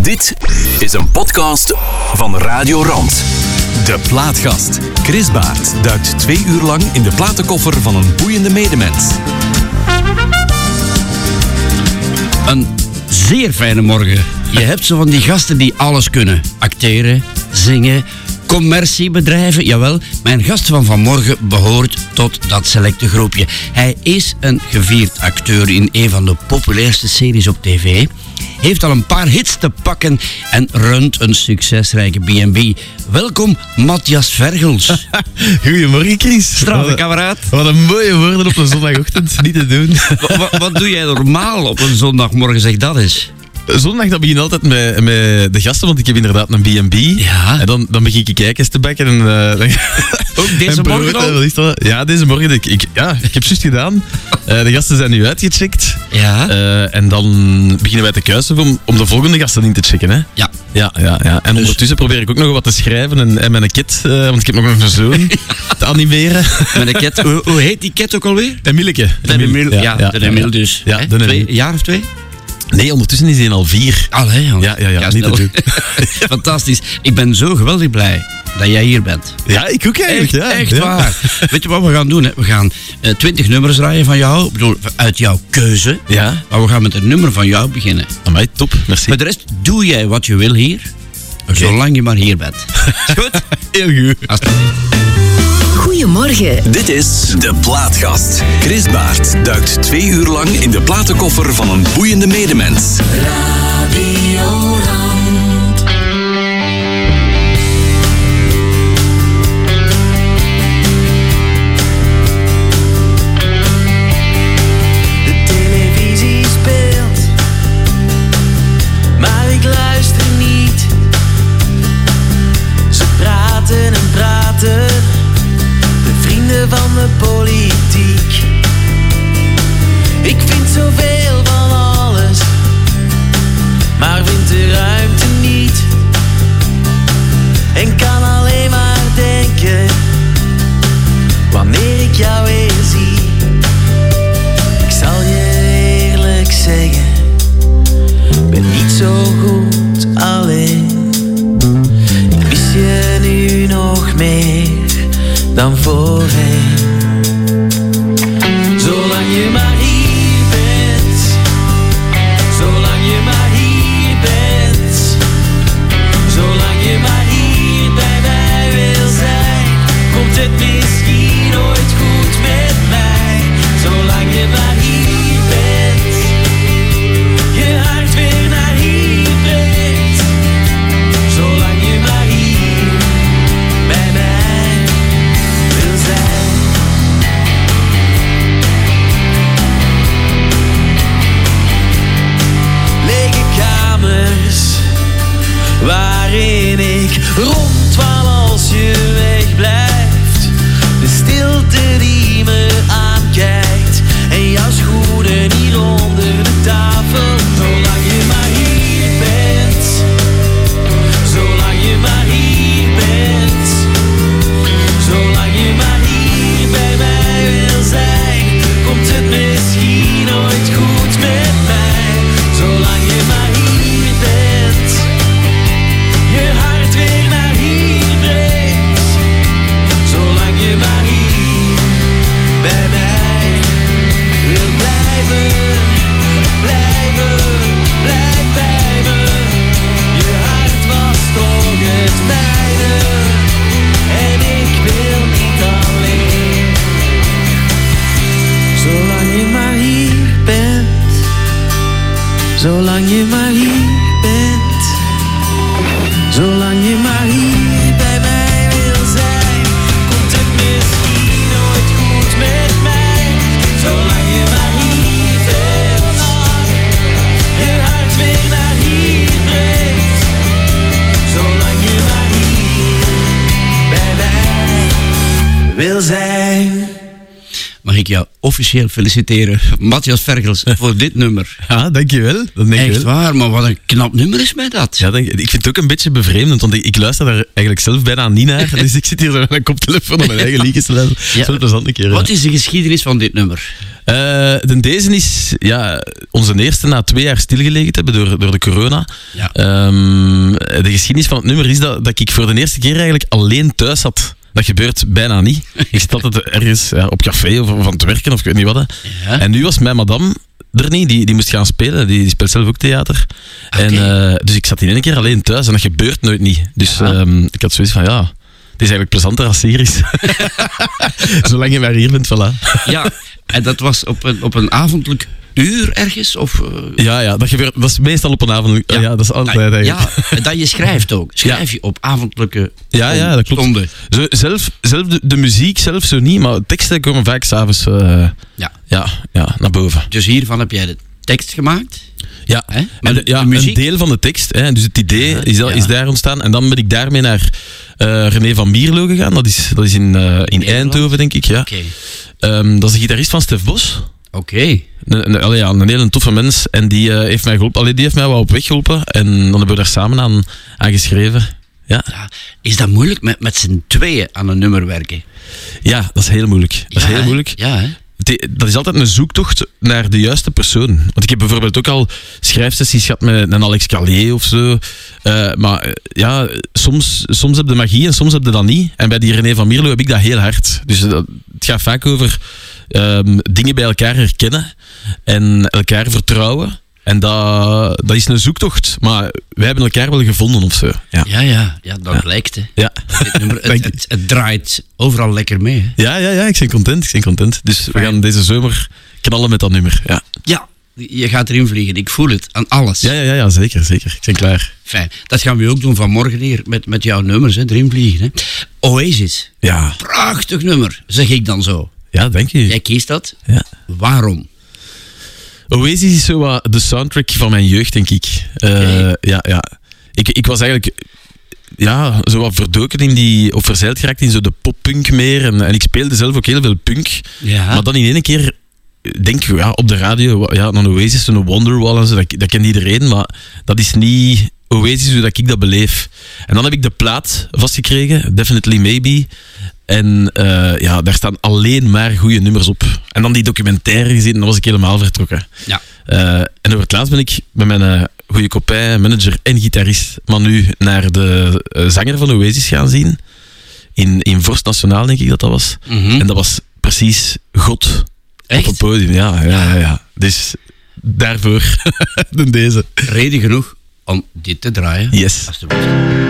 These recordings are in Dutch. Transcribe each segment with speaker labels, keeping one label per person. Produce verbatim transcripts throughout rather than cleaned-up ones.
Speaker 1: Dit is een podcast van Radio Rand. De Plaatgast. Chris Baert duikt twee uur lang in de platenkoffer van een boeiende medemens.
Speaker 2: Een zeer fijne morgen. Je hebt zo van die gasten die alles kunnen. Acteren, zingen, commerciebedrijven, jawel. Mijn gast van vanmorgen behoort tot dat selecte groepje. Hij is een gevierd acteur in een van de populairste series op tv. Heeft al een paar hits te pakken en runt een succesrijke B en B. Welkom, Matthias Vergels.
Speaker 3: Goedemorgen, Chris.
Speaker 2: Straffe kameraad.
Speaker 3: Wat een mooie woorden op een zondagochtend. Niet te doen.
Speaker 2: Wat, wat doe jij normaal op een zondagmorgen? Zeg dat eens.
Speaker 3: Zondag dat begin altijd met, met de gasten, want ik heb inderdaad een B en B.
Speaker 2: Ja.
Speaker 3: En dan, dan begin ik kijkers te bakken. En, uh, dan,
Speaker 2: Ook deze morgen al?
Speaker 3: Wat is dat? Ja, deze morgen. Ik, ik, ja, ik heb juist gedaan. Uh, de gasten zijn nu uitgecheckt.
Speaker 2: Ja.
Speaker 3: Uh, en dan beginnen wij te kuisen om, om de volgende gasten in te checken. Hè?
Speaker 2: Ja.
Speaker 3: Ja, ja, ja. En dus ondertussen probeer ik ook nog wat te schrijven en, en mijn ket, uh, want ik heb nog een zoon, te animeren.
Speaker 2: Met ket, hoe, hoe heet die ket ook alweer?
Speaker 3: Emileke.
Speaker 2: De Emil, ja, ja, de Emil dus.
Speaker 3: Ja,
Speaker 2: hè?
Speaker 3: de
Speaker 2: Twee,
Speaker 3: Emil.
Speaker 2: een jaar of twee?
Speaker 3: Nee, ondertussen is hij al vier.
Speaker 2: Allee, ja,
Speaker 3: Ja, ja, ja, niet te doen.
Speaker 2: Fantastisch. Ik ben zo geweldig blij dat jij hier bent.
Speaker 3: Ja, ik ook eigenlijk.
Speaker 2: Echt,
Speaker 3: ja.
Speaker 2: echt
Speaker 3: ja.
Speaker 2: waar. Weet je wat we gaan doen? Hè? We gaan uh, twintig nummers draaien van jou. Ik bedoel, uit jouw keuze.
Speaker 3: Ja.
Speaker 2: Maar we gaan met een nummer van jou beginnen.
Speaker 3: Amai, top, merci.
Speaker 2: Voor de rest doe jij wat je wil hier.
Speaker 3: Okay.
Speaker 2: Zolang je maar hier bent. Is goed?
Speaker 3: Heel goed.
Speaker 2: Alsjeblieft.
Speaker 4: Goedemorgen.
Speaker 1: Dit is De Plaatgast. Chris Baert duikt twee uur lang in de platenkoffer van een boeiende medemens.
Speaker 4: Radio Rand.
Speaker 5: De televisie speelt, maar ik luister niet. Ze praten en praten, de vrienden van de politiek. Ik vind zoveel van alles, maar vind de ruimte niet. En kan alleen maar denken, wanneer ik jou weer zie. Ik zal je eerlijk zeggen, ben niet zo goed alleen. Ik mis je nu nog meer dan voorheen. Zolang je maar hier bent, zolang je maar hier bent, zolang je maar hier bij mij wil zijn, komt het misschien ooit goed met mij. Zolang je maar hier bent, je hart weer naar hier brengt, zolang je maar hier bij mij wil zijn. Lege kamers waarin ik rondwaal als je wegblijft. De stilte die me aankijkt en jouw schoenen hier onder de tafel. Zolang je maar hier bent, zolang je maar hier bent, zolang je maar hier bij mij wil zijn, komt het misschien ooit goed met mij. Zolang je maar hier bent, je hart weer naar hier brengt, zolang je maar hier bij mij wil blijven, blijven, blijf bij me. Je hart was toch het mijne en ik wil niet alleen. Zolang je maar hier bent, zolang je maar hier bent, zolang je maar hier bij mij wil zijn, komt het misschien nooit goed met mij. Zolang je maar hier bent, je hart weer naar hier brengt, zolang je maar hier bij mij wil zijn.
Speaker 2: Mag ik jou officieel feliciteren, Matthias Vergels, voor dit nummer.
Speaker 3: Ja, dankjewel. Dat denk
Speaker 2: Echt waar, maar wat een knap nummer is mij dat.
Speaker 3: Ja, denk, ik vind het ook een beetje bevreemdend, want ik, ik luister daar eigenlijk zelf bijna niet naar. Dus ik zit hier zo met mijn koptelefoon om mijn eigen liedjes te luisteren.
Speaker 2: Ja.
Speaker 3: Zo plezant een keer.
Speaker 2: Wat
Speaker 3: ja.
Speaker 2: is de geschiedenis van dit nummer?
Speaker 3: Uh, de deze is ja, onze eerste na twee jaar stilgelegen te hebben door, door de corona.
Speaker 2: Ja.
Speaker 3: Um, de geschiedenis van het nummer is dat, dat ik voor de eerste keer eigenlijk alleen thuis zat. Dat gebeurt bijna niet. Ik zit altijd ergens ja, op café of, of aan het werken of ik weet niet wat.
Speaker 2: Ja.
Speaker 3: En nu was mijn madame er niet, die, die moest gaan spelen. Die, die speelt zelf ook theater.
Speaker 2: Okay.
Speaker 3: En, uh, dus ik zat in één keer alleen thuis en dat gebeurt nooit niet. Dus
Speaker 2: Ja.
Speaker 3: um, ik had zoiets van ja, het is eigenlijk plezanter als hier is. Zolang je maar hier bent, voilà.
Speaker 2: Ja, en dat was op een, op een avondelijk uur ergens? Of, uh,
Speaker 3: Ja, ja dat, gebeurt, dat is meestal op een avond. Ja, ja dat is altijd eigenlijk.
Speaker 2: Ja, dat je schrijft ook. Schrijf je op avondelijke
Speaker 3: Ja, ja, dat klopt.
Speaker 2: stonden.
Speaker 3: Zo, zelf zelf de, de muziek zelf zo niet, maar teksten komen vaak s'avonds uh,
Speaker 2: Ja.
Speaker 3: ja, ja, naar boven.
Speaker 2: Dus hiervan heb jij de tekst gemaakt?
Speaker 3: Ja,
Speaker 2: Hè? Maar
Speaker 3: en de,
Speaker 2: de-
Speaker 3: ja
Speaker 2: de muziek?
Speaker 3: een deel van de tekst. Hè, dus het idee
Speaker 2: Ja,
Speaker 3: is, dat,
Speaker 2: ja.
Speaker 3: is daar ontstaan. En dan ben ik daarmee naar uh, René van Mierlo gegaan. Dat is, dat is in, uh, in
Speaker 2: Nederland?
Speaker 3: Eindhoven, denk ik. Ja.
Speaker 2: Oké.
Speaker 3: Um, dat is de gitarist van Stef Bos.
Speaker 2: Oké.
Speaker 3: Een, een, allee, ja, een hele toffe mens. En die, uh, heeft mij geholpen. Allee, die heeft mij wel op weg geholpen. En dan hebben we daar samen aan, aan geschreven. Ja.
Speaker 2: Ja. Is dat moeilijk met, met z'n tweeën aan een nummer werken?
Speaker 3: ja, dat is heel moeilijk. Dat
Speaker 2: Ja,
Speaker 3: is heel
Speaker 2: hè?
Speaker 3: moeilijk.
Speaker 2: Ja, hè?
Speaker 3: Het- Dat is altijd een zoektocht naar de juiste persoon. Want ik heb bijvoorbeeld ook al schrijfsessies gehad met een Alex Callier of zo. Uh, maar uh, ja, soms, soms heb je magie en soms heb je dat niet. En bij die René van Mierlo heb ik dat heel hard. Dus dat, het gaat vaak over um, dingen bij elkaar herkennen en elkaar vertrouwen. En dat, dat is een zoektocht. Maar wij hebben elkaar wel gevonden of zo. Ja,
Speaker 2: Ja, ja, ja dat
Speaker 3: Ja.
Speaker 2: blijkt. Hè.
Speaker 3: ja.
Speaker 2: Dit nummer, het,
Speaker 3: Dank je.
Speaker 2: het, het draait overal lekker mee. Hè.
Speaker 3: ja, ja, ja ik ben content. Ik ben content. Dus we
Speaker 2: Fijn.
Speaker 3: gaan deze zomer knallen met dat nummer. Ja,
Speaker 2: Ja, je gaat erin vliegen. Ik voel het aan alles.
Speaker 3: ja, ja, ja, ja zeker, zeker. Ik ben klaar.
Speaker 2: Fijn. Dat gaan we ook doen vanmorgen hier met, met jouw nummers, hè, erin vliegen. Hè. Oasis.
Speaker 3: Ja,
Speaker 2: Prachtig nummer, zeg ik dan zo.
Speaker 3: ja dank je.
Speaker 2: Jij kiest dat.
Speaker 3: Ja.
Speaker 2: Waarom?
Speaker 3: Oasis is zo wat de soundtrack van mijn jeugd, denk ik. Uh,
Speaker 2: Oké.
Speaker 3: Ja, ja. Ik, ik was eigenlijk ja, zo wat verdoken in die, of verzeild geraakt in zo de poppunk meer. En, en ik speelde zelf ook heel veel punk.
Speaker 2: Ja.
Speaker 3: Maar dan in één keer denk ik ja, op de radio, ja, een Oasis, een Wonderwall en zo, dat, dat kent iedereen, maar dat is niet Oasis hoe dat ik dat beleef. En dan heb ik de plaat vastgekregen, Definitely Maybe. En uh, ja, daar staan alleen maar goede nummers op. En dan die documentaire gezien, dan was ik helemaal vertrokken.
Speaker 2: Ja.
Speaker 3: Uh, en over het laatst ben ik met mijn uh, goede copain, manager en gitarist Manu naar de uh, zanger van Oasis gaan zien. In, in Vorst Nationaal, denk ik dat dat was.
Speaker 2: Mhm.
Speaker 3: En dat was precies God
Speaker 2: Echt?
Speaker 3: op het podium. Ja, ja, ja, ja. Dus daarvoor doen deze.
Speaker 2: Reden genoeg om dit te draaien.
Speaker 3: Yes.
Speaker 2: Alsjeblieft.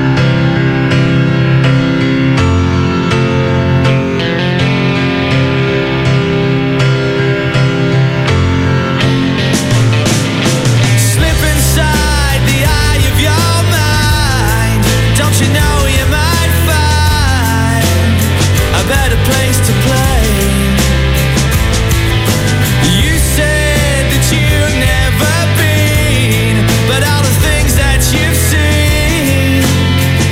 Speaker 5: Slip inside the eye of your mind. Don't you know you might find a better place to play? You said that you've never been, but all the things that you've seen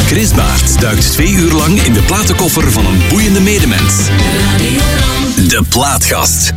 Speaker 1: Chris Baert duikt twee uur lang in de platenkoffer van een boeiende medemens. De Plaatgast.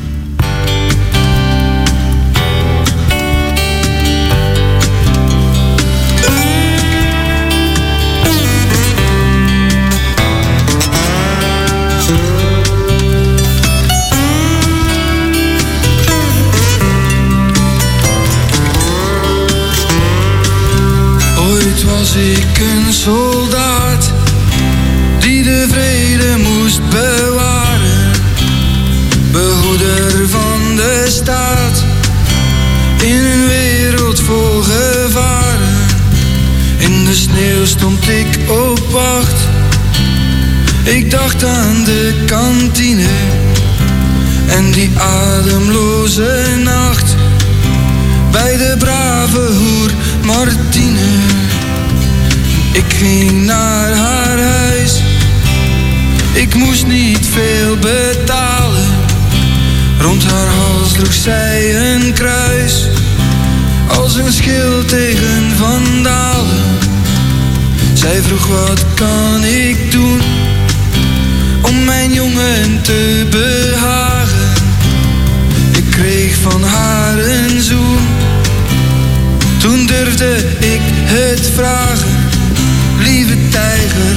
Speaker 6: Was ik een soldaat die de vrede moest bewaren, behoeder van de staat in een wereld vol gevaren. In de sneeuw stond ik op wacht, ik dacht aan de kantine en die ademloze nacht bij de brave hoer Martine. Ik ging naar haar huis, ik moest niet veel betalen. Rond haar hals droeg zij een kruis, als een schild tegen vandalen. Zij vroeg wat kan ik doen, om mijn jongen te behagen. Ik kreeg van haar een zoen, toen durfde ik het vragen. Lieve tijger,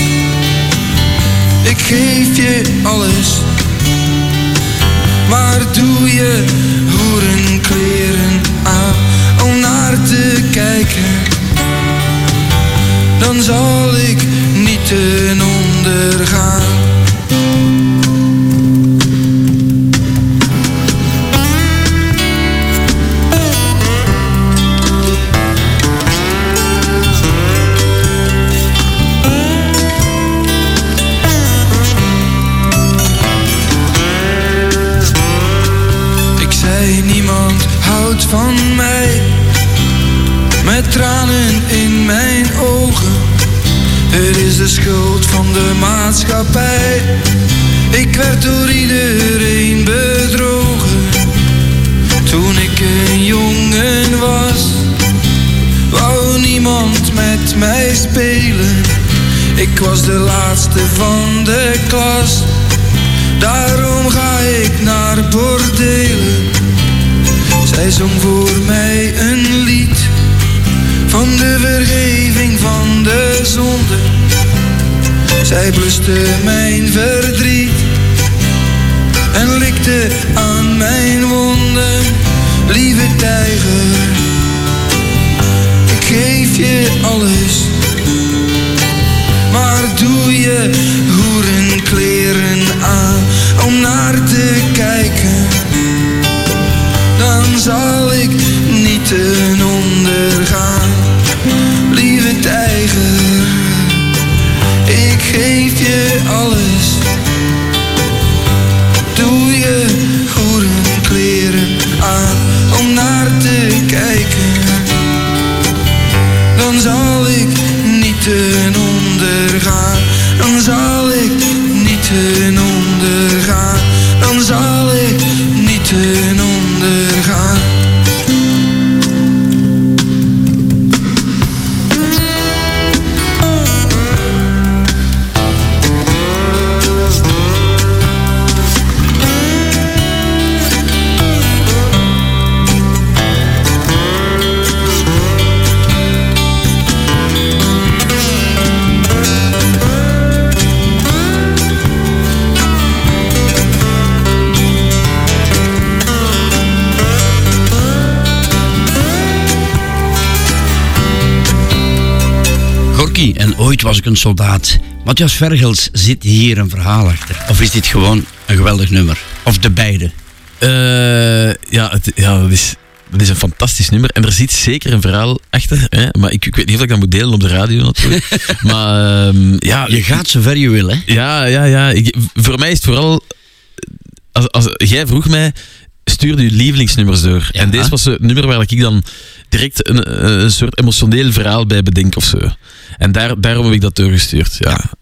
Speaker 6: ik geef je alles, maar doe je hoerenkleren aan om naar te kijken, dan zal ik niet ten onder gaan. Niemand houdt van mij, met tranen in mijn ogen. Het is de schuld van de maatschappij, ik werd door iedereen bedrogen. Toen ik een jongen was, wou niemand met mij spelen. Ik was de laatste van de klas, daarom ga ik naar bordelen. Zij zong voor mij een lied van de vergeving van de zonde. Zij bluste mijn verdriet en likte aan mijn wonden. Lieve tijger, ik geef je alles, maar doe je hoerenkleren aan om naar te kijken, dan zal ik niet ten onder gaan. Lieve tijger, ik geef je alles, doe je hoerenkleren aan om naar te kijken, dan zal ik niet ten onder gaan. Dan zal ik niet ten onder gaan, dan zal ik niet ten onder gaan.
Speaker 2: En ooit was ik een soldaat. Matthias Vergels, zit hier een verhaal achter? Of is dit gewoon een geweldig nummer? Of de beide?
Speaker 3: Uh, ja, het, ja dat, is, dat is een fantastisch nummer. En er zit zeker een verhaal achter. Hè? Maar ik, ik weet niet of ik dat moet delen op de radio natuurlijk. maar um, ja,
Speaker 2: je gaat zover je wil, hè?
Speaker 3: Ja, ja, ja. Ik, voor mij is het vooral... Als, als, jij vroeg mij, stuurde je lievelingsnummers door. Ja. En deze was het nummer waar ik dan direct een, een soort emotioneel verhaal bij bedenk of zo. En daar, daarom heb ik dat doorgestuurd. Ja. Ja.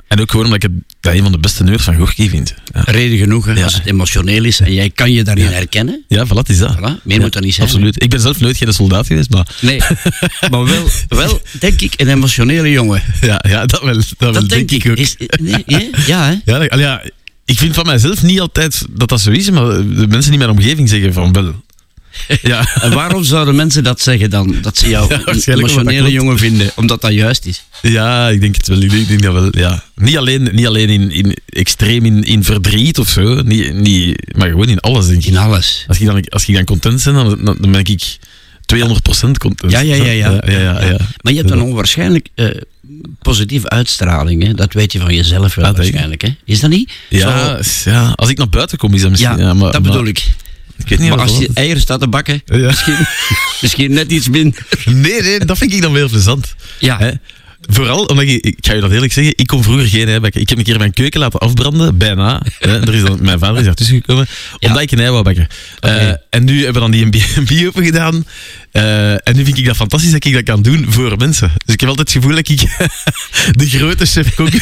Speaker 3: En ook gewoon omdat ik het dat een van de beste nummers van Gorky vind. Ja,
Speaker 2: Reden genoeg, hè,
Speaker 3: Ja.
Speaker 2: als het emotioneel is en jij kan je daarin
Speaker 3: Ja.
Speaker 2: herkennen.
Speaker 3: ja voilà, het is dat.
Speaker 2: Voilà, meer
Speaker 3: Ja,
Speaker 2: moet dat niet zijn.
Speaker 3: Absoluut. Ik ben zelf nooit geen soldaat geweest, maar
Speaker 2: Nee, maar wel, wel, denk ik, een emotionele jongen.
Speaker 3: ja, ja dat wel. Dat, wel,
Speaker 2: Dat denk ik.
Speaker 3: ook.
Speaker 2: Is, nee, ja, ja, hè?
Speaker 3: Ja, dat- al ja, ik vind van mijzelf niet altijd dat dat zo is, maar de mensen in mijn omgeving zeggen van wel. Ja.
Speaker 2: En waarom zouden mensen dat zeggen dan? Dat ze jou
Speaker 3: Ja,
Speaker 2: een
Speaker 3: waarschijnlijk omdat dat
Speaker 2: emotionele
Speaker 3: klopt.
Speaker 2: jongen vinden, omdat dat juist is.
Speaker 3: Ja, ik denk het wel. Ik denk, ik denk dat wel. Ja. Niet alleen, niet alleen in, in extreem in, in verdriet of zo, niet, niet, maar gewoon in alles, denk ik.
Speaker 2: In alles.
Speaker 3: Als ik dan, als ik dan content ben, dan, dan dan ben ik tweehonderd procent content.
Speaker 2: Ja, ja, ja. ja.
Speaker 3: ja, ja, ja, ja.
Speaker 2: Maar je hebt een onwaarschijnlijk eh, positieve uitstraling. Hè? Dat weet je van jezelf wel
Speaker 3: Ah, denk ik.
Speaker 2: waarschijnlijk. Hè? Is dat niet?
Speaker 3: Ja,
Speaker 2: Zo-
Speaker 3: ja, als ik naar buiten kom, is dat misschien...
Speaker 2: ja,
Speaker 3: Ja, maar,
Speaker 2: dat
Speaker 3: maar-
Speaker 2: bedoel ik.
Speaker 3: Ik weet niet
Speaker 2: Maar
Speaker 3: of
Speaker 2: als
Speaker 3: dat
Speaker 2: je
Speaker 3: is.
Speaker 2: eieren staat te bakken,
Speaker 3: Ja.
Speaker 2: misschien, misschien net iets minder.
Speaker 3: Nee, nee, dat vind ik dan wel plezant.
Speaker 2: Ja.
Speaker 3: Hè? Vooral omdat je, ik ga je dat eerlijk zeggen, ik kon vroeger geen eibakken. Ik heb een keer mijn keuken laten afbranden, bijna. Hè? Er is dan, mijn vader is daartussen gekomen,
Speaker 2: Ja.
Speaker 3: omdat ik een ei wou bakken.
Speaker 2: Oké.
Speaker 3: Eh, en nu hebben we dan die een B open gedaan. Eh, en nu vind ik dat fantastisch dat ik dat kan doen voor mensen. Dus ik heb altijd het gevoel dat ik de grote chef-kok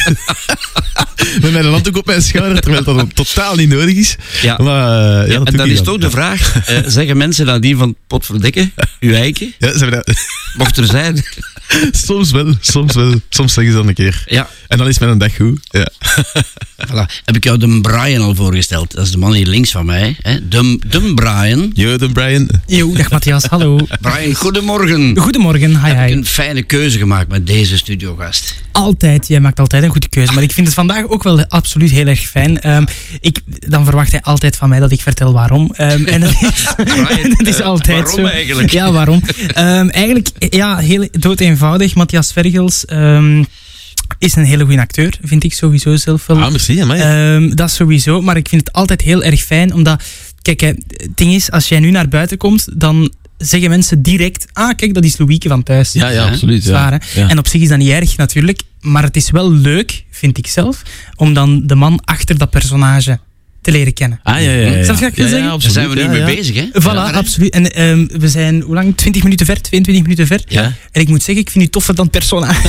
Speaker 3: met mijn handdoek op mijn schouder, terwijl dat dan totaal niet nodig is.
Speaker 2: Ja.
Speaker 3: Maar, eh, ja,
Speaker 2: Ja,
Speaker 3: dat
Speaker 2: en
Speaker 3: doe
Speaker 2: dan
Speaker 3: ik
Speaker 2: is toch de vraag, eh, zeggen mensen dan die van potverdikke, uw eiken,
Speaker 3: Ja, ze hebben dat...
Speaker 2: mocht er zijn.
Speaker 3: Soms wel, soms wel. Soms zeggen ze dan een keer.
Speaker 2: Ja,
Speaker 3: En dan is mijn dag goed. Ja.
Speaker 2: voilà. Heb ik jou de Brian al voorgesteld? Dat is de man hier links van mij. Hè? De, de Brian.
Speaker 3: Yo, dan Brian.
Speaker 7: Yo, dag Matthias, hallo.
Speaker 2: Brian, goedemorgen.
Speaker 7: Goedemorgen, hi
Speaker 2: Heb ik
Speaker 7: hi.
Speaker 2: een fijne keuze gemaakt met deze studiogast.
Speaker 7: Altijd, jij maakt altijd een goede keuze, maar ik vind het vandaag ook wel absoluut heel erg fijn. Ehm, ik, dan verwacht hij altijd van mij dat ik vertel waarom. Ehm, en dat is,
Speaker 2: Brian,
Speaker 7: dat is
Speaker 2: eh,
Speaker 7: altijd
Speaker 2: waarom
Speaker 7: zo.
Speaker 2: eigenlijk?
Speaker 7: Ja, waarom? Ehm, eigenlijk, ja, heel dood eenvoudig. Matthias Vergels ehm, is een hele goede acteur, vind ik sowieso zelf wel.
Speaker 3: Ah, merci, amai.
Speaker 7: Ehm, dat sowieso, maar ik vind het altijd heel erg fijn, omdat, kijk, hè, het ding is, als jij nu naar buiten komt, dan zeggen mensen direct, ah, kijk, dat is Louieke van thuis.
Speaker 3: Ja, ja,
Speaker 2: Ja,
Speaker 3: absoluut. Ja.
Speaker 7: Zwaar, hè?
Speaker 3: Ja.
Speaker 7: En op zich is dat niet erg natuurlijk, maar het is wel leuk, vind ik zelf, om dan de man achter dat personage te leren kennen.
Speaker 3: Ah, ja, ja, ja.
Speaker 7: Snap je wat ik wil
Speaker 3: Ja, ja,
Speaker 7: zeggen?
Speaker 2: Daar
Speaker 3: absoluut.
Speaker 2: zijn we nu
Speaker 3: ja,
Speaker 2: mee
Speaker 3: ja.
Speaker 2: bezig, hè?
Speaker 7: Voilà,
Speaker 2: Ja, hè?
Speaker 7: absoluut. En ehm, we zijn, hoe lang? twintig minuten ver, tweeëntwintig minuten ver.
Speaker 3: Ja.
Speaker 7: En ik moet zeggen, ik vind u toffer dan het personage.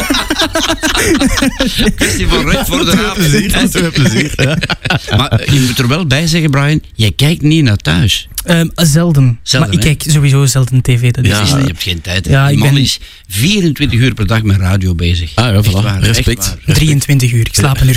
Speaker 2: Kwestie van recht voor de
Speaker 3: Doe
Speaker 2: raap.
Speaker 3: plezier, dat doe plezier. Ja.
Speaker 2: Maar eh, je moet er wel bij zeggen, Brian, jij kijkt niet naar thuis.
Speaker 7: Ehm, zelden.
Speaker 2: Zelden,
Speaker 7: Maar ik
Speaker 2: hè?
Speaker 7: kijk sowieso zelden tv. Dat is,
Speaker 3: Ja.
Speaker 2: Dus je hebt geen tijd. hè.
Speaker 7: Ja,
Speaker 2: Die
Speaker 7: ik
Speaker 2: man
Speaker 7: ben-
Speaker 2: is vierentwintig uur per dag met radio bezig.
Speaker 3: Ah, ja,
Speaker 2: Echt
Speaker 3: voilà.
Speaker 2: waar, echt
Speaker 3: Respect.
Speaker 2: waar.
Speaker 7: drieëntwintig uur. Ik slaap een uur.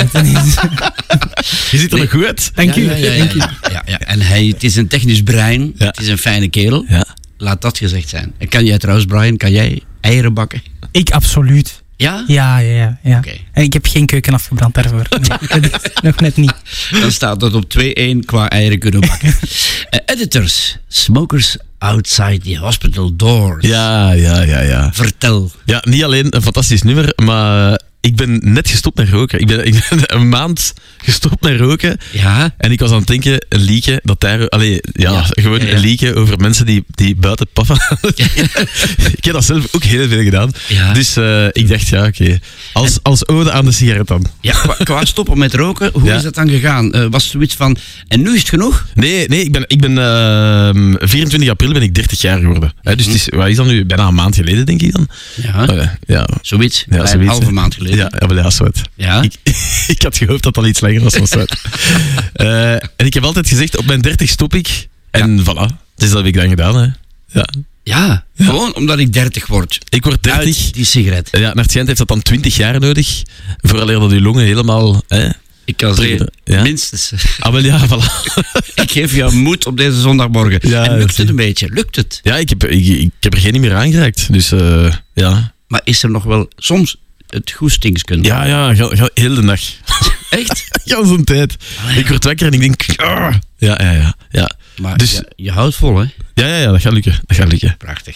Speaker 3: Je ziet er nog goed uit.
Speaker 7: Dank u.
Speaker 2: Ja, ja, ja,
Speaker 7: Dank u.
Speaker 2: ja, ja, ja. En hij, het is een technisch brein.
Speaker 3: Ja.
Speaker 2: Het is een fijne kerel.
Speaker 3: Ja.
Speaker 2: Laat dat gezegd zijn. En kan jij trouwens, Brian, kan jij eieren bakken?
Speaker 7: Ik absoluut.
Speaker 2: Ja?
Speaker 7: Ja, ja, ja. ja.
Speaker 2: Oké.
Speaker 7: En ik heb geen keuken afgebrand daarvoor. Nee, dat is nog net niet.
Speaker 2: Dan staat dat op twee-één qua eieren kunnen bakken. Eh, editors, smokers outside the hospital doors.
Speaker 3: Ja, ja, ja, ja.
Speaker 2: Vertel.
Speaker 3: Ja, niet alleen een fantastisch nummer, maar ik ben net gestopt met roken. Ik ben, ik ben een maand gestopt met roken.
Speaker 2: Ja?
Speaker 3: En ik was aan het denken, een liedje, dat daar... Allee, ja,
Speaker 2: Ja,
Speaker 3: gewoon
Speaker 2: ja, ja.
Speaker 3: een liedje over mensen die, die buiten paffen. Ik heb dat zelf ook heel veel gedaan.
Speaker 2: Ja.
Speaker 3: Dus eh, ik dacht, ja, oké. Als, als ode aan de sigaret dan.
Speaker 2: Ja, qua, qua stoppen met roken, hoe
Speaker 3: Ja.
Speaker 2: is dat dan gegaan? Eh, was het zoiets van, en nu is het genoeg?
Speaker 3: Nee, nee, ik ben, ik ben ehm, vierentwintig april ben ik dertig jaar geworden. Hè, dus het is, wat is dat nu? Bijna een maand geleden, denk ik dan.
Speaker 2: Ja,
Speaker 3: Eh, ja,
Speaker 2: zoiets.
Speaker 3: ja,
Speaker 2: Bij
Speaker 3: zoiets,
Speaker 2: een halve
Speaker 3: hè.
Speaker 2: maand geleden.
Speaker 3: Ja, ja, wel ja, zo het.
Speaker 2: Ja.
Speaker 3: Ik, ik had gehoopt dat dat al iets langer was. Was het. Eh, en ik heb altijd gezegd, op mijn dertig stop ik. En voilà, dus dat heb ik dan gedaan. Hè. Ja.
Speaker 2: Ja, gewoon omdat ik dertig word.
Speaker 3: Ik word dertig.
Speaker 2: Uit die sigaret.
Speaker 3: Ja, naar het schijnt heeft dat dan twintig jaar nodig. Vooraleer dat je longen helemaal... Hè.
Speaker 2: Ik kan zeggen,
Speaker 3: Ja.
Speaker 2: minstens.
Speaker 3: Ah, wel ja, voilà.
Speaker 2: Ik geef jou moed op deze zondagmorgen.
Speaker 3: Ja,
Speaker 2: en lukt
Speaker 3: merci.
Speaker 2: het een beetje? Lukt het?
Speaker 3: Ja, ik heb, ik, ik heb er geen meer aangeraakt. Dus eh, ja.
Speaker 2: Maar is er nog wel soms het goestingskunde?
Speaker 3: Ja, ja, ga, ga, heel de dag.
Speaker 2: Echt?
Speaker 3: Gans een tijd. Ik word wakker en ik denk... ah. Ja, ja, ja. Ja,
Speaker 2: Maar
Speaker 3: Dus-
Speaker 2: je, je houdt vol, hè?
Speaker 3: ja, ja, ja, dat gaat lukken. Dat gaat lukken.
Speaker 2: Prachtig.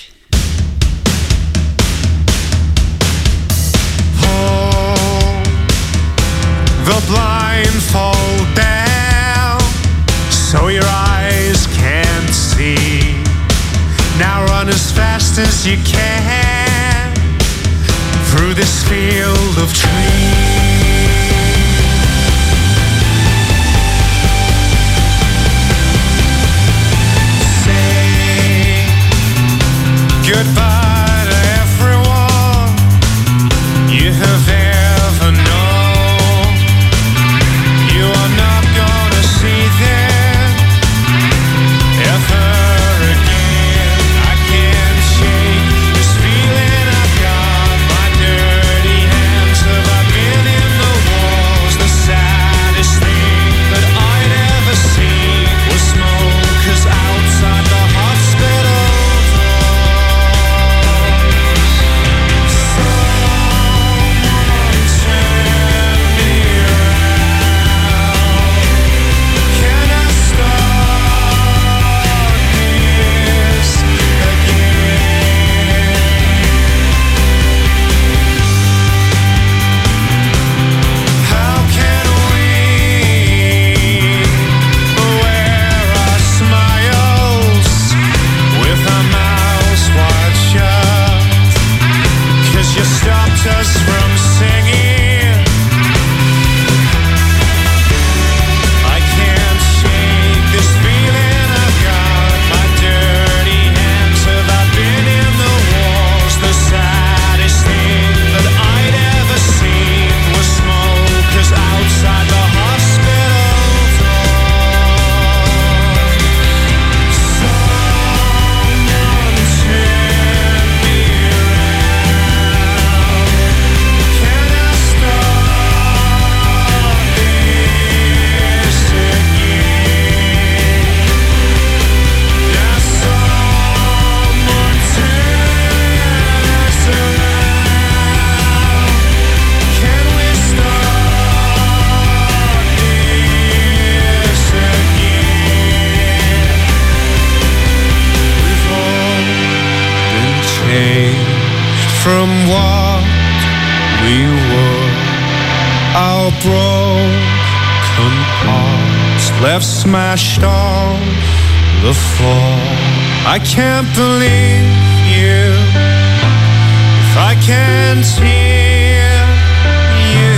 Speaker 8: The blindfold down so your eyes can't see. Now run as fast as you can through this field of trees. Say goodbye to everyone you have ever known. us from singing. I can't shake this feeling I've got. My dirty hands have I been in the walls. The saddest thing that I'd ever seen was smokers outside the hospital door. Someone turn me around. Can I start this again? Now someone turn us around. Can we start this again? We've all been changed from what we were. Our broken hearts left smashed on the floor. I can't believe you if I can't hear you.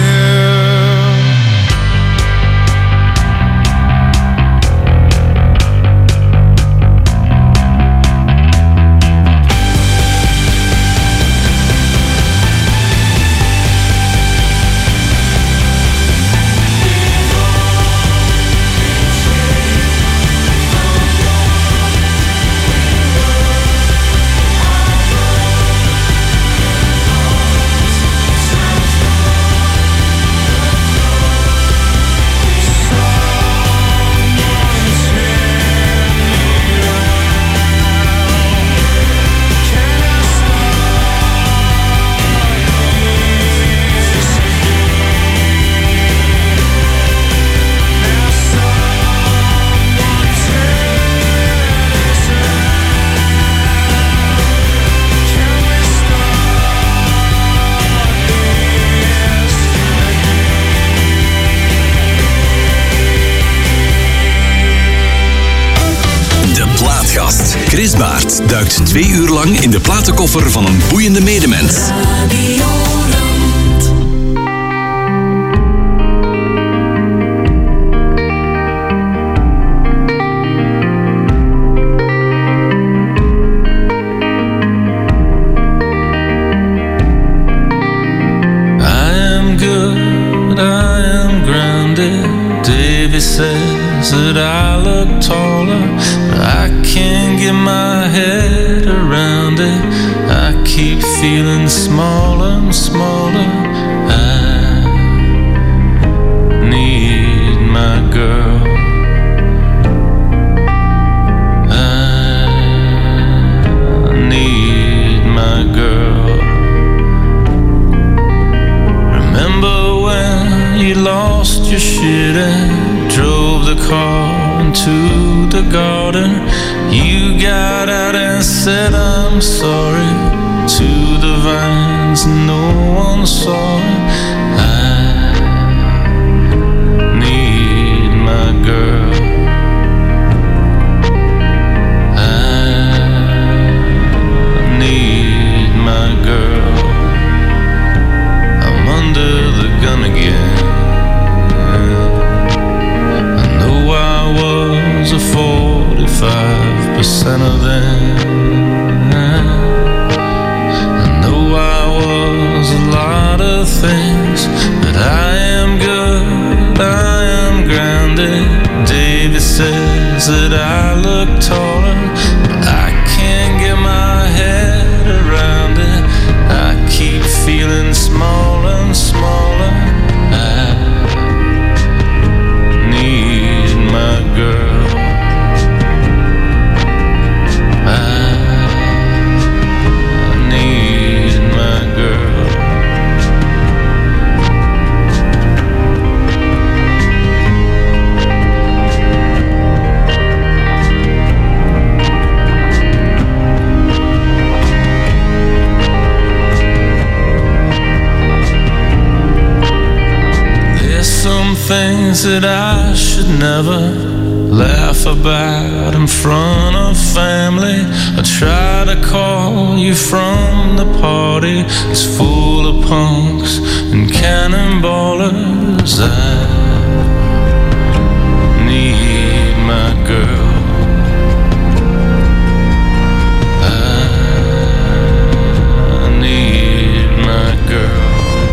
Speaker 1: Chris Baert duikt twee uur lang in de platenkoffer van een boeiende medemens.
Speaker 4: Radio Rand.
Speaker 5: I am good, I am grounded. Davy says that I look taller, but I can't get my head around it. I keep feeling smaller and smaller. I need my girl. I need my girl. Remember when you lost your shit and drove the car into the garden? You got out and said I'm sorry to the vines, no one saw it. I need my girl. I need my girl. I'm under the gun again. I know I was a forty-five percent of them. I know I was a lot of things, but I am good, I am grounded. David says that I look taller, but I can't get my head around it. I keep feeling smaller and smaller. I need my girl. I need my girl. There's some things that I should never laugh about in front of family. I try to call
Speaker 9: you from the party is full of punks and cannonballers. I need my girl. I need my girl.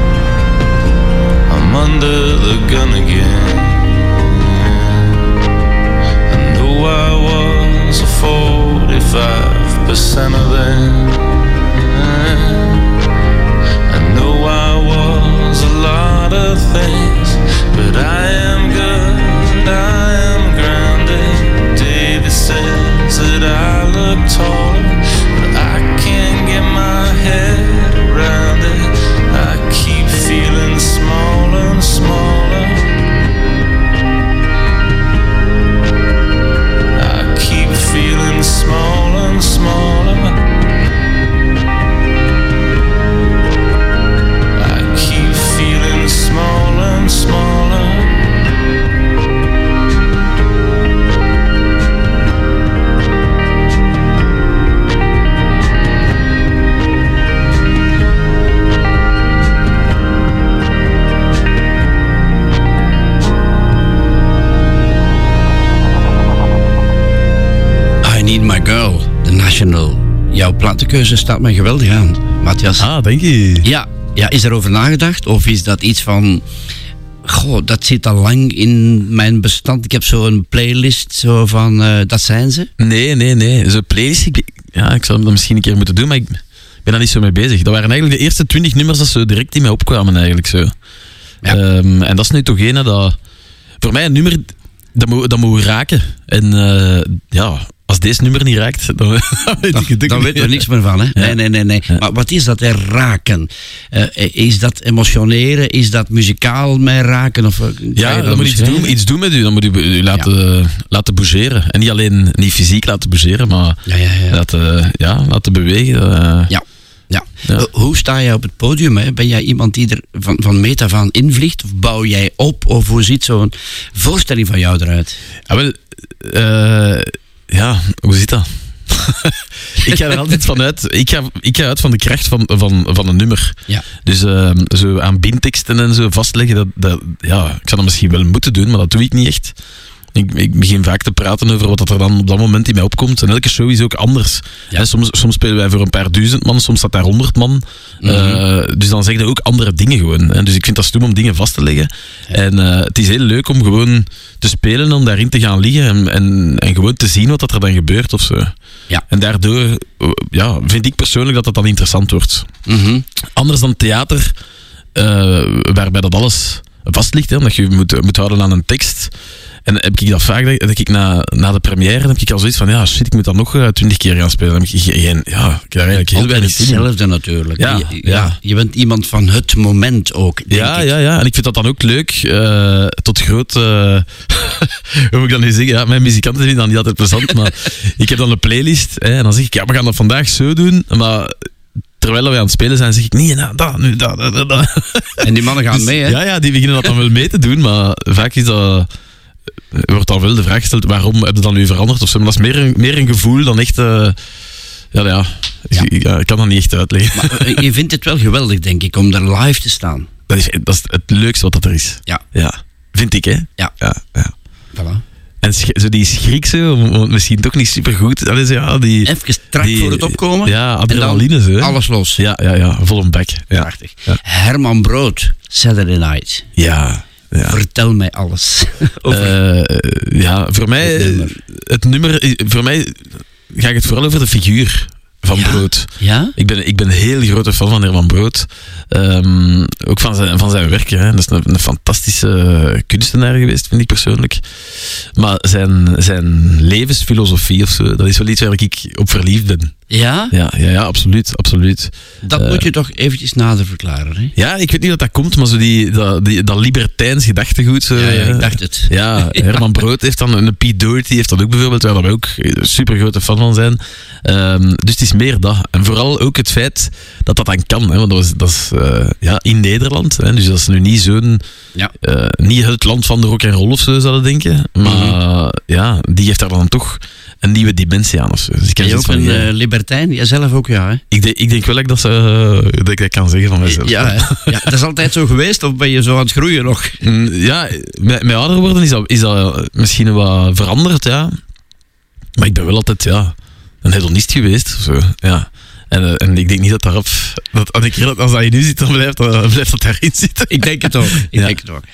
Speaker 9: I'm under the gun again. I know I was a forty-five percent of them. I know I was a lot of things, but I am good, I am grounded. David says that I look taller, but I can't get my head around it. I keep feeling smaller and smaller. I keep feeling smaller and smaller. I keep feeling smaller and smaller.
Speaker 2: I Need My Girl, The National. Jouw platenkeuze staat mij geweldig aan, Matthias.
Speaker 3: Ah, denk je?
Speaker 2: Ja, ja, is er over nagedacht? Of is dat iets van... Goh, dat zit al lang in mijn bestand. Ik heb zo'n playlist zo van... Uh, dat zijn ze?
Speaker 3: Nee, nee, nee. Zo'n playlist... Ik, ja, ik zou dat misschien een keer moeten doen, maar ik ben daar niet zo mee bezig. Dat waren eigenlijk de eerste twintig nummers dat zo direct in mij opkwamen eigenlijk zo.
Speaker 2: Ja.
Speaker 3: Um, en dat is nu toch een dat... Voor mij een nummer... Dat moet, dat moet raken. En uh, ja... Als deze nummer niet raakt, dan, dan weet ik het ook
Speaker 2: Dan
Speaker 3: niet.
Speaker 2: weten we niks meer van, hè? Nee, nee, nee. nee.
Speaker 3: Ja.
Speaker 2: Maar wat is dat, hè? Raken? Uh, is dat emotioneren? Is dat muzikaal mij raken? Of, uh, kan je
Speaker 3: Ja,
Speaker 2: dat
Speaker 3: dan moet iets
Speaker 2: beschrijven?
Speaker 3: doen, iets doen met u. Dan moet u u laten, laten bougeren. En niet alleen niet fysiek laten bougeren, maar
Speaker 2: Ja, ja, ja.
Speaker 3: Laten, ja, laten bewegen. Uh,
Speaker 2: Ja. Ja.
Speaker 3: Ja.
Speaker 2: Uh, Hoe sta jij op het podium? Hè? Ben jij iemand die er van, van meet af aan invliegt? Of bouw jij op? Of hoe ziet zo'n voorstelling van jou eruit?
Speaker 3: Ah, wel, uh, ja, hoe zit dat? Ik ga er altijd van uit. Ik ga, ik ga uit van de kracht van, van, van een nummer.
Speaker 2: Ja.
Speaker 3: Dus uh, zo aan bindteksten en zo vastleggen, dat, dat, ja, ik zou dat misschien wel moeten doen, maar dat doe ik niet echt. Ik, ik begin vaak te praten over wat er dan op dat moment in mij opkomt. En elke show is ook anders.
Speaker 2: Ja.
Speaker 3: Hè, soms, soms spelen wij voor een paar duizend man, soms staat daar honderd man.
Speaker 2: Mm-hmm.
Speaker 3: Uh, dus dan zeg je ook andere dingen gewoon. Hè. Dus ik vind dat stoem om dingen vast te leggen.
Speaker 2: Ja.
Speaker 3: En uh, het is heel leuk om gewoon te spelen, om daarin te gaan liggen en, en, en gewoon te zien wat dat er dan gebeurt of zo.
Speaker 2: Ja.
Speaker 3: En daardoor uh, ja, vind ik persoonlijk dat dat dan interessant wordt.
Speaker 2: Mhm.
Speaker 3: Anders dan theater, uh, waarbij dat alles vast ligt, hè, omdat je moet, moet houden aan een tekst. En heb ik dat vaak, dat ik na, na de première, dan heb ik al zoiets van, ja shit, ik moet dat nog twintig keer gaan spelen. Dan heb ik geen, ja, ik heb daar eigenlijk heel
Speaker 2: Altijd
Speaker 3: weinig zin in.
Speaker 2: hetzelfde natuurlijk.
Speaker 3: Ja,
Speaker 2: je,
Speaker 3: ja.
Speaker 2: je bent iemand van het moment ook, denk
Speaker 3: Ja,
Speaker 2: ik.
Speaker 3: ja, ja. En ik vind dat dan ook leuk, uh, tot groot, uh, hoe moet ik dat nu zeggen? Ja, mijn muzikanten vinden dat niet altijd plezant, maar ik heb dan een playlist, hè, en dan zeg ik, ja, we gaan dat vandaag zo doen, maar terwijl we aan het spelen zijn, zeg ik, nee, nou, dat, nu, dat, dat, dat.
Speaker 2: En die mannen gaan
Speaker 3: Dus,
Speaker 2: mee, hè?
Speaker 3: Ja, ja, die beginnen dat dan wel mee te doen, maar vaak is dat... wordt dan wel de vraag gesteld, waarom heb je dat nu veranderd of zo? Maar dat is meer een, meer een gevoel dan echt... Uh, ja, ja,
Speaker 2: Ja.
Speaker 3: Ik, ja, ik kan dat niet echt uitleggen.
Speaker 2: Maar uh, je vindt het wel geweldig, denk ik, om daar live te staan.
Speaker 3: Dat is, dat is het leukste wat dat er is.
Speaker 2: Ja.
Speaker 3: Ja, vind ik, hè?
Speaker 2: Ja.
Speaker 3: Ja, ja.
Speaker 2: Voilà.
Speaker 3: En sch- zo die schrik zo, om- om- misschien toch niet supergoed. Dat is, ja, die,
Speaker 2: Even strak
Speaker 3: die-
Speaker 2: voor het opkomen.
Speaker 3: Ja,
Speaker 2: en
Speaker 3: adrenaline zo.
Speaker 2: dan
Speaker 3: hè.
Speaker 2: alles los.
Speaker 3: Ja, ja, ja, vol een bek. Ja.
Speaker 2: Prachtig.
Speaker 3: Ja.
Speaker 2: Herman Brood, Saturday Night.
Speaker 3: Ja, ja.
Speaker 2: Vertel mij alles. Over.
Speaker 3: Eh, ja, voor mij,
Speaker 2: Het nummer.
Speaker 3: het nummer, is- voor mij ga ik het vooral over de figuur van
Speaker 2: Ja?
Speaker 3: Brood.
Speaker 2: Ja?
Speaker 3: Ik ben, ik ben een heel grote fan van Herman Brood. Ehm, ook van zijn, van zijn werk. Hè. Dat is een, een fantastische kunstenaar geweest, vind ik persoonlijk. Maar zijn, zijn levensfilosofie of zo, dat is wel iets waar ik op verliefd ben.
Speaker 2: Ja?
Speaker 3: Ja, ja, ja, absoluut, absoluut.
Speaker 2: Dat
Speaker 3: Eh,
Speaker 2: moet je toch eventjes nader verklaren, hè?
Speaker 3: Ja, ik weet niet dat dat komt, maar zo die, dat, die, dat libertijns gedachtegoed. Zo,
Speaker 2: Ja, ja, ik
Speaker 3: eh,
Speaker 2: dacht het.
Speaker 3: Ja, Herman Brood heeft dan, een Pete Doherty heeft dat ook bijvoorbeeld, waar we ook super grote fan van zijn. Um, dus het is meer dat. En vooral ook het feit dat dat dan kan. Hè, want dat is, dat is uh, ja, in Nederland. Hè, dus dat is nu niet zo'n...
Speaker 2: Ja.
Speaker 3: Uh, niet het land van de rock en roll of zo, zouden denken. Maar mm-hmm. ja, die geeft daar dan toch een nieuwe dimensie aan. Of zo. Dus ik
Speaker 2: ben je ook een uh, libertijn? Jijzelf ook, ja. Hè?
Speaker 3: Ik, de, ik denk wel dat, dat, ze, uh, dat ik dat kan zeggen van mezelf.
Speaker 2: Ja, hè? Ja, dat is altijd zo geweest, of ben je zo aan het groeien nog?
Speaker 3: Mm, ja, met, met ouder worden is dat, is dat misschien wat veranderd, ja. Maar ik ben wel altijd, ja, een hedonist geweest. Of zo, ja. En, uh, en ik denk niet dat daarop... Dat, als, ik, als dat je nu zit, dan blijft, dan blijft dat daarin zitten.
Speaker 2: Ik denk het ook. Ik
Speaker 3: ja.
Speaker 2: denk het ook.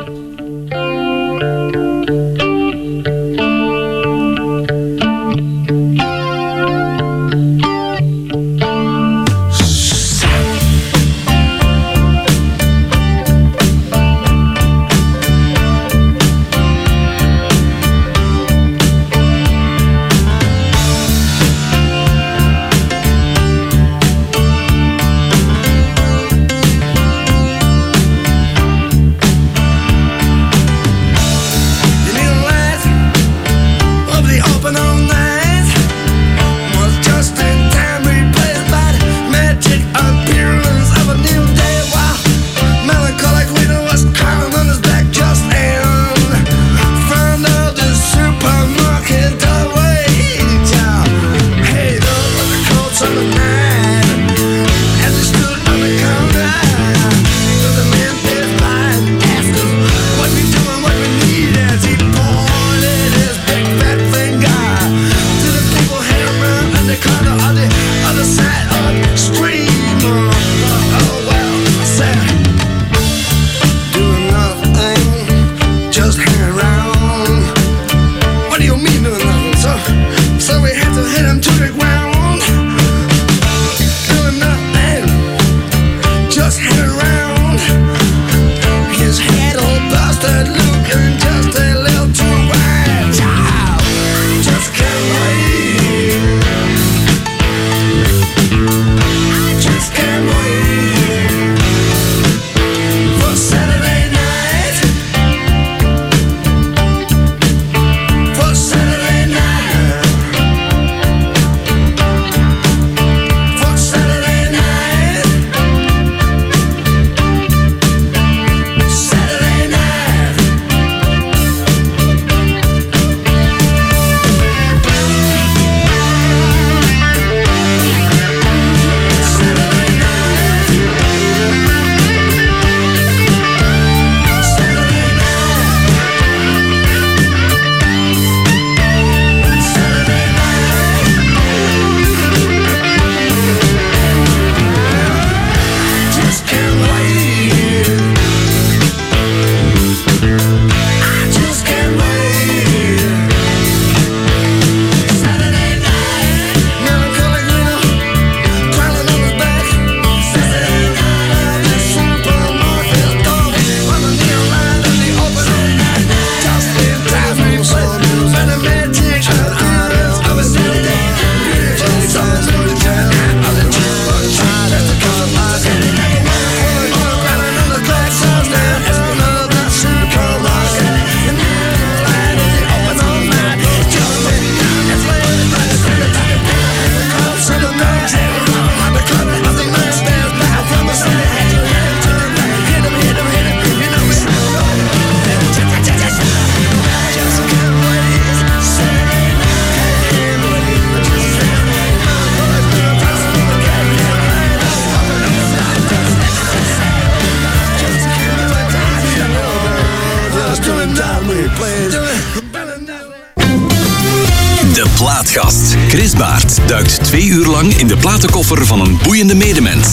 Speaker 1: De Plaatgast. Chris Baert duikt twee uur lang in de platenkoffer van een boeiende medemens.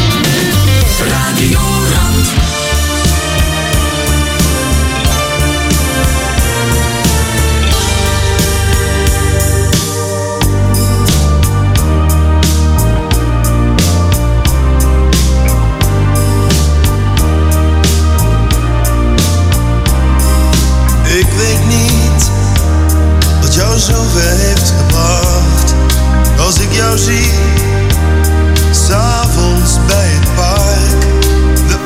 Speaker 4: Radio Rand.
Speaker 6: Ik weet niet wat jou zover heeft gebracht. Als ik jou zie, 's avonds bij het park. De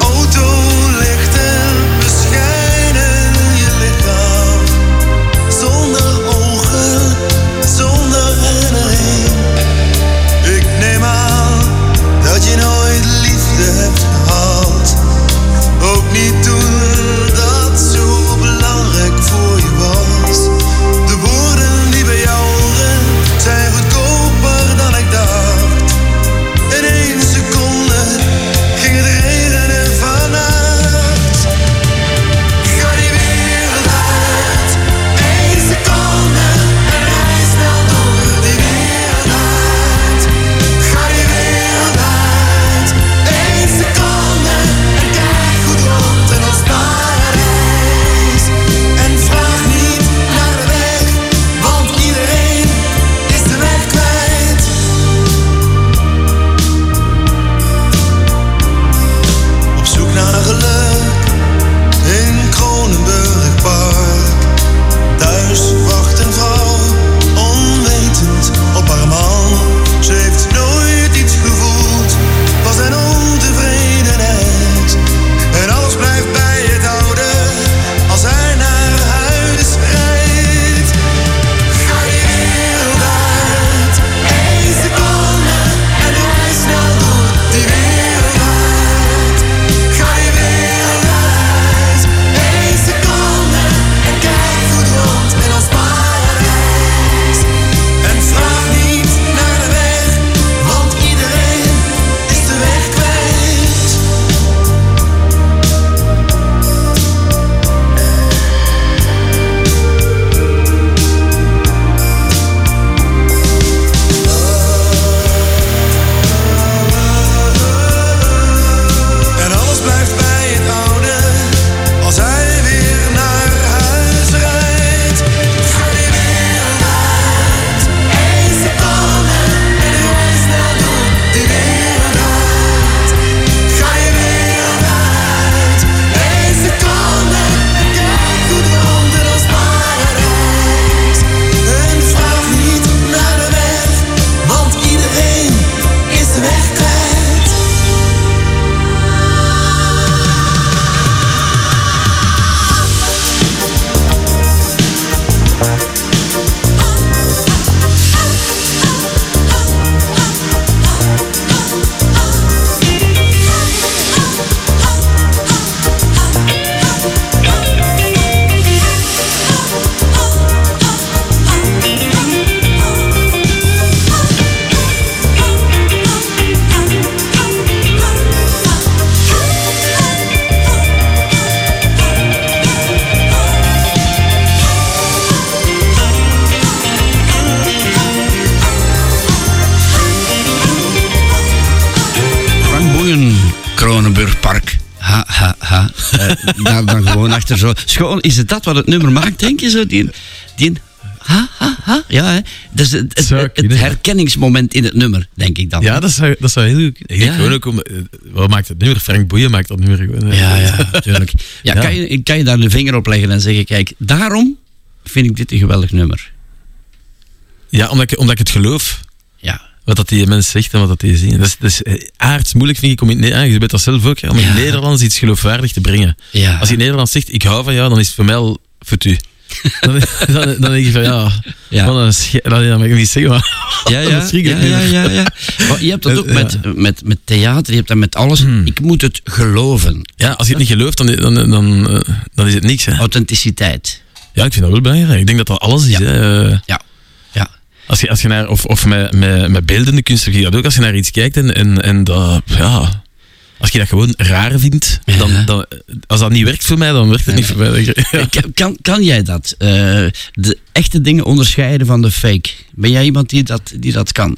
Speaker 2: Kronenburgpark. Ha, ha, ha. Uh, daar dan gewoon achter zo. Schoon, is het dat wat het nummer maakt, denk je zo? Die, die ha, ha, ha. Ja, hè. Dat is het, het, het, het herkenningsmoment in het nummer, denk ik dan.
Speaker 3: Ja, dat zou, dat zou heel goed. Ik denk
Speaker 2: Ja.
Speaker 3: gewoon ook om... Wat maakt het nummer? Frank Boeien maakt dat nummer gewoon.
Speaker 2: Ja, ja, natuurlijk. Ja,
Speaker 3: Ja.
Speaker 2: Kan, je, kan je daar de vinger op leggen en zeggen, kijk, daarom vind ik dit een geweldig nummer.
Speaker 3: Ja, omdat ik, omdat ik het geloof.
Speaker 2: Ja.
Speaker 3: Wat dat die mens zegt en wat dat die zien. Dat is, dat is eh, aards moeilijk, vind ik, om in, ja, je weet dat zelf ook, hè, om in
Speaker 2: Ja.
Speaker 3: het Nederlands iets geloofwaardig te brengen.
Speaker 2: Ja.
Speaker 3: Als je in het Nederlands zegt, ik hou van jou, dan is het voor mij al foutu. dan, dan, dan denk je van, ja,
Speaker 2: Ja.
Speaker 3: wat een sche- dat, dat mag ik niet zeggen, maar
Speaker 2: Ja, ja,
Speaker 3: dat schrik ik
Speaker 2: ja,
Speaker 3: niet.
Speaker 2: ja, ja, ja. Maar je hebt dat ook
Speaker 3: Ja.
Speaker 2: met, met, met theater, je hebt dat met alles. Ik moet het geloven.
Speaker 3: Ja, als je het niet gelooft, dan, dan, dan, eh, dan is het niks. Hè.
Speaker 2: Authenticiteit.
Speaker 3: Ja, ik vind dat wel belangrijk. Ik denk dat dat alles is.
Speaker 2: Ja.
Speaker 3: Hè. Eh,
Speaker 2: Ja. Ja.
Speaker 3: Als je, als je naar, of, of met, met, met beeldende kunst heb je dat ook. Als je naar iets kijkt en, en, en dat, ja, als je dat gewoon raar vindt,
Speaker 2: Ja.
Speaker 3: dan, dan, als dat niet werkt voor mij, dan werkt het niet voor mij. Ja.
Speaker 2: Kan- Kan, kan jij dat? eh, de echte dingen onderscheiden van de fake? Ben jij iemand die dat, die dat kan?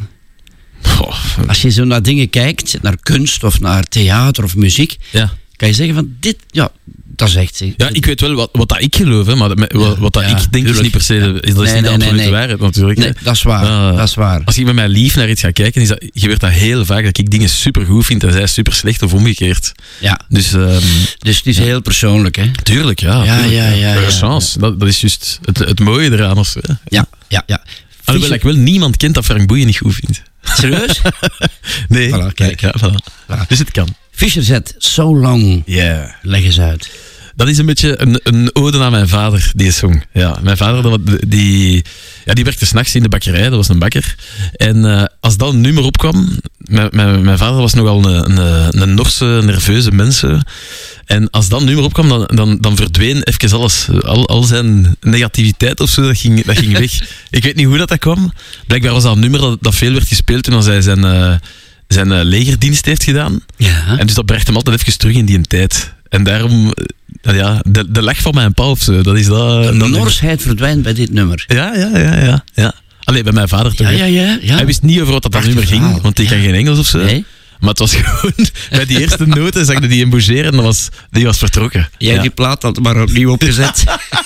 Speaker 3: Goh,
Speaker 2: Als je zo naar dingen kijkt, naar kunst of naar theater of muziek,
Speaker 3: ja.
Speaker 2: kan je zeggen van dit, ja, dat is echt.
Speaker 3: Ja, ik weet wel wat, wat dat ik geloof, hè, maar dat- wat, wat dat
Speaker 2: Ja,
Speaker 3: ik denk is
Speaker 2: tuurlijk.
Speaker 3: niet per se,
Speaker 2: Ja.
Speaker 3: is, dat is
Speaker 2: Nee,
Speaker 3: niet
Speaker 2: nee,
Speaker 3: de absolute
Speaker 2: nee, nee.
Speaker 3: waarheid natuurlijk. hè.
Speaker 2: Nee, dat is waar.
Speaker 3: Ah.
Speaker 2: dat is waar.
Speaker 3: Als ik met mijn lief naar iets ga kijken, is dat, gebeurt dat heel vaak dat ik dingen super goed vind en zij super slecht of omgekeerd.
Speaker 2: Ja.
Speaker 3: Dus ehm,
Speaker 2: Dus het is heel persoonlijk, hè?
Speaker 3: tuurlijk, ja.
Speaker 2: Ja,
Speaker 3: tuurlijk,
Speaker 2: ja, ja,
Speaker 3: Een
Speaker 2: ja.
Speaker 3: chance. Dat, dat is juist het, het mooie eraan. Of, hè.
Speaker 2: Ja, ja, ja.
Speaker 3: Alhoewel ik wel niemand kent dat Frank Boeien niet goed vindt.
Speaker 2: Serieus?
Speaker 3: Nee.
Speaker 2: Voilà, kijk.
Speaker 3: Ja, voilà.
Speaker 2: Voilà.
Speaker 3: Dus het kan.
Speaker 2: Fischer zet So Long.
Speaker 3: Ja.
Speaker 2: Leg eens uit.
Speaker 3: Dat is een beetje een, een ode aan mijn vader, die song. Ja, mijn vader dat, wa- die, ja, die werkte s'nachts in de bakkerij, dat was een bakker. En uh, als dat een nummer opkwam... Mijn, mijn, mijn vader was nogal een, een, een Norse, nerveuze mens. En als dat nummer opkwam, dan, dan, dan verdween even alles. Al, al zijn negativiteit of zo, dat ging, dat ging weg. Ik weet niet hoe dat, dat kwam. Blijkbaar was dat een nummer dat, dat veel werd gespeeld toen hij zijn, uh, zijn uh, legerdienst heeft gedaan.
Speaker 2: Ja.
Speaker 3: En dus dat bracht hem altijd even terug in die tijd. En daarom, uh, ja, de, de lach van mijn pa of zo, dat is dat...
Speaker 2: De
Speaker 3: dat
Speaker 2: norsheid verdwijnt bij dit nummer.
Speaker 3: Ja, ja, ja, ja. ja. Allee, bij mijn vader toch.
Speaker 2: Ja,
Speaker 3: hè.
Speaker 2: ja, ja. ja.
Speaker 3: Hij wist niet over wat dat, dat
Speaker 2: Prachtig
Speaker 3: nummer ging,
Speaker 2: verhaal.
Speaker 3: want hij
Speaker 2: Ja.
Speaker 3: kan geen Engels of zo.
Speaker 2: Nee.
Speaker 3: Maar het was gewoon, bij die eerste noten zag je die in bougeren en dat was, die was vertrokken.
Speaker 2: Jij
Speaker 3: ja.
Speaker 2: die plaat had maar opnieuw opgezet.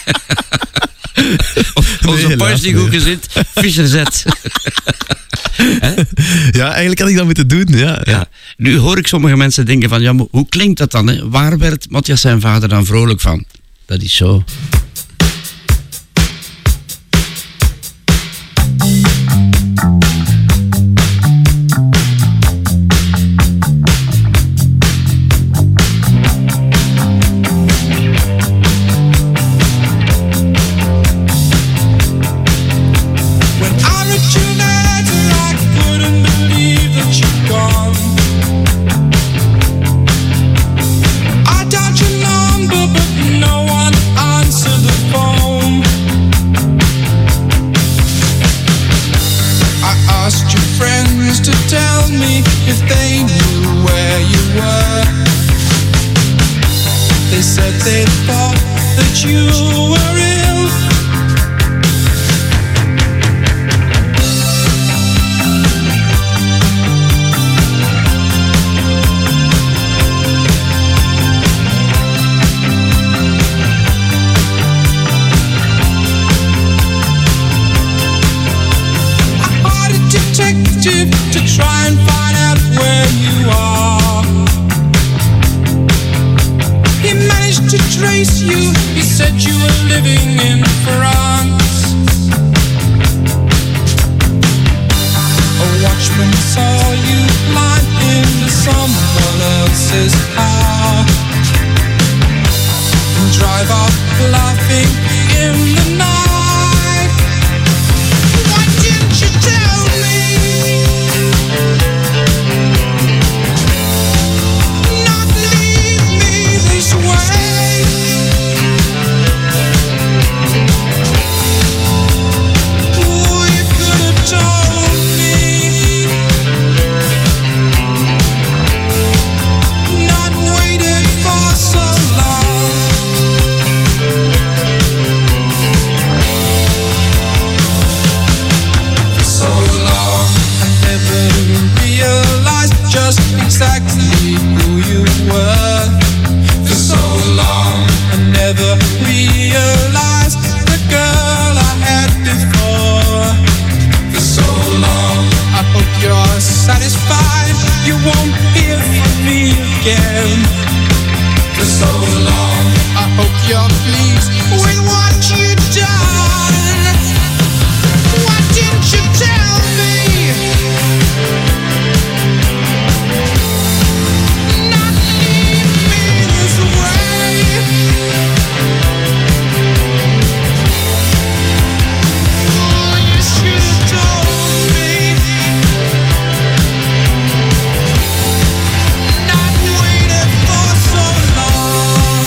Speaker 2: Onze
Speaker 3: Nee,
Speaker 2: pas
Speaker 3: helaas,
Speaker 2: die goed
Speaker 3: nee.
Speaker 2: gezet. Fischer zet.
Speaker 3: Ja, eigenlijk had ik dat moeten doen. Ja, ja.
Speaker 2: Ja. Nu hoor ik sommige mensen denken van, ja, maar hoe klinkt dat dan? Hè? Waar werd Matthias zijn vader dan vrolijk van? Dat is zo.
Speaker 6: When I read your letter, I couldn't believe that you'd gone. I dialed your number, but no one answered the phone. I asked your friends to tell me if they knew where you were. They said they thought that you were ill. I hired a detective to try and find out where you are. He managed to trace you. He said you were exactly who you were. For so long I never realized the girl I had before. For so long I hope you're satisfied, you won't hear from me again. For so long I hope you're pleased with what you've done. Why didn't you tell me? Not leave me this way. Oh, you should have told me. Not waited for so long.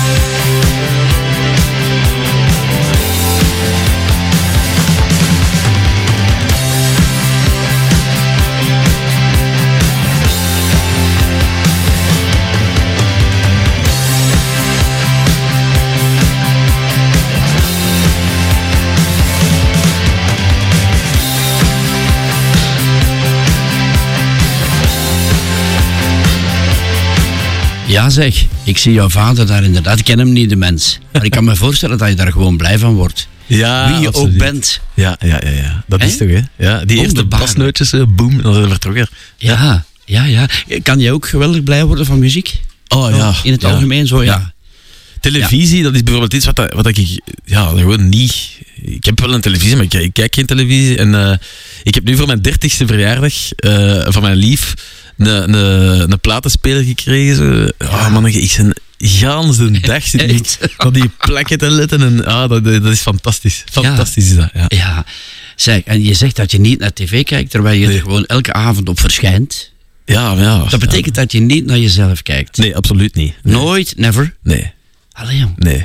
Speaker 2: Ja zeg, ik zie jouw vader daar inderdaad. Ik ken hem niet, de mens. Maar ik kan me voorstellen dat je daar gewoon blij van wordt.
Speaker 3: Ja,
Speaker 2: Wie je
Speaker 3: absoluut.
Speaker 2: ook bent.
Speaker 3: Ja, ja, ja, ja. Dat
Speaker 2: Hè?
Speaker 3: is toch, hè? Ja, die eerste
Speaker 2: Wonderbaarlijk.
Speaker 3: basnootjes, eh, boem, dan zijn we vertrokken.
Speaker 2: Ja, ja, ja. Kan je ook geweldig blij worden van muziek?
Speaker 3: Oh ja.
Speaker 2: In het
Speaker 3: ja.
Speaker 2: algemeen zo, ja.
Speaker 3: Ja. Televisie, dat is bijvoorbeeld iets wat, dat- wat ik ja, gewoon niet... Ik heb wel een televisie, maar ik, ik kijk geen televisie. En uh, ik heb nu voor mijn dertigste verjaardag uh, van mijn lief een, een, een platenspeler gekregen. Zo. Oh man, ik ben gans de dag zit ik
Speaker 2: Echt?
Speaker 3: naar die plekken te letten. En, ah, dat, dat is fantastisch. Fantastisch is dat, ja.
Speaker 2: Ja. Zeg, en je zegt dat je niet naar tv kijkt, terwijl je
Speaker 3: Nee.
Speaker 2: er gewoon elke avond op verschijnt.
Speaker 3: Ja, maar ja.
Speaker 2: Dat betekent dat je niet naar jezelf kijkt.
Speaker 3: Nee, absoluut niet. Nee.
Speaker 2: Nooit, never.
Speaker 3: Nee.
Speaker 2: Allee, jong.
Speaker 3: Nee.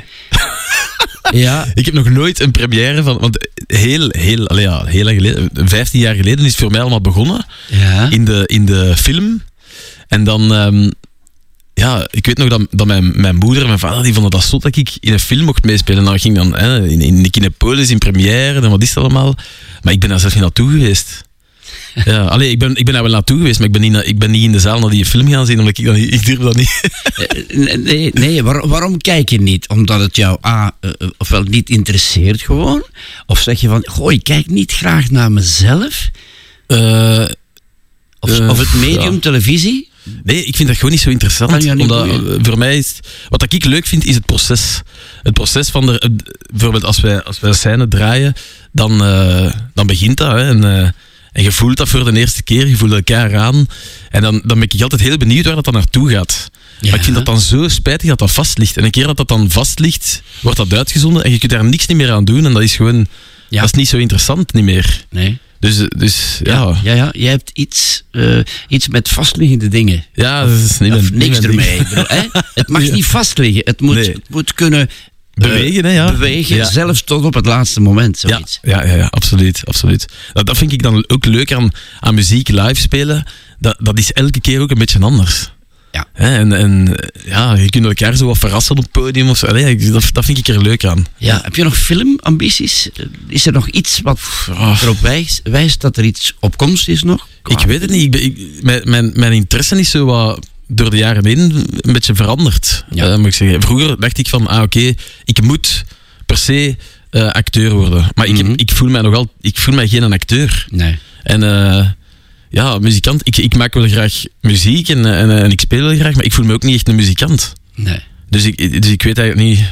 Speaker 2: Ja.
Speaker 3: Ik heb nog nooit een première van... Want heel, heel, allee, ja, heel lang geleden, vijftien jaar geleden is het voor mij allemaal begonnen.
Speaker 2: Ja.
Speaker 3: In de, in de film. En dan... ehm, ja, ik weet nog dat, dat mijn, mijn moeder en mijn vader die vonden dat zot dat ik in een film mocht meespelen. Nou, ik ging dan hè, in, in de Kinepolis in première en wat is dat allemaal. Maar ik ben daar zelf niet naartoe geweest. Ja, allee, ik ben, ik ben daar wel naartoe geweest, maar ik ben niet, na- ik ben niet in de zaal naar die film gaan zien, omdat ik, dat niet, ik durf dat niet.
Speaker 2: Eh, Nee, nee waar- waarom kijk je niet? Omdat het jou A, eh, eh, ofwel niet interesseert gewoon, of zeg je van, goh, ik kijk niet graag naar mezelf,
Speaker 3: Eh,
Speaker 2: of,
Speaker 3: Eh,
Speaker 2: of het medium
Speaker 3: ja.
Speaker 2: televisie?
Speaker 3: Nee, ik vind dat gewoon niet zo
Speaker 2: Kan
Speaker 3: interessant.
Speaker 2: je niet
Speaker 3: Omdat,
Speaker 2: boeien?
Speaker 3: eh, voor mij is het- wat ik leuk vind, is het proces. Het proces van de, eh, bijvoorbeeld als wij, als wij een scène draaien, dan, eh, dan begint dat. Hè, en, eh, en je voelt dat voor de eerste keer, je voelt elkaar aan. En dan, dan ben ik altijd heel benieuwd waar dat dan naartoe gaat.
Speaker 2: Ja.
Speaker 3: Maar ik vind dat dan zo spijtig dat dat vast ligt. En een keer dat dat dan vast ligt, wordt dat uitgezonden en je kunt daar niks niet meer aan doen. En dat is gewoon,
Speaker 2: Ja.
Speaker 3: dat is niet zo interessant niet meer.
Speaker 2: Nee.
Speaker 3: Dus, dus ja.
Speaker 2: Ja, ja, ja. Je hebt iets, eh, iets met vastliggende dingen.
Speaker 3: Ja, dat is niet
Speaker 2: Of
Speaker 3: mijn- niet
Speaker 2: niks
Speaker 3: mijn ding.
Speaker 2: ermee. Ik bedoel, hè? Het mag
Speaker 3: Ja.
Speaker 2: niet vastliggen. Het moet,
Speaker 3: Nee.
Speaker 2: het moet kunnen eh,
Speaker 3: Bewegen, hè, ja.
Speaker 2: bewegen,
Speaker 3: Ja.
Speaker 2: zelfs tot op het laatste moment.
Speaker 3: Ja,
Speaker 2: Zoiets.
Speaker 3: ja, ja, ja, absoluut. absoluut. Dat, dat vind ik dan ook leuk aan, aan muziek live spelen. Dat, dat is elke keer ook een beetje anders.
Speaker 2: Ja.
Speaker 3: Hè, en, en ja, je kunt elkaar zo wat verrassen op het podium. Of zo. Allee, ik- dat, dat vind ik er leuk aan.
Speaker 2: Ja, heb je nog filmambities? Eh, Is er nog iets wat
Speaker 3: Oh.
Speaker 2: erop wijst, wijst dat er iets op komst is nog?
Speaker 3: Ik weet het niet. Ik ben, ik, mijn, mijn, mijn interesse is zo wat door de jaren heen een beetje veranderd.
Speaker 2: Ja.
Speaker 3: Eh, moet ik zeggen. Vroeger dacht ik van, ah oké, ik moet per se eh, acteur worden. Maar ik, heb,
Speaker 2: Mhm.
Speaker 3: ik, voel mij nog al, ik voel mij geen een acteur.
Speaker 2: Nee.
Speaker 3: En eh, ja, muzikant. Ik, ik maak wel graag muziek en, en, en ik speel wel graag, maar ik voel me ook niet echt een muzikant.
Speaker 2: Nee.
Speaker 3: Dus ik, dus ik weet eigenlijk niet.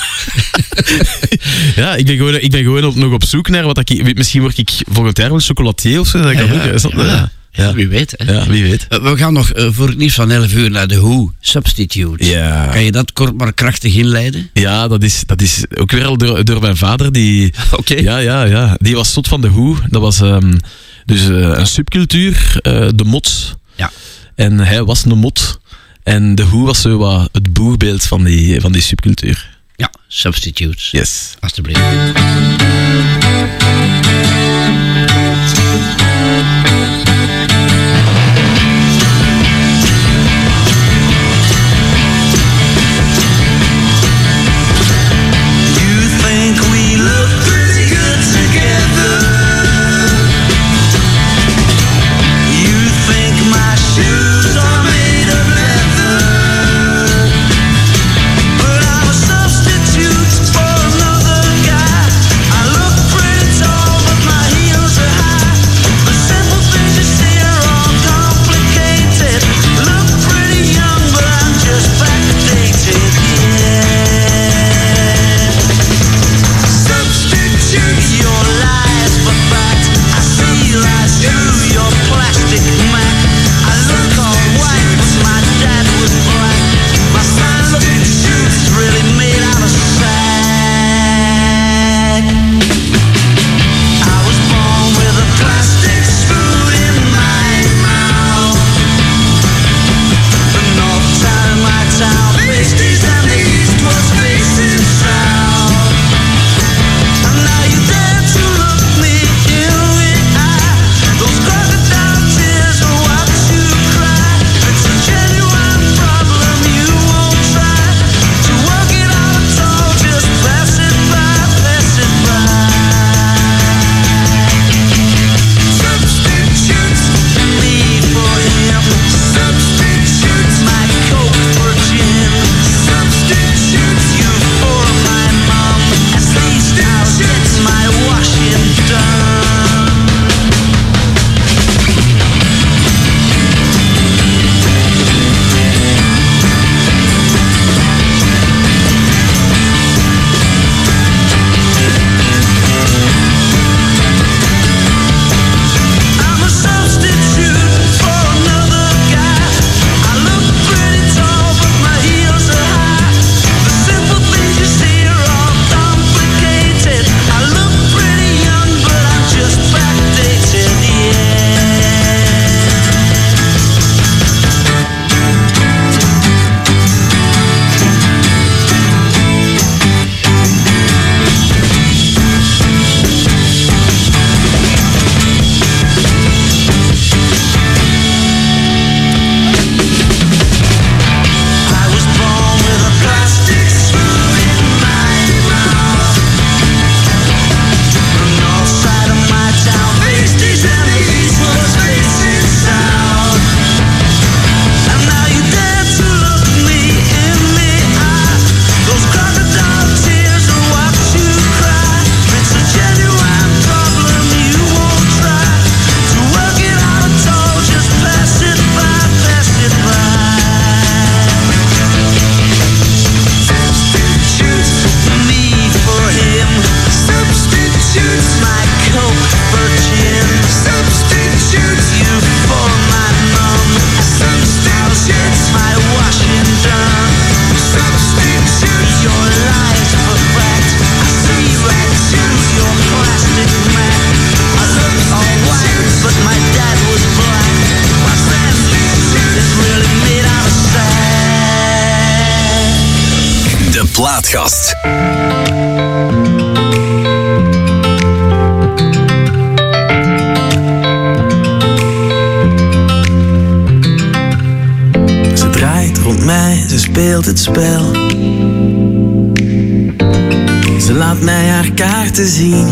Speaker 3: Ja, ik ben gewoon, ik ben gewoon op, nog op zoek naar wat ik. Misschien word ik volgend jaar wel chocolatier of zo. Dat kan
Speaker 2: Ja,
Speaker 3: ook, hè. Is dat-
Speaker 2: ja.
Speaker 3: ja.
Speaker 2: Ja, wie weet. Hè.
Speaker 3: Ja, wie weet.
Speaker 2: Eh, We gaan nog eh, voor het nieuws van elf uur naar de Who Substitute.
Speaker 3: Ja.
Speaker 2: Kan je dat kort maar krachtig inleiden?
Speaker 3: Ja, dat is, dat is ook weer al door, door mijn vader. Die,
Speaker 2: Oké.
Speaker 3: ja, ja, ja. Die was zot van de Who. Dat was ehm, dus eh, een subcultuur, eh, de mods.
Speaker 2: Ja.
Speaker 3: En hij was een mod. En de Who was zo wat het boegbeeld van die, van die subcultuur.
Speaker 2: Ja, Substitutes.
Speaker 3: Yes.
Speaker 2: Alsjeblieft.
Speaker 5: You think we look pretty good together. You think my shoes are made
Speaker 1: Plaatgast.
Speaker 5: Ze draait rond mij, ze speelt het spel. Ze laat mij haar kaarten zien.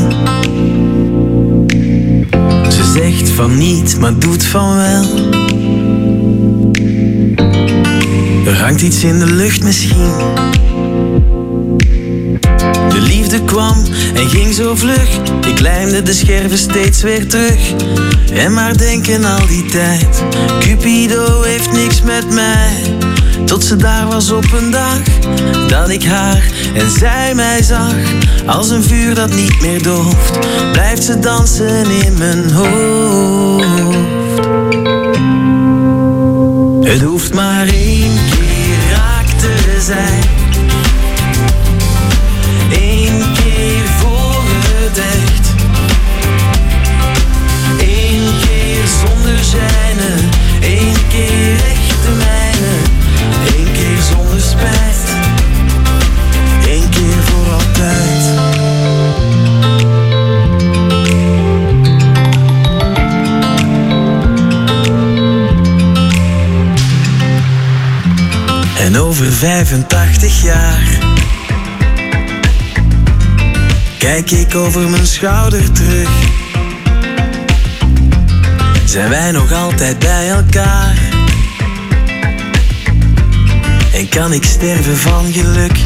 Speaker 5: Ze zegt van niet, maar doet van wel. Er hangt iets in de lucht misschien. De liefde kwam en ging zo vlug. Ik lijmde de scherven steeds weer terug. En maar denken al die tijd, Cupido heeft niks met mij. Tot ze daar was op een dag, dat ik haar en zij mij zag. Als een vuur dat niet meer dooft, blijft ze dansen in mijn hoofd. Het hoeft maar één keer raak te zijn. Eén keer voor het echt. Eén keer zonder zijne. Eén keer echt de mijne. Eén keer zonder spijt. Eén keer voor altijd. En over vijfentachtig jaar kijk ik over mijn schouder terug. Zijn wij nog altijd bij elkaar? En kan ik sterven van geluk?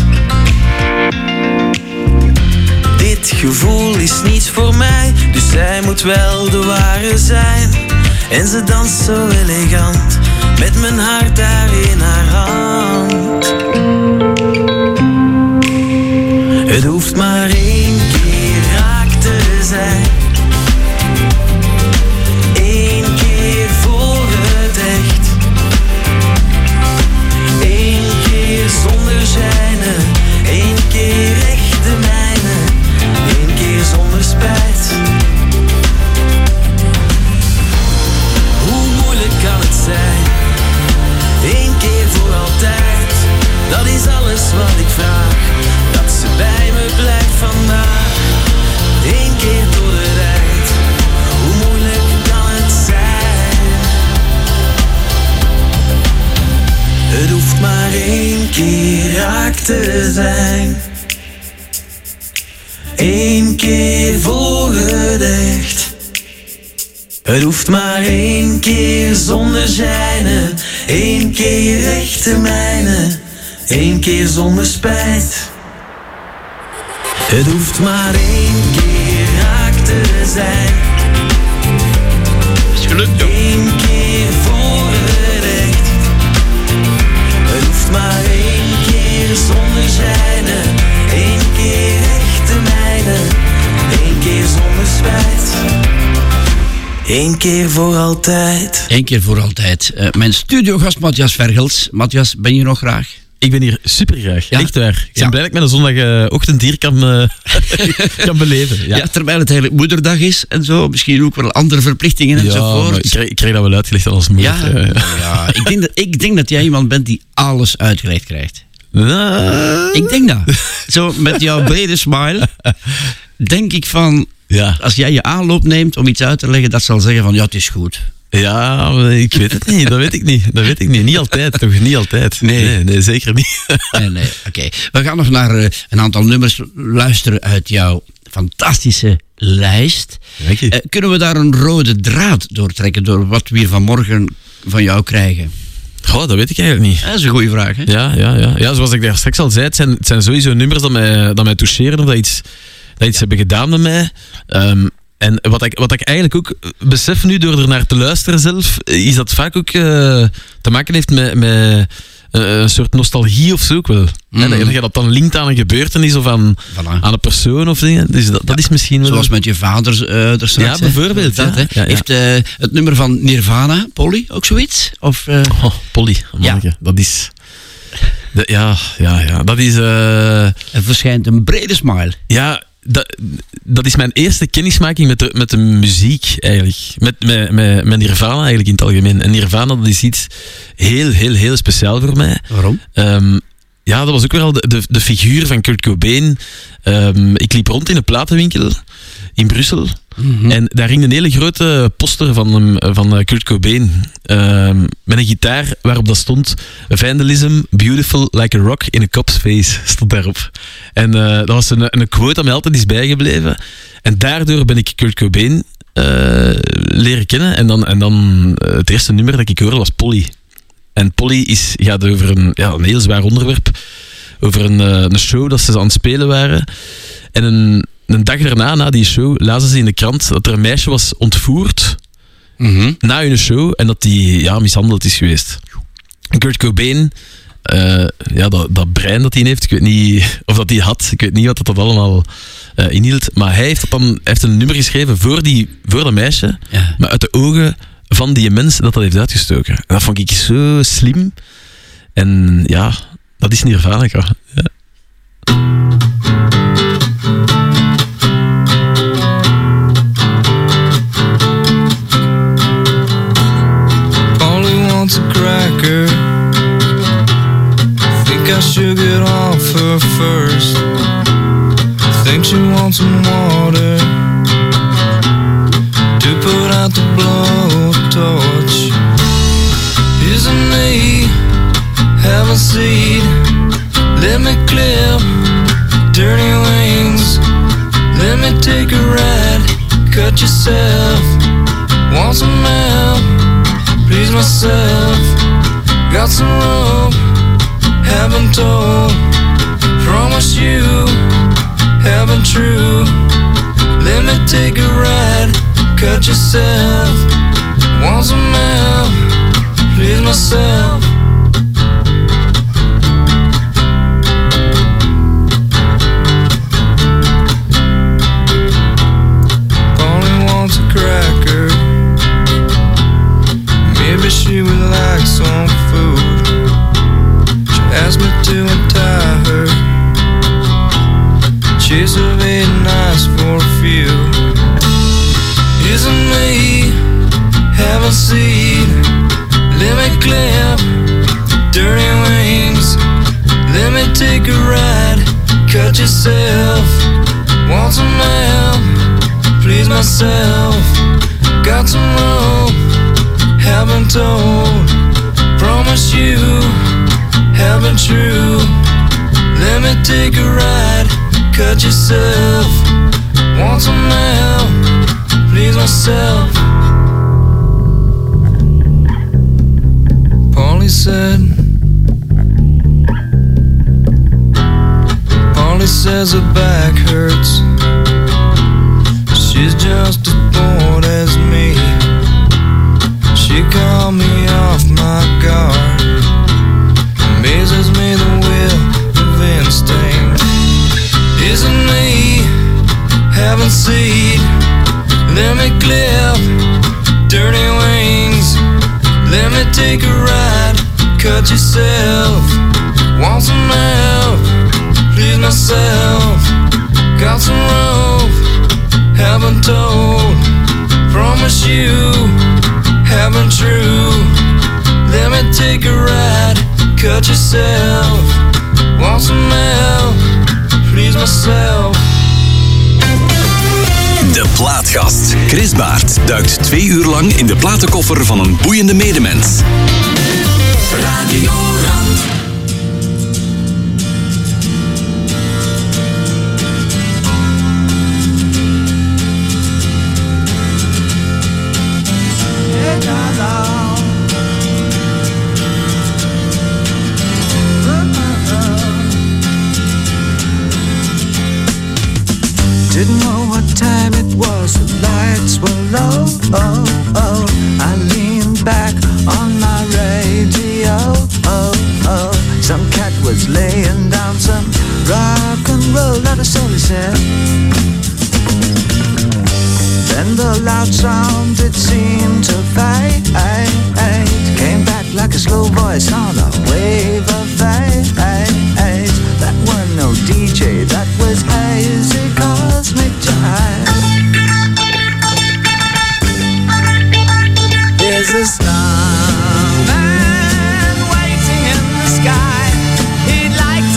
Speaker 5: Dit gevoel is niets voor mij, dus zij moet wel de ware zijn. En ze danst zo elegant, met mijn hart daar in haar hand. Het hoeft maar één keer raak te zijn. Eén keer voor het echt. Eén keer zonder zijne. Eén keer echt de mijne. Eén keer zonder spijt. Hoe moeilijk kan het zijn? Eén keer voor altijd. Dat is alles wat ik vraag. Dat ze bij me blijft vandaag. Eén keer door de tijd. Hoe moeilijk kan het zijn? Het hoeft maar één keer raak te zijn. Eén keer voor het echt. Het hoeft maar één keer zonder zijne. Eén keer echt de mijne. Eén keer zonder spijt. Het hoeft maar één keer raak te zijn.
Speaker 2: Is gelukt, joh.
Speaker 5: Eén keer voor het echt. Het hoeft maar één keer zonder zijne. Eén keer echt de mijne. Eén keer zonder spijt. Eén keer voor altijd.
Speaker 2: Eén keer voor altijd. Uh, mijn studiogast Matthias Vergels. Matthias, ben je nog graag?
Speaker 3: Ik ben hier super graag.
Speaker 2: Ja.
Speaker 3: Echt waar. Ik ben
Speaker 2: Ja.
Speaker 3: blij dat ik met een zondagochtend hier kan, uh, kan beleven.
Speaker 2: Ja.
Speaker 3: Ja.
Speaker 2: terwijl het eigenlijk moederdag is en zo. Misschien ook wel andere verplichtingen
Speaker 3: Ja,
Speaker 2: enzovoort.
Speaker 3: maar ik, krijg, ik krijg dat wel uitgelegd aan als moeder.
Speaker 2: Ja,
Speaker 3: Ja, ja.
Speaker 2: ja. Ik, denk dat, ik denk dat jij iemand bent die alles uitgelegd krijgt.
Speaker 3: Nou,
Speaker 2: Ik denk dat. Zo met jouw brede smile. Denk ik van,
Speaker 3: ja.
Speaker 2: als jij je aanloop neemt om iets uit te leggen, dat zal zeggen van, ja, het is goed.
Speaker 3: Ja, maar ik weet het niet. Dat weet ik niet. Dat weet ik niet. Niet altijd, toch? Niet altijd.
Speaker 2: Nee.
Speaker 3: nee, nee, zeker niet.
Speaker 2: Nee, nee, oké. We gaan nog naar uh, een aantal nummers luisteren uit jouw fantastische lijst.
Speaker 3: Dank je.
Speaker 2: Uh, kunnen we daar een rode draad doortrekken door wat we hier vanmorgen van jou krijgen?
Speaker 3: Goh, dat weet ik eigenlijk niet.
Speaker 2: Dat is een goede vraag, hè?
Speaker 3: Ja, ja, ja. ja, zoals ik daar straks al zei, het zijn, het zijn sowieso nummers dat mij, dat mij toucheren of dat iets, dat iets hebben gedaan met mij. Um, en wat ik, wat ik eigenlijk ook besef nu door er naar te luisteren zelf, is dat vaak ook uh, te maken heeft met, met uh, een soort nostalgie of zo ook wel.
Speaker 2: Mm.
Speaker 3: Hè, dat je dat dan linkt aan een gebeurtenis of aan,
Speaker 2: Voilà.
Speaker 3: aan een persoon of dingen. Dus dat, dat is misschien wel...
Speaker 2: Zoals met je vader uh, er straks.
Speaker 3: Ja, bijvoorbeeld,
Speaker 2: hè? Dat,
Speaker 3: ja.
Speaker 2: hè?
Speaker 3: Ja, ja.
Speaker 2: Heeft uh, het nummer van Nirvana, Polly, ook zoiets? Of, uh...
Speaker 3: Oh, Polly, manneke, dat is... De, ja, ja, ja, dat is... Uh,
Speaker 2: Er verschijnt een brede smile.
Speaker 3: ja, dat, dat is mijn eerste kennismaking met de, met de muziek eigenlijk. Met, met, met, met Nirvana eigenlijk in het algemeen. En Nirvana, dat is iets heel, heel, heel speciaal voor mij.
Speaker 2: Waarom?
Speaker 3: Um, ja, dat was ook weer al de, de, de figuur van Kurt Cobain. Um, ik liep rond in een platenwinkel in Brussel. Mm-hmm. En daar hing een hele grote poster van, hem, van Kurt Cobain. Um, met een gitaar waarop dat stond: Vandalism, beautiful like a rock in a cop's face. Stond daarop. En uh, dat was een, een quote dat mij altijd is bijgebleven. En daardoor ben ik Kurt Cobain uh, leren kennen. En dan, en dan uh, het eerste nummer dat ik hoorde was Polly. En Polly is, gaat over een, ja, een heel zwaar onderwerp. Over een, uh, een show dat ze aan het spelen waren. En een, een dag daarna, na die show, lazen ze in de krant dat er een meisje was ontvoerd. Mm-hmm. Na hun show. En dat die ja, mishandeld is geweest. En Kurt Cobain, uh, ja, dat, dat brein dat hij heeft, ik weet niet of dat hij had. Ik weet niet wat dat, dat allemaal uh, inhield. Maar hij heeft, dat dan, hij heeft een nummer geschreven voor, die, voor dat meisje. Ja. Maar uit de ogen van die mens dat dat heeft uitgestoken. En dat vond ik zo slim. En ja, dat is Nirvana. Ja.
Speaker 6: Polly wants a cracker. Think I should get off her first. Think she wants some water to put out the blowtorch. Isn't me have a seed? Let me clip dirty wings. Let me take a ride. Cut yourself. Want some help? Please myself. Got some rope. Haven't told. Promise you. Haven't true. Let me take a ride. Cut yourself. Want some help? Please myself. Polly wants a cracker. Maybe she would like some food. She asked me to untie her. Chase of eight nights for a few. Isn't me have a seed? Let me clip dirty wings. Let me take a ride. Cut yourself. Want some help? Please myself. Got some rope. Haven't told. Promise you. Haven't true. Let me take a ride. Cut yourself. Want some help? Please myself. Polly said. Polly says her back hurts. She's just as bored as me. She called me off my guard. Amazes me the will of instinct. Isn't me having seed? Let me clip dirty wings. Let me take a ride. Cut yourself. Want some help? Please myself. Got some rope. Haven't told. Promise you. Haven't true. Let me take a ride. Cut yourself. Want some help? Please myself.
Speaker 1: De Plaatgast. Chris Baert duikt twee uur lang in de platenkoffer van een boeiende medemens.
Speaker 4: Radio Rand.
Speaker 6: Didn't know what time it was, the lights were low, oh, oh. I leaned back on my radio, oh, oh. Some cat was laying down some rock and roll, that is all he said. Then the loud sound, it seemed to fade. Came back like a slow voice on a wave of fate. That was no D J, that was hazy cosmic jive. There's a starman waiting in the sky. He'd like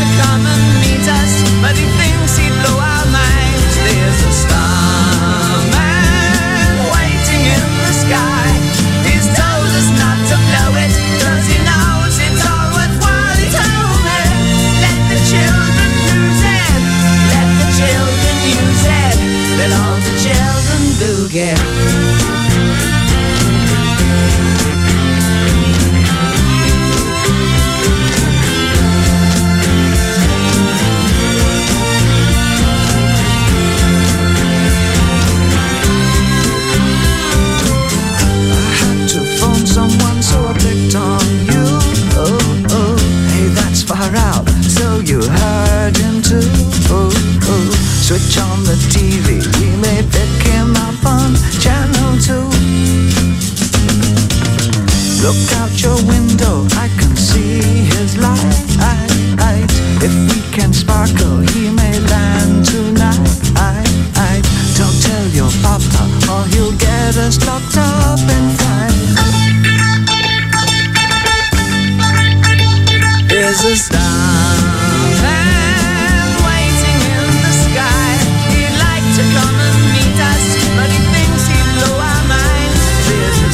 Speaker 5: There's a starman waiting in the sky. He'd like to come and meet us, but he thinks he'd blow our minds. There's a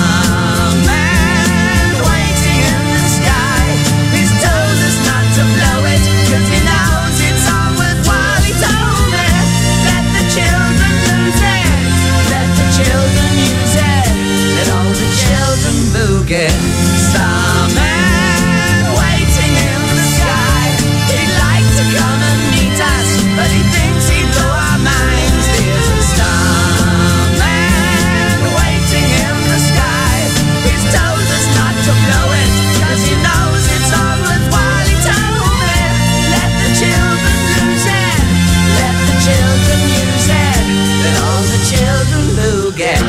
Speaker 5: starman waiting in the sky. He's told us not to blow it, 'cause he knows it's all worthwhile. He told me, let the children lose it, let the children use it, let all the children boogie. Starman waiting in the sky. He'd like to come and meet us, but he thinks he'd blow our minds. There's a starman waiting in the sky. He's told us not to blow it, 'cause he knows it's all worthwhile. He told me, let the children lose it, let the children use it, let all the children boogie.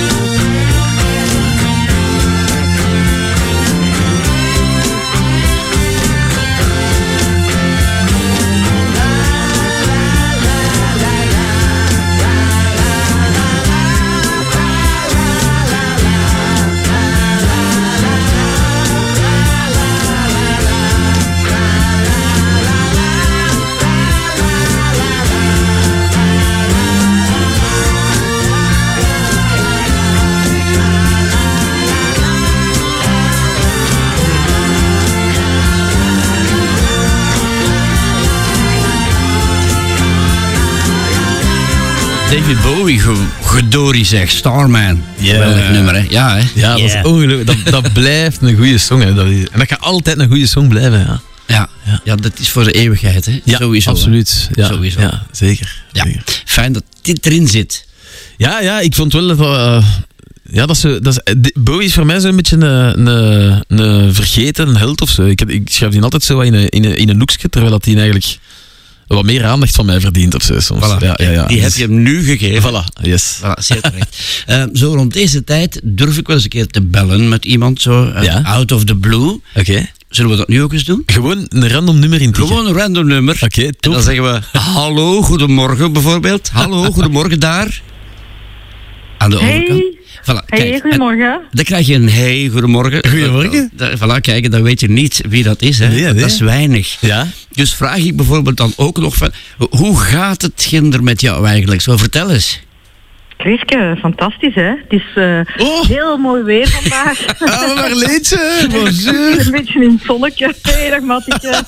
Speaker 2: David Bowie, ge- gedorie zeg, Starman.
Speaker 3: Ja.
Speaker 2: Geweldig nummer, hè? Ja, hè?
Speaker 3: Ja, dat is
Speaker 2: Yeah.
Speaker 3: ongelooflijk. Dat, dat blijft een goede song. Hè. Dat is, en dat gaat altijd een goede song blijven. Ja,
Speaker 2: Ja.
Speaker 3: Ja.
Speaker 2: Ja, dat is voor de eeuwigheid, hè?
Speaker 3: ja
Speaker 2: Sowieso. hè.
Speaker 3: absoluut. Ja,
Speaker 2: Sowieso.
Speaker 3: Ja, zeker.
Speaker 2: Ja.
Speaker 3: zeker.
Speaker 2: Fijn dat dit erin zit.
Speaker 3: Ja, ja, ik vond wel dat... Uh, ja, dat is, dat is, de- Bowie is voor mij zo'n beetje een, een, een vergeten held of zo. Ik, heb- ik schrijf die altijd zo wat in een, in een, in een hoekje, terwijl dat die eigenlijk wat meer aandacht van mij verdient of zo soms.
Speaker 2: Voilà.
Speaker 3: Ja, ja, ja.
Speaker 2: Die heb je hem nu gegeven.
Speaker 3: Voilà, yes.
Speaker 2: Voilà, zeer terecht. Eh, zo rond deze tijd durf ik wel eens een keer te bellen met iemand, zo, eh,
Speaker 3: Ja.
Speaker 2: out of the blue.
Speaker 3: Oké.
Speaker 2: Zullen we dat nu ook eens doen?
Speaker 3: Gewoon een random nummer in
Speaker 2: Gewoon een random nummer.
Speaker 3: Oké,
Speaker 2: En
Speaker 3: top.
Speaker 2: dan zeggen we, hallo, goedemorgen bijvoorbeeld. Hallo, goedemorgen daar. Aan de
Speaker 10: Hey.
Speaker 2: overkant. Voilà,
Speaker 10: Hey,
Speaker 2: kijk, en
Speaker 10: goedemorgen.
Speaker 2: dan krijg je een hey, goedemorgen.
Speaker 3: Goedemorgen.
Speaker 2: Da- Voilà, kijk, dan weet je niet wie dat is. Hè.
Speaker 3: Nee, nee.
Speaker 2: Dat is weinig.
Speaker 3: Ja?
Speaker 2: Dus vraag ik bijvoorbeeld dan ook nog van, hoe gaat het ginder met jou eigenlijk? Zo, vertel eens.
Speaker 10: Chriske, fantastisch hè. Het is eh,
Speaker 3: Oh.
Speaker 10: heel mooi weer vandaag.
Speaker 3: Ah, Marleentje,
Speaker 10: Ik
Speaker 3: bonjour.
Speaker 10: zit een beetje in het zonnetje. Hey, dag Mattieke.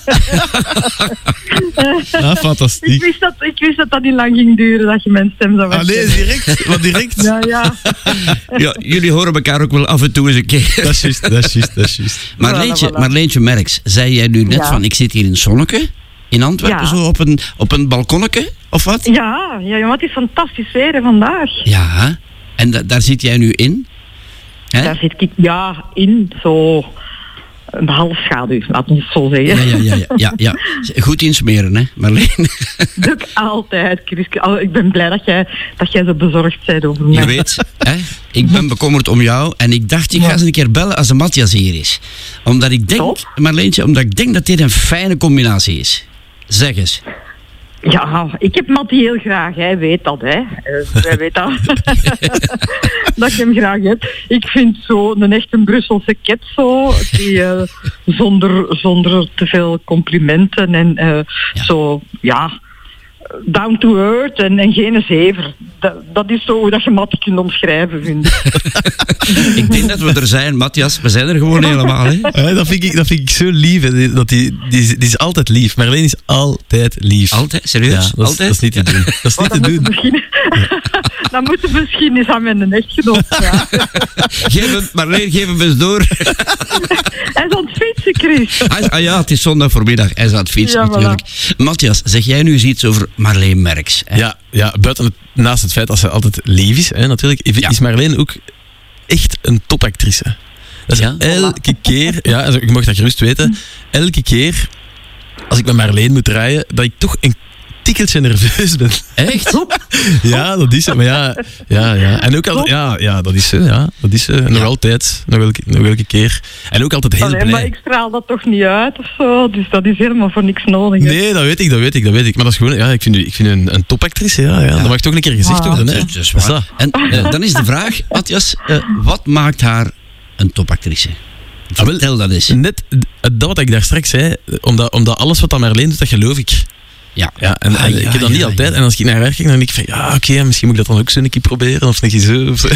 Speaker 3: Ah,
Speaker 10: Ik
Speaker 3: fantastiek.
Speaker 10: wist, dat, ik wist dat dat niet lang ging duren, dat je mijn stem zou
Speaker 3: Ah, nee,
Speaker 10: herkennen.
Speaker 3: direct. Wat direct?
Speaker 10: Ja, ja.
Speaker 2: Ja, jullie horen elkaar ook wel af en toe eens een keer.
Speaker 3: Dat is juist, dat is juist, dat is juist.
Speaker 2: Marleentje,
Speaker 10: Voilà, voilà.
Speaker 2: Marleentje Merks, zei jij nu net
Speaker 10: Ja.
Speaker 2: van, ik zit hier in Zonneke, in Antwerpen,
Speaker 10: Ja.
Speaker 2: zo op een, op een balkonnetje, of wat?
Speaker 10: Ja, ja, ja, maar het is fantastisch weer hè, vandaag.
Speaker 2: Ja, en da- daar zit jij nu in? Hè?
Speaker 10: Daar zit ik ja in, zo een half schaduw, laten we het zo zeggen.
Speaker 2: Ja, ja, ja, ja, ja, ja. Goed insmeren, hè, Marleen?
Speaker 10: Doe ik altijd, Chriske. Al- Ik ben blij dat jij, dat jij zo bezorgd bent over mij.
Speaker 2: Je weet, hè, ik ben bekommerd om jou en ik dacht, ik ga eens een keer bellen als de Matthias hier is. Omdat ik denk,
Speaker 10: Top.
Speaker 2: Marleentje, omdat ik denk dat dit een fijne combinatie is. Zeg eens.
Speaker 10: Ja, ik heb Mattie heel graag, hij weet dat, hè. Uh, hij weet dat. dat ik hem graag heb. Ik vind zo een echte Brusselse ket zo, die eh, zonder, zonder te veel complimenten en eh,
Speaker 2: Ja.
Speaker 10: zo, ja, down to earth en, en geen zever. Dat, dat is zo hoe dat je Mattie kunt omschrijven, vind ik.
Speaker 2: Ik denk dat we er zijn, Matthias. We zijn er gewoon helemaal, hè.
Speaker 3: Ja, dat, vind ik, dat vind ik zo lief. Hè. Die- Dat die, die, is, die is altijd lief. Marleen is altijd lief.
Speaker 2: Altijd? Serieus?
Speaker 3: Ja, dat, is,
Speaker 2: Altijd?
Speaker 3: dat is niet te doen. Dat is
Speaker 10: Maar
Speaker 3: niet te
Speaker 10: dan moeten
Speaker 3: doen.
Speaker 10: misschien, dan moeten we misschien eens aan mijn echtgenoot vragen.
Speaker 2: Geef hem, Marleen, geef hem eens door.
Speaker 10: Hij is aan het fietsen, Chris.
Speaker 2: Hij- ah ja, het is zondag voormiddag. Hij is aan het fietsen
Speaker 10: Ja, voilà.
Speaker 2: natuurlijk. Matthias, zeg jij nu eens iets over Marleen Merks? Hè?
Speaker 3: Ja, ja, buiten het, naast het feit dat ze altijd lief is, hè, natuurlijk, is
Speaker 2: Ja.
Speaker 3: Marleen ook echt een topactrice. Dat is
Speaker 2: Ja?
Speaker 3: elke keer, ja, also, je mag dat gerust weten, elke keer als ik met Marleen moet rijden, dat ik toch een tikkeltje nerveus ben.
Speaker 2: Echt?
Speaker 3: Ja, dat is het. Maar ja, ja, ja. En ook altijd, ja, ja, dat is ze, ja. Dat is ze. Nog
Speaker 2: Ja.
Speaker 3: altijd, nog elke, nog elke keer. En ook altijd heel
Speaker 10: Allee,
Speaker 3: blij.
Speaker 10: maar ik straal dat toch niet uit of zo, dus dat is helemaal voor niks nodig. hè.
Speaker 3: Nee, dat weet ik, dat weet ik, dat weet ik. Maar dat is gewoon, ja, ik vind, u- ik vind u een, een topactrice, ja, ja. Dat mag toch een keer gezegd
Speaker 10: Ah.
Speaker 3: worden, hè.
Speaker 2: Dat is- dat is waar.
Speaker 3: Dat is
Speaker 2: En eh, dan is de vraag, Matthias, eh, wat maakt haar een topactrice? Vertel dat eens.
Speaker 3: Net dat wat ik daar straks zei, omdat, omdat alles wat dat Marleen doet, dat geloof ik.
Speaker 2: Ja.
Speaker 3: Ja, en,
Speaker 2: Ah,
Speaker 3: en
Speaker 2: ja,
Speaker 3: ik heb dat
Speaker 2: ja,
Speaker 3: niet altijd.
Speaker 2: ja.
Speaker 3: En als ik naar haar kijk, dan denk ik van, ja, oké, okay, misschien moet ik dat dan ook zo een keer proberen. Of een keer zo. Of zo.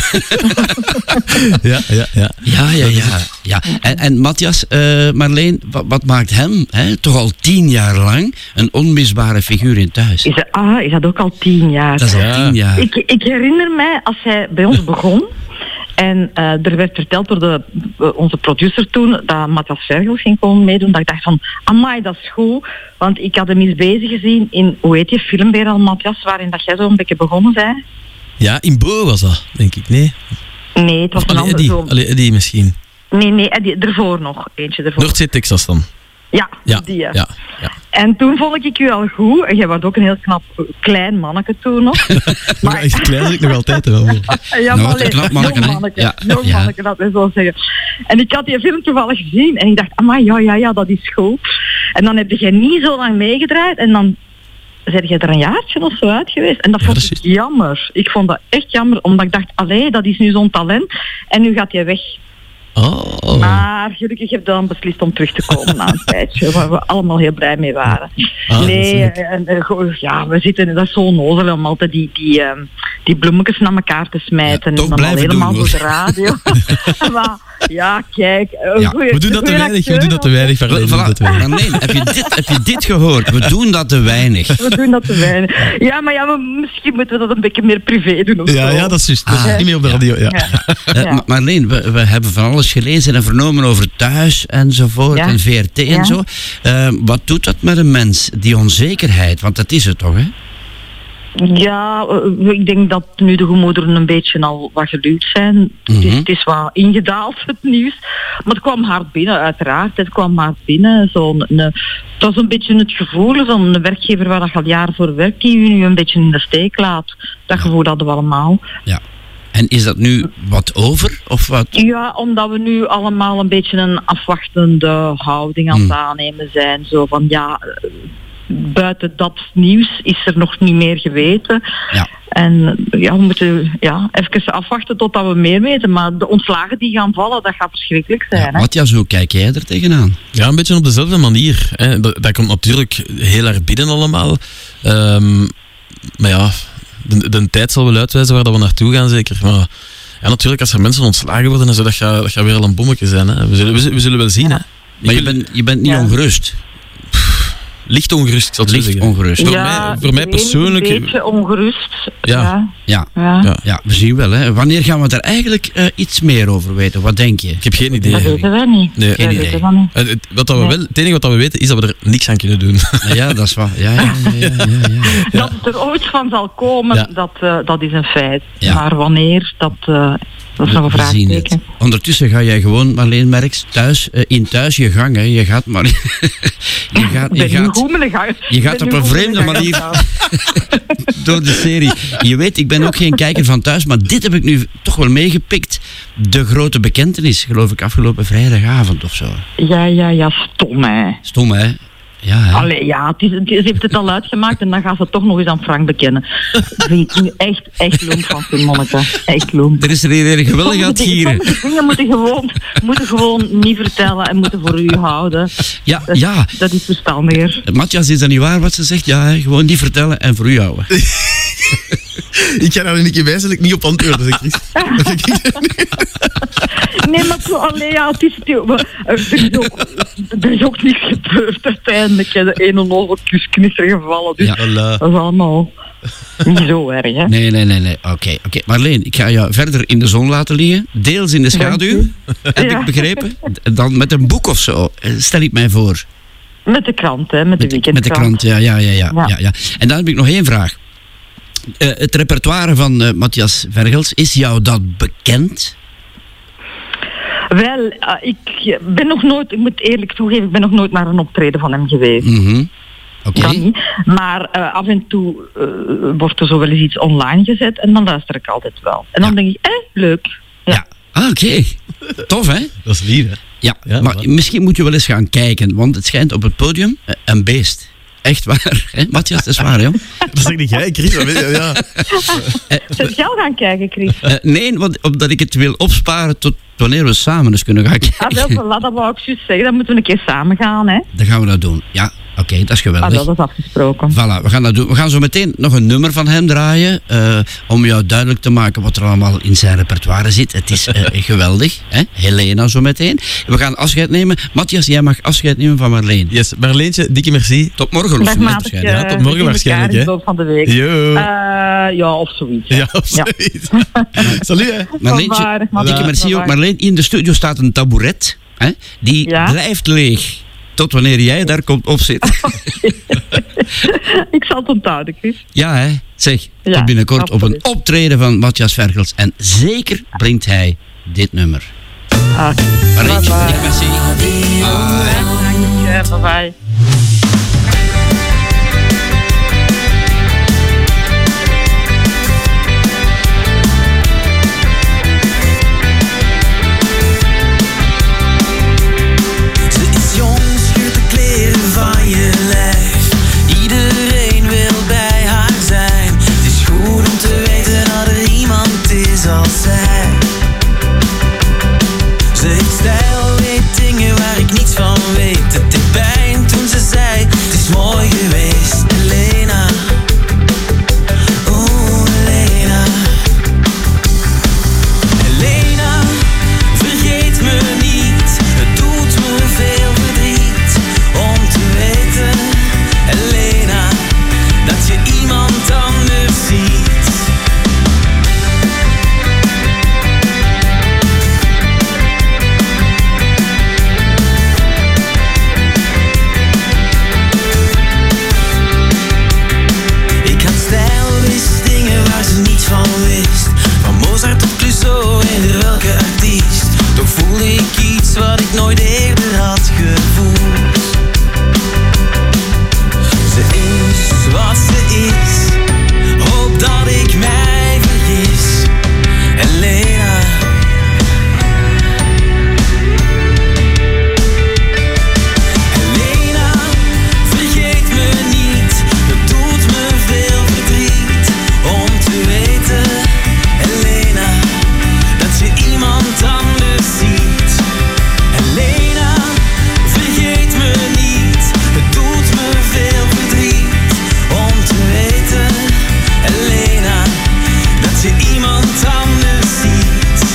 Speaker 3: ja, ja, ja.
Speaker 2: Ja, ja, ja. ja. En, en Matthias, uh, Marleen, wat, wat maakt hem, hè, toch al tien jaar lang, een onmisbare figuur in thuis?
Speaker 10: Is dat, ah, is dat ook al tien jaar?
Speaker 2: Dat is al
Speaker 3: Ja.
Speaker 2: tien jaar.
Speaker 10: Ik, ik herinner mij, als hij bij ons begon... En uh, er werd verteld door de, uh, onze producer toen dat Matthias Vergels ging komen meedoen. Dat ik dacht van, amai, dat is goed. Want ik had hem eens bezig gezien in, hoe heet je, Filmbeer al, Matthias, waarin dat jij zo een beetje begonnen bent.
Speaker 3: Ja, in Bo was dat, denk ik. Nee?
Speaker 10: Nee, het was
Speaker 3: Of
Speaker 10: een
Speaker 3: allee,
Speaker 10: ander
Speaker 3: Eddie,
Speaker 10: zo.
Speaker 3: allee, Eddie misschien.
Speaker 10: Nee, nee, Eddie, ervoor nog. Eentje ervoor.
Speaker 3: Noordzee, Texas dan.
Speaker 10: Ja,
Speaker 3: Ja,
Speaker 10: die. Ja.
Speaker 3: ja, ja.
Speaker 10: En toen vond ik u al goed. En jij was ook een heel knap uh, klein manneke toen nog.
Speaker 3: Maar echt klein ben ik nog altijd wel.
Speaker 10: Ja,
Speaker 2: Nou,
Speaker 10: maar
Speaker 2: wat een knap
Speaker 10: alleen,
Speaker 2: manneke,
Speaker 10: jong
Speaker 2: hè?
Speaker 10: manneke,
Speaker 2: Ja.
Speaker 10: jong
Speaker 2: Ja.
Speaker 10: manneke, dat is wel zeggen. En ik had die film toevallig gezien en ik dacht, amai, ja, ja, ja, dat is goed. En dan heb je niet zo lang meegedraaid en dan ben je er een jaartje of zo uit geweest. En dat
Speaker 3: Ja,
Speaker 10: vond
Speaker 3: dat
Speaker 10: ik
Speaker 3: is
Speaker 10: jammer. Ik vond dat echt jammer, omdat ik dacht, allee, dat is nu zo'n talent en nu gaat hij weg.
Speaker 3: Oh.
Speaker 10: Maar gelukkig heb ik dan beslist om terug te komen na een tijdje, waar we allemaal heel blij mee waren.
Speaker 3: Ah,
Speaker 10: nee,
Speaker 3: dat is
Speaker 10: en, en, go- ja, we zitten, dat is zo onnozel om altijd die, die, ehm, die bloemetjes naar elkaar te smijten.
Speaker 2: Ja, toch
Speaker 10: en dan al
Speaker 2: blijven
Speaker 10: helemaal
Speaker 2: doen,
Speaker 10: door de radio. Maar ja, kijk. een
Speaker 2: Ja,
Speaker 10: goeie-
Speaker 3: We doen dat te
Speaker 10: goeie
Speaker 3: weinig, we
Speaker 10: acteur,
Speaker 3: doen dat te weinig.
Speaker 2: Wel,
Speaker 3: Marleen, we doen dat te
Speaker 2: voilà.
Speaker 3: weinig.
Speaker 2: Marleen, heb je, dit, heb je dit gehoord? We doen dat te weinig.
Speaker 10: We doen dat te weinig. Ja, maar ja, we, misschien moeten we dat een beetje meer privé doen of
Speaker 3: Ja,
Speaker 10: zo.
Speaker 3: ja, dat is juist. Dat is
Speaker 2: Ah.
Speaker 3: niet meer op de radio. Ja.
Speaker 10: Ja.
Speaker 2: Uh,
Speaker 10: Ja.
Speaker 2: Ma- Marleen, we, we hebben van alles gelezen en vernomen over thuis enzovoort
Speaker 10: Ja.
Speaker 2: en V R T en
Speaker 10: Ja.
Speaker 2: zo. Uh, wat doet dat met een mens, die onzekerheid? Want dat is het toch, hè?
Speaker 10: Ja, eh, ik denk dat nu de gemoederen een beetje al wat geluwd zijn. Het, is,
Speaker 2: Mhm.
Speaker 10: het is wat ingedaald, het nieuws. Maar het kwam hard binnen, uiteraard. Het kwam hard binnen. Zo'n, een, het was een beetje het gevoel van een werkgever waar je al jaren voor werkt, die je nu een beetje in de steek laat. Dat gevoel hadden we allemaal.
Speaker 2: Ja. En is dat nu wat over? Of wat?
Speaker 10: Ja, omdat we nu allemaal een beetje een afwachtende houding aan het aannemen zijn. Zo van, ja, eh, buiten dat nieuws is er nog niet meer geweten.
Speaker 2: Ja.
Speaker 10: En ja, we moeten ja, even afwachten totdat we meer weten. Maar de ontslagen die gaan vallen, dat gaat verschrikkelijk zijn.
Speaker 2: Ja,
Speaker 10: hè?
Speaker 2: Matthias, hoe kijk jij er tegenaan?
Speaker 3: Ja, een beetje op dezelfde manier. Hè. Dat, dat komt natuurlijk heel erg binnen allemaal. Ehm, maar ja, de, de tijd zal wel uitwijzen waar dat we naartoe gaan, zeker. Maar ja, natuurlijk, als er mensen ontslagen worden, en zo, dat gaat, dat gaat weer al een bommetje zijn. Hè. We, zullen, we, zullen- we zullen wel zien. Hè.
Speaker 2: Maar je
Speaker 3: Ik wil-
Speaker 2: bent, je bent niet
Speaker 10: Ja.
Speaker 2: ongerust.
Speaker 3: Licht ongerust, ik zal het zo
Speaker 2: Licht
Speaker 3: zeggen.
Speaker 2: ongerust.
Speaker 3: Voor
Speaker 10: ja,
Speaker 3: mij, voor mij
Speaker 10: iedereen is
Speaker 3: persoonlijk...
Speaker 10: een beetje ongerust.
Speaker 3: Ja.
Speaker 10: Ja.
Speaker 2: Ja.
Speaker 10: Ja.
Speaker 3: Ja.
Speaker 2: Ja, we zien wel, hè. Wanneer gaan we daar eigenlijk uh, iets meer over weten? Wat denk je?
Speaker 3: Ik heb geen idee.
Speaker 10: Dat weten wij niet.
Speaker 3: Nee,
Speaker 10: Dat
Speaker 2: geen
Speaker 10: weten
Speaker 2: idee.
Speaker 10: we niet.
Speaker 3: Het, het- wat dat we
Speaker 10: Nee.
Speaker 3: wel, het enige wat dat we weten is dat we er niks aan kunnen doen.
Speaker 2: Ja, dat is wel. Ja, ja, ja, ja, ja, ja.
Speaker 10: Dat het er ooit van zal komen,
Speaker 3: Ja.
Speaker 10: dat, uh, dat is een feit.
Speaker 2: Ja.
Speaker 10: Maar wanneer, dat, uh, dat is nog een
Speaker 2: We zien het.
Speaker 10: vraagteken.
Speaker 2: Ondertussen ga jij gewoon, Marleen Merks, thuis, uh, in thuis je gang. Hè. Je gaat maar. je gaat,
Speaker 10: Ik
Speaker 2: je
Speaker 10: ben nu
Speaker 2: gaat
Speaker 10: goed met de gang.
Speaker 2: je
Speaker 10: Ik
Speaker 2: gaat
Speaker 10: ben
Speaker 2: op
Speaker 10: nu
Speaker 2: een
Speaker 10: goed met
Speaker 2: vreemde
Speaker 10: de gang
Speaker 2: manier
Speaker 10: aan het gaan.
Speaker 2: door de serie. Je weet, ik ben ook geen kijker van thuis, maar dit heb ik nu toch wel meegepikt. De grote bekentenis, geloof ik, afgelopen vrijdagavond of zo.
Speaker 10: Ja, ja, ja, stom hè.
Speaker 2: Stom, hè? Ja, hè?
Speaker 10: Allee, ja, het is, het is- ze heeft het al uitgemaakt en dan gaat ze toch nog eens aan Frank bekennen. Dat vind ik nu echt, echt loom van zijn monneke. Echt loom.
Speaker 2: Er is er hier een geweldig aan het
Speaker 10: Sommige dingen-
Speaker 2: gieren.
Speaker 10: sommige dingen moeten gewoon, moeten gewoon niet vertellen en moeten voor u houden.
Speaker 2: Ja,
Speaker 10: Dat,
Speaker 2: ja.
Speaker 10: dat is verstandiger.
Speaker 2: Matthias, is dat niet waar wat ze zegt? Ja, hè? Gewoon niet vertellen en voor u houden.
Speaker 3: Ik ga daar een keer wijzelijk niet op antwoorden, zeg Chris.
Speaker 10: Nee, maar zo, allee, ja, het is, het is- er, is ook, er is ook niets gebeurd uiteindelijk. hè. De een en ander kusje is er gevallen. Dus
Speaker 2: Ja.
Speaker 3: Voilà.
Speaker 10: dat is allemaal niet zo erg, hè.
Speaker 2: Nee, nee, nee, nee. Oké, oké. Marleen, ik ga jou verder in de zon laten liggen. Deels in de schaduw, heb
Speaker 10: Ja.
Speaker 2: ik begrepen. Dan met een boek of zo, eh, stel ik mij voor.
Speaker 10: Met de krant, hè, met de
Speaker 2: Met, met
Speaker 10: weekendkrant.
Speaker 2: de krant, ja, ja, ja, ja,
Speaker 10: Ja.
Speaker 2: ja, ja. En dan heb ik nog één vraag. Eh, het repertoire van eh, Matthias Vergels, is jou dat bekend?
Speaker 10: Wel, eh, ik ben nog nooit, ik moet eerlijk toegeven, ik ben nog nooit naar een optreden van hem geweest.
Speaker 2: Mhm. Oké.
Speaker 10: Dat niet. Maar eh, af en toe eh, wordt er zo wel eens iets online gezet en dan luister ik altijd wel. En dan
Speaker 2: Ja.
Speaker 10: denk ik, eh, leuk.
Speaker 2: Ja. Ah, oké. Tof, hè?
Speaker 3: Dat is lief, hè?
Speaker 2: Ja,
Speaker 3: Ja,
Speaker 2: maar
Speaker 3: voilà.
Speaker 2: misschien moet je wel eens gaan kijken, want het schijnt op het podium eh, een beest. Echt waar, hè? Matthias, dat is waar, joh.
Speaker 3: Dat zeg niet jij, Chris. dat weet je, Ja.
Speaker 10: Zet jij al gaan kijken, Chris?
Speaker 2: Eh, nee, want omdat ik het wil opsparen tot, wanneer we samen eens kunnen gaan kijken.
Speaker 10: Ah, wel, voilà, dat wou ik juist zeggen. Dan moeten we een keer samen gaan, hè.
Speaker 2: Dan gaan we dat doen. Ja, oké, okay, dat is geweldig.
Speaker 10: Ah, wel, dat is afgesproken.
Speaker 2: Voilà, we gaan dat doen. We gaan zo meteen nog een nummer van hem draaien. Uh, om jou duidelijk te maken wat er allemaal in zijn repertoire zit. Het is uh, geweldig. Hè? Helena zo meteen. We gaan afscheid nemen. Matthias, jij mag afscheid nemen van Marleen.
Speaker 3: Yes, Marleentje, dikke merci.
Speaker 2: Tot morgen.
Speaker 10: Dag, maat,
Speaker 3: uh, ja, tot morgen waarschijnlijk. Hè?
Speaker 10: Van de week.
Speaker 3: Yo.
Speaker 10: Uh, ja, of zoiets.
Speaker 3: Ja, of zoiets. Ja. Salut, hè.
Speaker 2: Marleentje, dikke merci ook. Marleen, in de studio staat een tabouret. Hè? Die ja? blijft leeg. Tot wanneer jij daar komt opzitten.
Speaker 10: Ik zal het onthouden, Chris.
Speaker 2: Ja, hè. Zeg,
Speaker 10: ja,
Speaker 2: tot binnenkort
Speaker 10: absoluut.
Speaker 2: op een optreden van Matthias Vergels. En zeker brengt hij dit nummer.
Speaker 10: Ah,
Speaker 2: Marleentje, dikke merci.
Speaker 10: Bye. Bye bye.
Speaker 5: Van je lijf. Iedereen wil bij haar zijn. Het is goed om te weten dat er iemand is als zij. Ze heeft stijl, weet dingen waar ik niets van weet. Het deed pijn toen ze zei: het is mooi geweest, Helena. Oeh, Helena. Helena, vergeet me niet. Het doet me veel verdriet om te weten, Helena, dat je iemand anders ziet. Ik had stijl, wist dingen waar ze niets van wist. Van Mozart tot Clouseau, eender welke artiest. Toch voelde ik iets wat ik nooit eerder had gevoeld. Ze is wat ze is. Hoop dat ik mij vergis, Helena. Helena, vergeet me niet. Het doet me veel verdriet om te weten, Helena, dat je iemand anders ziet. Helena, vergeet me niet. Het doet me veel verdriet om te weten, Helena, dat je iemand anders ziet.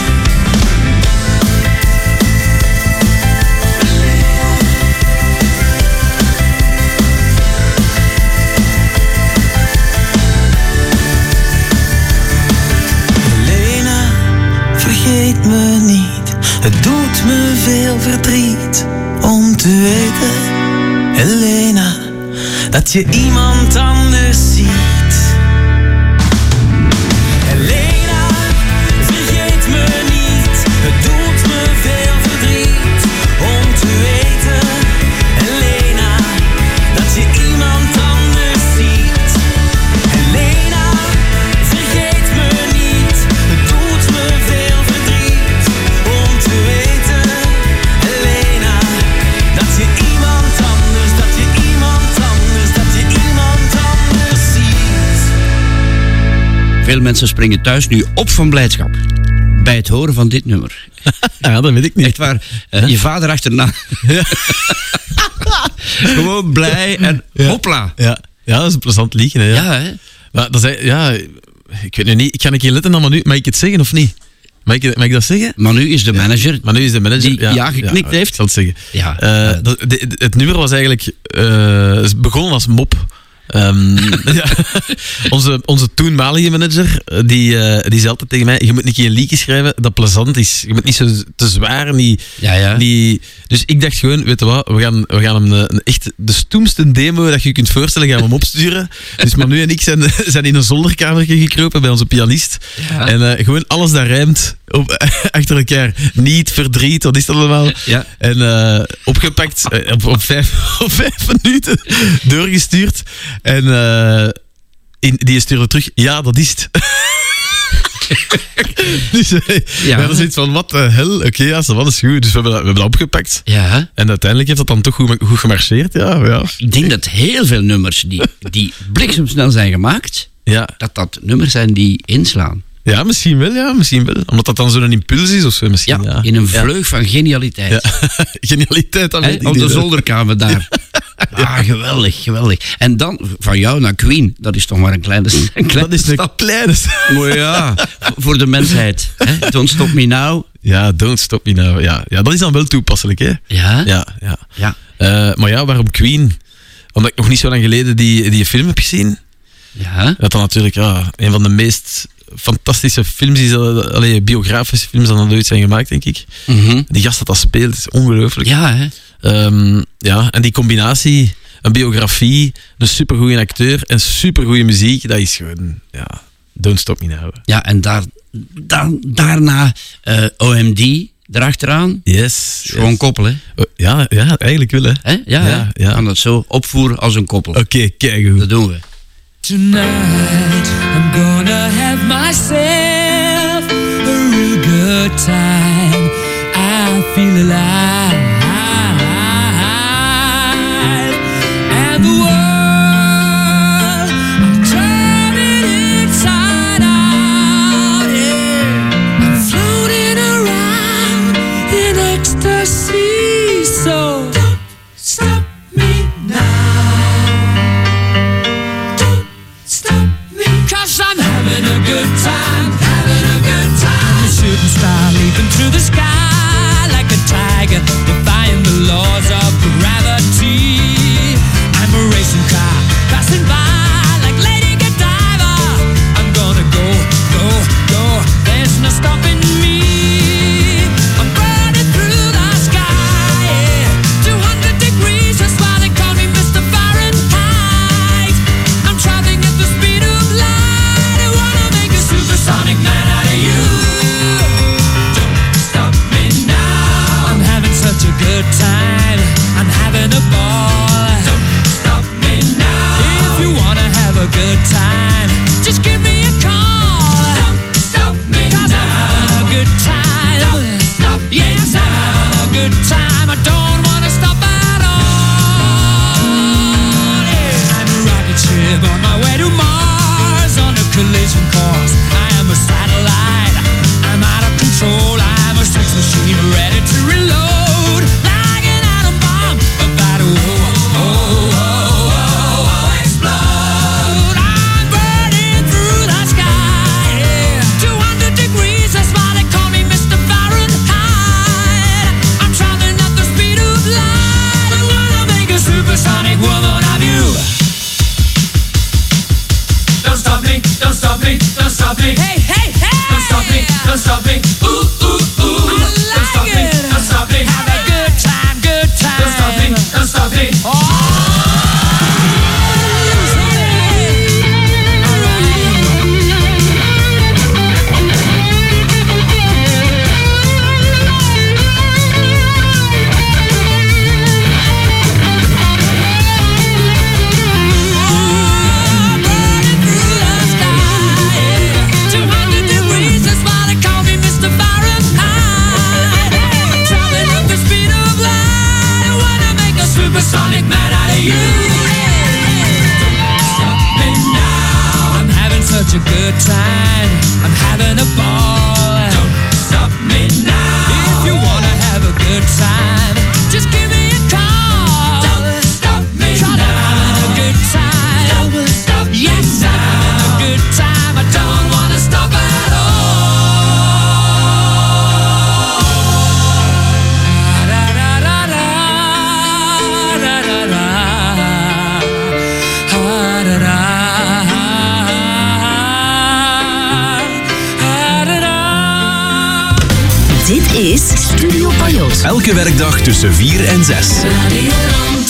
Speaker 5: Helena, vergeet me niet. Het doet me veel verdriet om te weten, Helena, dat je iemand anders ziet. Helena, vergeet me niet. Het doet me veel verdriet om te weten, Helena, dat je iemand anders ziet. Helena, vergeet me niet. Het doet me veel verdriet om te weten, Helena, dat je iemand anders, dat je iemand anders, dat je iemand anders ziet.
Speaker 2: Veel mensen springen thuis nu op van blijdschap. Bij het horen van dit nummer.
Speaker 3: Ja, dat weet ik niet.
Speaker 2: Echt waar. Uh, je vader achterna.
Speaker 3: Ja.
Speaker 2: Gewoon blij en
Speaker 3: ja.
Speaker 2: hopla.
Speaker 3: Ja. Ja, dat is een plezant liedje. Hè, ja.
Speaker 2: Ja, hè?
Speaker 3: Maar dat is, ja, ik weet nu niet. Ik ga een keer letten aan Manu. Mag ik het zeggen of niet? Mag ik, mag ik dat zeggen?
Speaker 2: Manu is de manager.
Speaker 3: Manu is de manager.
Speaker 2: Die ja, ja geknikt
Speaker 3: ja,
Speaker 2: heeft.
Speaker 3: Ik zal het zeggen.
Speaker 2: Ja.
Speaker 3: Uh, dat, de, de, het nummer was eigenlijk uh, begonnen als mop. Um, ja. onze, onze toenmalige manager, die, uh, die zei altijd tegen mij: je moet een keer een liedje schrijven dat plezant is. Je moet niet zo te zwaar. Niet,
Speaker 2: ja, ja.
Speaker 3: niet... Dus ik dacht gewoon: weet je wat, we gaan, we gaan hem een, een echt de stoemste demo dat je je kunt voorstellen, gaan we hem opsturen. Dus Manu en ik zijn, zijn in een zolderkamertje gekropen bij onze pianist. Ja. En uh, gewoon alles dat rijmt op, achter elkaar. Niet, verdriet, wat is dat allemaal?
Speaker 2: Ja.
Speaker 3: En uh, opgepakt, uh, op, op, vijf, op vijf minuten doorgestuurd. En uh, in, die stuurde terug: ja, dat is het. Dus uh, ja. Dat is iets van: wat de hel? Oké, okay, ja, wat is goed. Dus we hebben, dat, we hebben dat opgepakt.
Speaker 2: Ja.
Speaker 3: En uiteindelijk heeft dat dan toch goed, goed gemarcheerd. Ja, ja.
Speaker 2: Ik denk dat heel veel nummers die, die bliksemsnel zijn gemaakt,
Speaker 3: ja.
Speaker 2: dat dat nummers zijn die inslaan.
Speaker 3: Ja, misschien wel, ja, misschien wel. Omdat dat dan zo'n impuls is of zo, misschien.
Speaker 2: Ja,
Speaker 3: Ja,
Speaker 2: in een vleug van genialiteit.
Speaker 3: Ja. Genialiteit, dat
Speaker 2: Hè,
Speaker 3: weet ik
Speaker 2: op de
Speaker 3: niet, hè.
Speaker 2: zolderkamer daar. Ah, geweldig, geweldig. En dan van jou naar Queen, dat is toch maar een kleine, een kleine
Speaker 3: Dat is een
Speaker 2: stap.
Speaker 3: kleine stap.
Speaker 2: Maar ja, voor de mensheid. Hè? Don't stop me now.
Speaker 3: Ja, don't stop me now. Ja, ja, dat is dan wel toepasselijk, hè?
Speaker 2: Ja?
Speaker 3: Ja, ja.
Speaker 2: Ja.
Speaker 3: Eh, maar ja, waarom Queen? Omdat ik nog niet zo lang geleden die, die film heb gezien.
Speaker 2: Ja.
Speaker 3: Dat dan natuurlijk ja, een van de meest fantastische films is, allee, biografische films die er ooit zijn gemaakt, denk ik.
Speaker 2: Mhm.
Speaker 3: Die gast dat dat speelt, is ongelooflijk.
Speaker 2: Ja, hè?
Speaker 3: Ehm, ja, en die combinatie, een biografie, een supergoeie acteur en supergoeie muziek, dat is gewoon, ja, don't stop me now.
Speaker 2: Ja, en daar, daar, daarna eh, O M D erachteraan.
Speaker 3: Yes.
Speaker 2: Gewoon
Speaker 3: yes.
Speaker 2: koppel, hè?
Speaker 3: Oh, ja, ja, eigenlijk wel, hè.
Speaker 2: Hè? Ja,
Speaker 3: Ja,
Speaker 2: ja.
Speaker 3: ja.
Speaker 2: Kan dat zo opvoeren als een koppel.
Speaker 3: Oké, okay, kijk goed.
Speaker 2: Dat doen we.
Speaker 5: Tonight I'm gonna have myself a real good time. I feel alive, and the world I'm turning inside out. Yeah, I'm floating around in ecstasy. So don't stop me now. Stop me, 'cause I'm having a good time, having a good time. A shooting star leaping through the sky like a tiger, defying the laws of gravity. I'm a racing car passing by like Lady Godiva. I'm gonna go, go, go. There's no stopping me. I'm burning through the sky, yeah. two hundred degrees, that's why they call me Mister Fahrenheit. I'm traveling at the speed of light. I wanna make a supersonic man out of you. Don't stop me now. I'm having such a good time. I'm having a ball. Don't stop me now. If you wanna have a good time, just give me a call. Don't stop me 'cause now. I'm having a good time. Don't stop me yes, now. I'm having a good time. I don't wanna stop at all. Yeah. I'm a rocket ship on my way to Mars on a collision course. I am a satellite. I'm out of control. I'm a sex machine ready to reload. Like an atom bomb about to oh, oh, oh, oh, oh, explode. I'm burning through the sky. Yeah. two hundred degrees, that's why they call me Mister Fahrenheit. I'm traveling at the speed of light. I wanna make a supersonic woman of you. Don't stop me, don't stop me, don't stop me. Hey, hey, hey! Don't stop me, don't stop me. Ooh, ooh, ooh. I like don't stop it. me, don't stop me. Have a good time, good time. Don't stop me, don't stop me. Oh! two hundred degrees, that's why they call me Mister Fahrenheit. Traveling at the speed of light. I wanna make a supersonic man out of you. Don't stop me now. I'm having such a good time. I'm having a ball. Don't stop me now. If you wanna have a good time, just give me a call. Don't stop me now. I'm having a good time. Don't stop me yes, now. I'm having a good time. I don't wanna stop at all. Da, da, da, da, da, da, da. Ah, da, da. Ah, da, da.
Speaker 11: Dit is Studio Pajot.
Speaker 1: Elke werkdag tussen vier en zes.
Speaker 11: Radio Rand.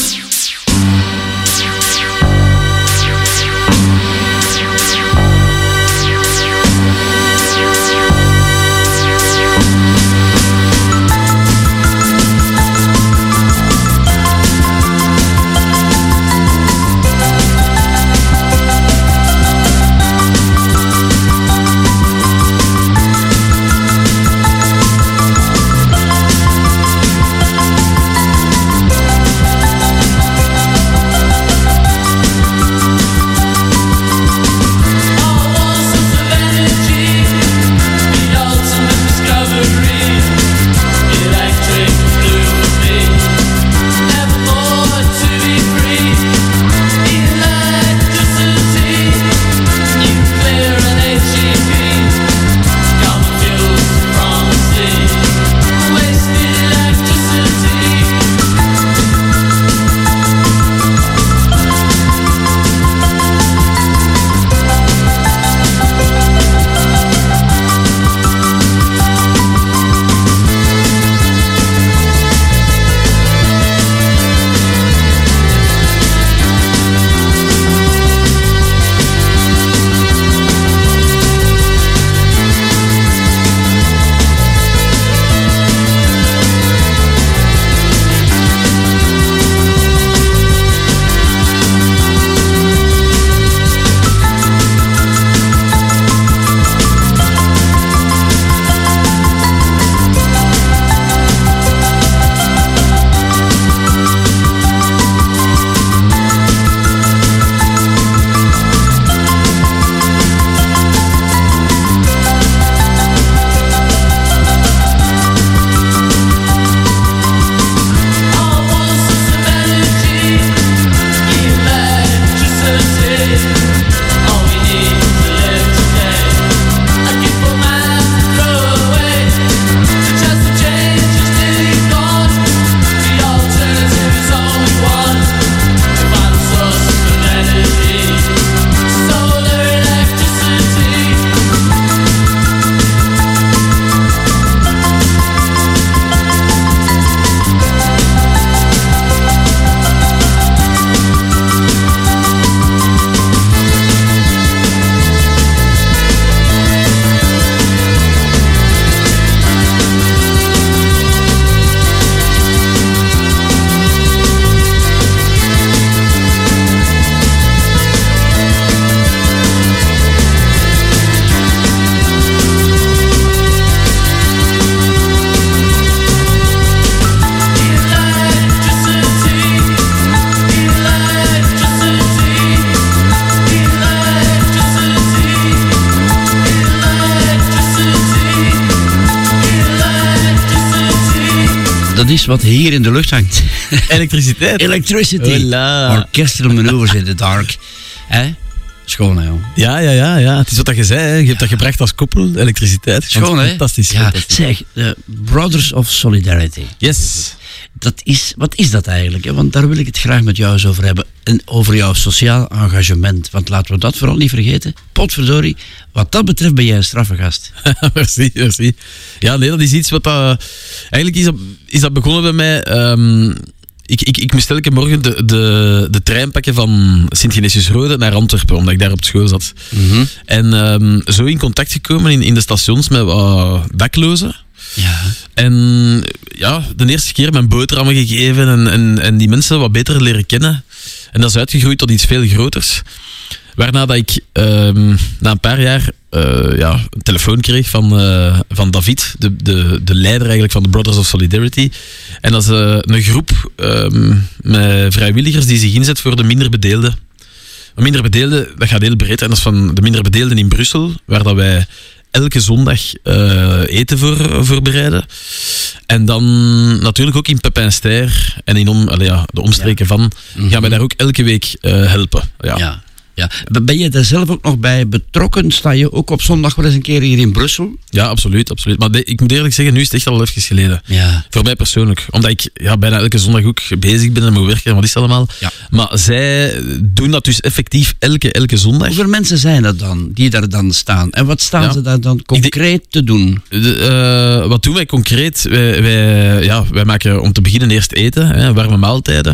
Speaker 2: is wat hier in de lucht hangt.
Speaker 3: Elektriciteit.
Speaker 2: Electricity.
Speaker 3: Hola.
Speaker 2: Orchestral maneuvers in the dark. Hè? Schoon, hè, jong.
Speaker 3: Ja, ja, ja, ja. Het is wat dat je zei. Hè. Je hebt dat gebracht als koppel, elektriciteit.
Speaker 2: Schoon, hè?
Speaker 3: Fantastisch.
Speaker 2: Ja,
Speaker 3: fantastisch.
Speaker 2: zeg, uh, Brothers of Solidarity.
Speaker 3: Yes.
Speaker 2: Dat is, wat is dat eigenlijk? Hè? Want daar wil ik het graag met jou eens over hebben. En over jouw sociaal engagement. Want laten we dat vooral niet vergeten. Potverdorie, wat dat betreft ben jij een straffe gast.
Speaker 3: merci, merci. Ja, nee, dat is iets wat dat... Eigenlijk is dat, is dat begonnen bij mij... Um, ik, ik, ik moest elke morgen de, de, de trein pakken van Sint-Genesius-Rode naar Antwerpen, omdat ik daar op school zat.
Speaker 2: Mm-hmm.
Speaker 3: En um, zo in contact gekomen in, in de stations met wat daklozen.
Speaker 2: Ja.
Speaker 3: En ja, de eerste keer mijn boterhammen gegeven en, en, en die mensen wat beter leren kennen. En dat is uitgegroeid tot iets veel groters. Waarna dat ik um, na een paar jaar uh, ja, een telefoon kreeg van, uh, van David, de, de, de leider eigenlijk van de Brothers of Solidarity. En dat is uh, een groep um, met vrijwilligers die zich inzet voor de minder bedeelden. De minder bedeelden, dat gaat heel breed. En dat is van de minder bedeelden in Brussel, waar dat wij elke zondag uh, eten voor, voor bereiden. En dan natuurlijk ook in Pepijnster en in om, allee, ja, de omstreken ja. van, mm-hmm. gaan wij daar ook elke week uh, helpen. Ja.
Speaker 2: Ja. Ja. Ben je daar zelf ook nog bij betrokken? Sta je ook op zondag wel eens een keer hier in Brussel?
Speaker 3: Ja, absoluut. absoluut. Maar de, ik moet eerlijk zeggen, nu is het echt al even geleden.
Speaker 2: Ja.
Speaker 3: Voor mij persoonlijk. Omdat ik ja, bijna elke zondag ook bezig ben en moet werken en wat is het allemaal. Ja. Maar zij doen dat dus effectief elke, elke zondag.
Speaker 2: Hoeveel mensen zijn dat dan, die daar dan staan? En wat staan
Speaker 3: ja.
Speaker 2: ze daar dan concreet te doen?
Speaker 3: De, uh, wat doen wij concreet? Wij, wij, ja, wij maken om te beginnen eerst eten, hè, warme maaltijden.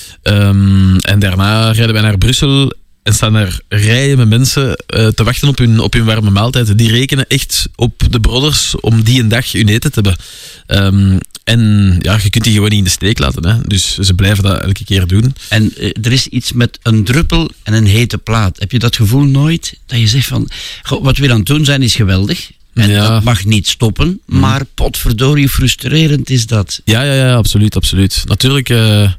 Speaker 3: Um, en daarna rijden wij naar Brussel. En staan er rijen met mensen uh, te wachten op hun, op hun warme maaltijden. Die rekenen echt op de Brothers om die een dag hun eten te hebben. Um, en ja, je kunt die gewoon niet in de steek laten. Hè. Dus ze blijven dat elke keer doen.
Speaker 2: En uh, er is iets met een druppel en een hete plaat. Heb je dat gevoel nooit? Dat je zegt van, goh, wat we aan het doen zijn is geweldig. En ja. dat mag niet stoppen. Mm. Maar potverdorie, frustrerend is dat.
Speaker 3: Ja, ja, ja, absoluut, absoluut. Natuurlijk, uh,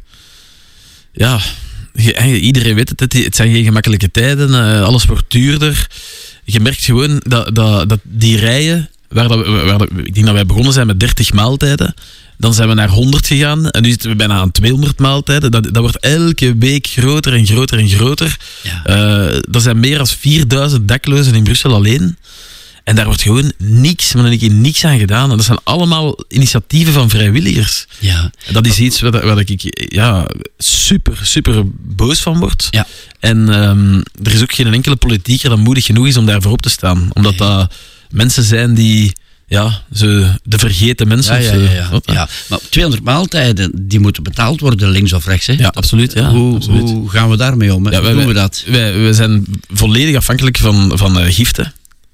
Speaker 3: ja... Iedereen weet het, het zijn geen gemakkelijke tijden, alles wordt duurder. Je merkt gewoon dat, dat, dat die rijen, waar dat, waar dat, ik denk dat wij begonnen zijn met dertig maaltijden, dan zijn we naar honderd gegaan en nu zitten we bijna aan tweehonderd maaltijden. Dat, dat wordt elke week groter en groter en groter.
Speaker 2: Ja.
Speaker 3: Uh, er zijn meer dan vierduizend daklozen in Brussel alleen. En daar wordt gewoon niks, maar dan heb ik niks aan gedaan. En dat zijn allemaal initiatieven van vrijwilligers.
Speaker 2: Ja.
Speaker 3: En dat is iets waar, waar ik ja, super, super boos van word.
Speaker 2: Ja.
Speaker 3: En um, er is ook geen enkele politieker dat moedig genoeg is om daarvoor op te staan. Omdat nee. dat mensen zijn die... Ja, zo de vergeten mensen.
Speaker 2: Ja, ja, ja, ja. ja. Maar tweehonderd maaltijden, die moeten betaald worden, links of rechts. Hè?
Speaker 3: Ja, absoluut. Ja,
Speaker 2: hoe,
Speaker 3: absoluut.
Speaker 2: hoe gaan we daarmee om? Hè?
Speaker 3: Ja,
Speaker 2: hoe
Speaker 3: wij,
Speaker 2: doen we dat?
Speaker 3: Wij, wij zijn volledig afhankelijk van, van uh, giften.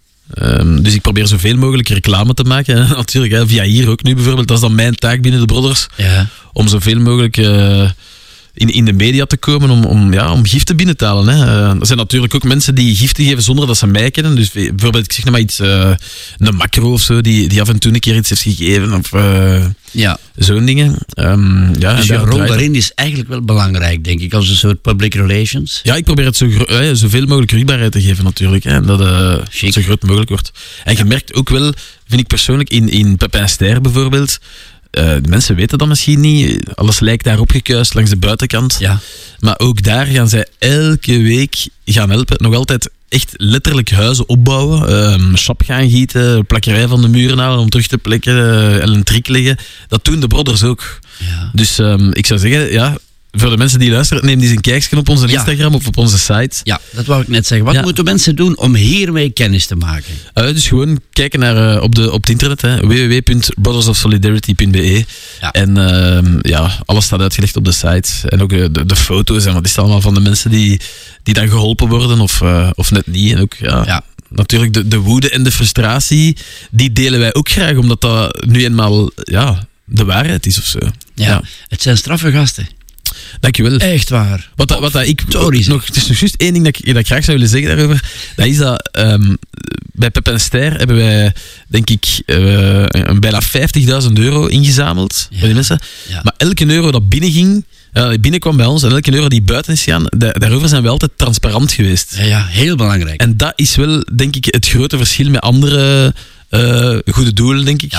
Speaker 3: Um, dus ik probeer zoveel mogelijk reclame te maken. Hè. Natuurlijk, hè, via hier ook nu bijvoorbeeld. Dat is dan mijn taak binnen de Brothers.
Speaker 2: Ja.
Speaker 3: Om zoveel mogelijk uh, in, in de media te komen om, om, ja, om giften binnen te halen. Hè. Uh, er zijn natuurlijk ook mensen die giften geven zonder dat ze mij kennen. Dus bijvoorbeeld, ik zeg nog maar iets, uh, een macro of zo, die, die af en toe een keer iets heeft gegeven. Of uh,
Speaker 2: ja.
Speaker 3: zo'n dingen. Um, ja,
Speaker 2: dus je rol daarin is eigenlijk wel belangrijk, denk ik, als een soort public relations.
Speaker 3: Ja, ik probeer het zo gro- uh, zoveel mogelijk rugbaarheid te geven natuurlijk. Hè, dat uh, het zo groot mogelijk wordt. En ja. je merkt ook wel, vind ik persoonlijk, in, in Pepijnster bijvoorbeeld... Uh, de mensen weten dat misschien niet. Alles lijkt daar opgekuist langs de buitenkant.
Speaker 2: Ja.
Speaker 3: Maar ook daar gaan zij elke week gaan helpen. Nog altijd echt letterlijk huizen opbouwen. Um, sap gaan gieten, plakkerij van de muren halen om terug te plekken. Uh, en een trik leggen. Dat doen de Brothers ook.
Speaker 2: Ja.
Speaker 3: Dus um, ik zou zeggen, ja... Voor de mensen die luisteren, neem die eens een kijkje op onze
Speaker 2: ja.
Speaker 3: Instagram of op onze site.
Speaker 2: Ja, dat wou ik net zeggen. Wat
Speaker 3: ja.
Speaker 2: moeten mensen doen om hiermee kennis te maken?
Speaker 3: Uh, dus gewoon kijken naar, uh, op, de, op het internet, w w w punt brothers of solidarity punt b e.
Speaker 2: Ja.
Speaker 3: En uh, ja, alles staat uitgelegd op de site. En ook uh, de, de foto's en wat is het allemaal van de mensen die, die dan geholpen worden of, uh, of net niet. En ook, ja,
Speaker 2: ja.
Speaker 3: natuurlijk de, de woede en de frustratie, die delen wij ook graag, omdat dat nu eenmaal ja, de waarheid is of zo.
Speaker 2: Ja, ja. Het zijn straffe gasten.
Speaker 3: Dankjewel.
Speaker 2: Echt waar.
Speaker 3: Wat, dat, wat dat ik
Speaker 2: Sorry,
Speaker 3: nog, het is nog juist één ding dat ik, dat ik graag zou willen zeggen daarover. Dat is dat um, bij Pepijnster hebben wij, denk ik, uh, een bijna vijftigduizend euro ingezameld. Ja. Bij die mensen.
Speaker 2: Ja.
Speaker 3: Maar elke euro dat binnenging, uh, binnenkwam bij ons en elke euro die buiten is gegaan, da- daarover zijn we altijd transparant geweest.
Speaker 2: Ja, ja, heel belangrijk.
Speaker 3: En dat is wel, denk ik, het grote verschil met andere uh, goede doelen, denk ik.
Speaker 2: Ja.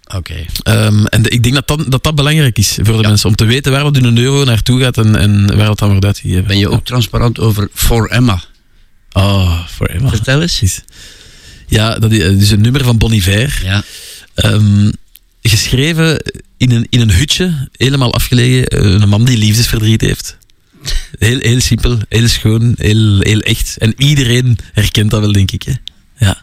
Speaker 2: Oké. Okay.
Speaker 3: Um, en de, ik denk dat dat, dat dat belangrijk is voor de ja. mensen. Om te weten waar hun euro naartoe gaat en, en waar het dan wordt uitgegeven.
Speaker 2: Ben je ook
Speaker 3: ja.
Speaker 2: transparant over For Emma?
Speaker 3: Oh, For Emma.
Speaker 2: Vertel eens.
Speaker 3: Ja, dat is een nummer van Bon Iver.
Speaker 2: Ja.
Speaker 3: Um, geschreven in een, in een hutje, helemaal afgelegen. Een man die liefdesverdriet heeft. Heel, heel simpel, heel schoon, heel, heel echt. En iedereen herkent dat wel, denk ik. Hè. Ja.